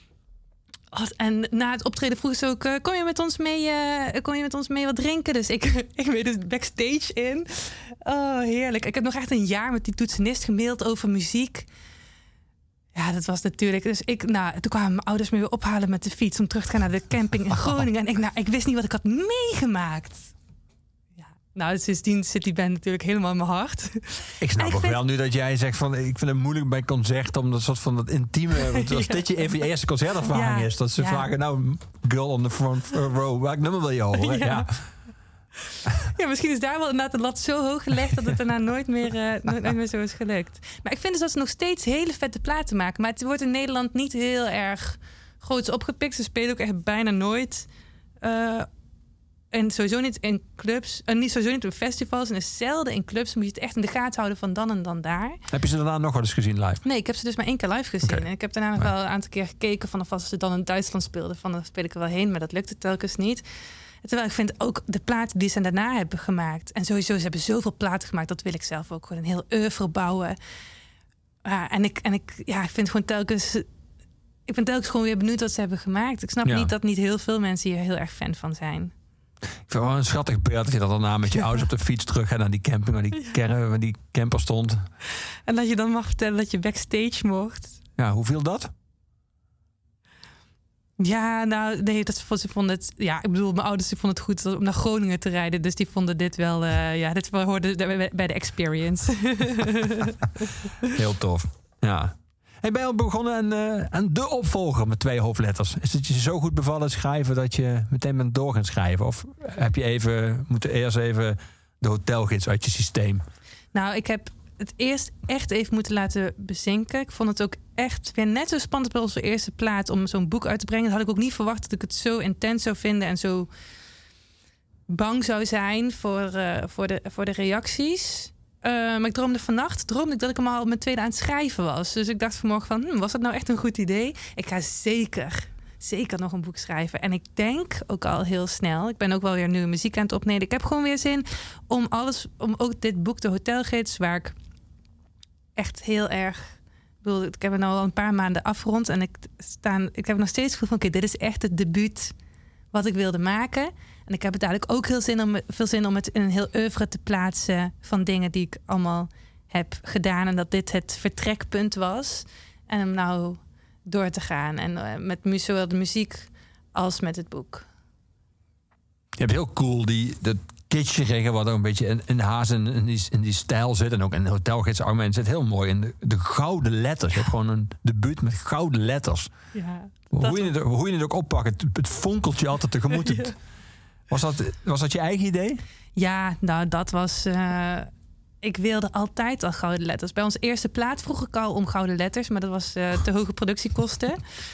En na het optreden vroeg ze ook, uh, kom je met ons mee, uh, kom je met ons mee wat drinken? Dus ik, ik weet dus backstage in. Oh, heerlijk. Ik heb nog echt een jaar met die toetsenist gemaild over muziek. Ja, dat was natuurlijk... Dus ik, nou, toen kwamen mijn ouders me weer ophalen met de fiets... om terug te gaan naar de camping in Groningen. En ik, nou, ik wist niet wat ik had meegemaakt. Ja, nou, sindsdien zit die band natuurlijk helemaal in mijn hart. Ik snap ik ook vind... wel nu dat jij zegt van... ik vind het moeilijk bij concerten... om dat soort van dat intieme... want als Ja. dit je even je eerste concertervaring Ja. is... dat ze Ja. vragen, nou, girl on the front row... welk nummer wil je horen? Ja. Ja. Ja, misschien is daar wel inderdaad de lat zo hoog gelegd... dat het daarna nooit meer, uh, nooit, nooit meer zo is gelukt. Maar ik vind dus dat ze nog steeds hele vette platen maken. Maar het wordt in Nederland niet heel erg groots opgepikt. Ze spelen ook echt bijna nooit. Uh, en sowieso niet in clubs. En uh, niet sowieso niet op festivals. En is zelden in clubs. Moet je het echt in de gaten houden van dan en dan daar. Heb je ze daarna nog wel eens gezien live? Nee, ik heb ze dus maar één keer live gezien. Okay. En ik heb daarna nog wel een aantal keer gekeken... vanaf als ze dan in Duitsland speelden. Van dan speel ik er wel heen, maar dat lukte telkens niet. Terwijl ik vind ook de platen die ze daarna hebben gemaakt... en sowieso, ze hebben zoveel platen gemaakt... dat wil ik zelf ook gewoon een heel oeuvre bouwen. Uh, en ik, en ik, ja, ik vind gewoon telkens... ik ben telkens gewoon weer benieuwd wat ze hebben gemaakt. Ik snap Ja. niet dat niet heel veel mensen hier heel erg fan van zijn. Ik vind het wel een schattig beeld... dat je dat daarna met je ouders op de fiets terug gaat... naar die camping waar die, ker- waar die camper stond. En dat je dan mag vertellen dat je backstage mocht. Ja, hoe viel dat? Ja, nou, nee, dat, ze vonden het... Ja, ik bedoel, mijn ouders die vonden het goed om naar Groningen te rijden. Dus die vonden dit wel... Uh, ja, dit hoorde bij de experience. Heel tof, ja. Hey, ben je al begonnen aan, uh, aan de opvolger met twee hoofdletters? Is het je zo goed bevallen schrijven dat je meteen bent door gaan schrijven? Of heb je even, moeten eerst even de hotelgids uit je systeem? Nou, ik heb het eerst echt even moeten laten bezinken. Ik vond het ook echt weer net zo spannend bij onze eerste plaat om zo'n boek uit te brengen. Dat had ik ook niet verwacht dat ik het zo intens zou vinden en zo bang zou zijn voor, uh, voor, de, voor de reacties. Uh, maar ik droomde vannacht droomde ik dat ik hem al op mijn tweede aan het schrijven was. Dus ik dacht vanmorgen van, hm, was dat nou echt een goed idee? Ik ga zeker, zeker nog een boek schrijven. En ik denk ook al heel snel. Ik ben ook wel weer nu muziek aan het opnemen. Ik heb gewoon weer zin om alles, om ook dit boek, De Hotelgids, waar ik echt heel erg... Ik bedoel, ik heb het nou al een paar maanden afgerond en ik, staan, ik heb nog steeds het gevoel van, oké, okay, dit is echt het debuut wat ik wilde maken. En ik heb het eigenlijk ook heel zin om, veel zin om het in een heel oeuvre te plaatsen van dingen die ik allemaal heb gedaan. En dat dit het vertrekpunt was. En om nou door te gaan. En uh, met mu- zowel de muziek als met het boek. Je hebt heel cool die dat kitscherige, wat ook een beetje in, in haast in, in, die, in die stijl zit. En ook in de Hotelgids argument zit heel mooi in de, de gouden letters. Je hebt gewoon een debuut met gouden letters. Ja, hoe, je het, hoe je het ook oppakt, het, het fonkelt je altijd tegemoet. Ja. Was dat, was dat je eigen idee? Ja, nou dat was... Uh, ik wilde altijd al gouden letters. Bij onze eerste plaat vroeg ik al om gouden letters, maar dat was uh, te hoge productiekosten.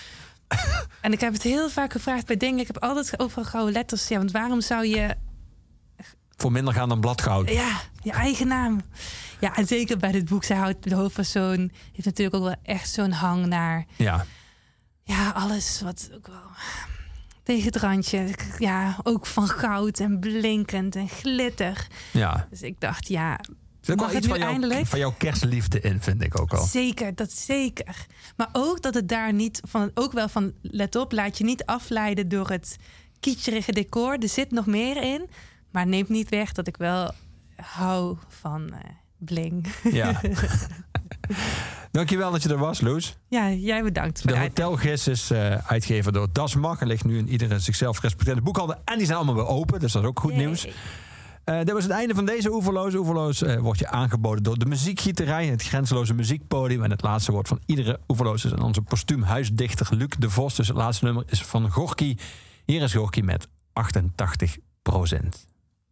En ik heb het heel vaak gevraagd bij dingen. Ik heb altijd overal gouden letters. Ja, want waarom zou je... Voor minder gaan dan bladgoud. Ja, je eigen naam. Ja, en zeker bij dit boek. Zij houdt, de hoofdpersoon heeft natuurlijk ook wel echt zo'n hang naar... Ja. Ja, alles wat ook wel... Tegen het randje. Ja, ook van goud en blinkend en glitter. Ja. Dus ik dacht, ja... Er zit wel iets van, jou, van jouw kerstliefde in, vind ik ook al. Zeker, dat zeker. Maar ook dat het daar niet van... Ook wel van, let op, laat je niet afleiden door het kitscherige decor. Er zit nog meer in. Maar neemt niet weg dat ik wel hou van uh, bling. Ja. Dankjewel dat je er was, Loes. Ja, jij bedankt. De Hotelgids is uh, uitgegeven door Das Mag en ligt nu in iedere zichzelf respecterende boekhandel. En die zijn allemaal weer open, dus dat is ook goed Yay. nieuws. Uh, dit was het einde van deze Oeverloos. Oeverloos uh, wordt je aangeboden door de Muziekgieterij, het grenzeloze muziekpodium. En het laatste woord van iedere Oeverloos is aan onze postuum huisdichter Luc de Vos. Dus het laatste nummer is van Gorky. Hier is Gorky met achtentachtig procent.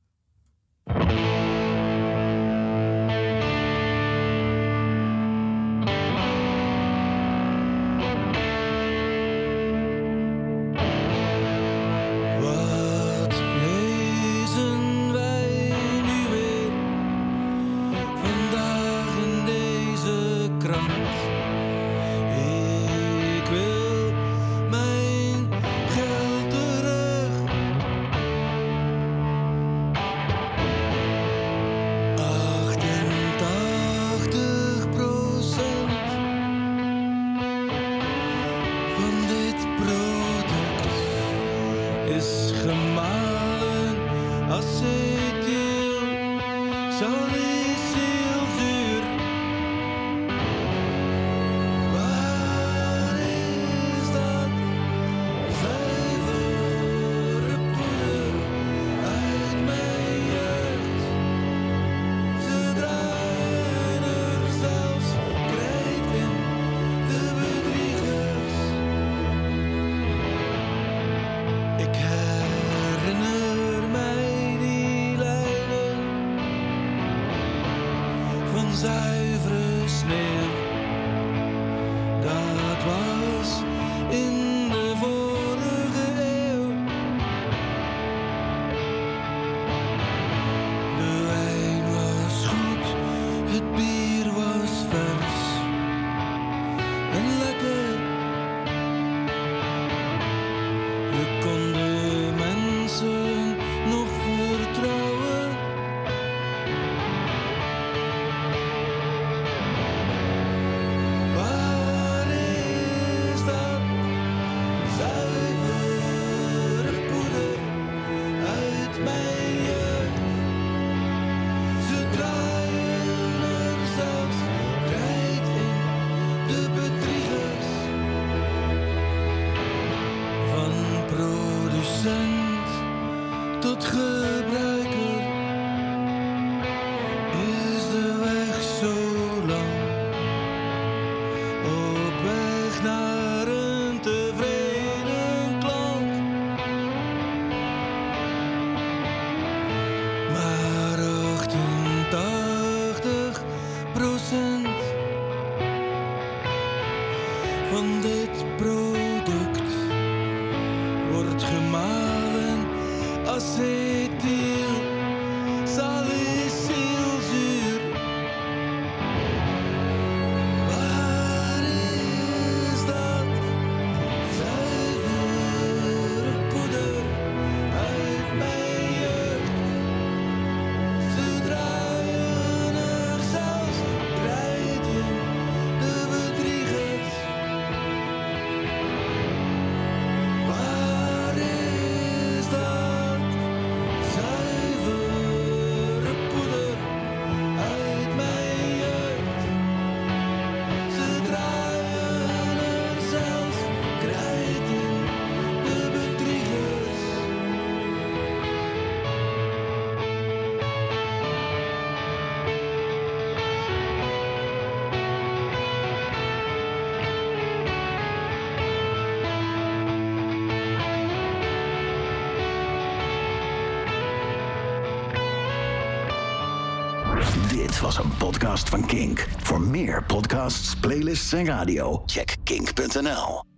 Zuivere sneeuw, dat was in de vorige eeuw. De wijn was goed, het bier was vers en lekker. Je kon de mensen nog vertrouwen. Tot gebruiker is de weg zo lang, op weg naar een tevreden klant. Maar achtentachtig procent van dit product wordt gemalen acetyl salicylzuur. Dit was een podcast van Kink. Voor meer podcasts, playlists en radio, check kink punt n l.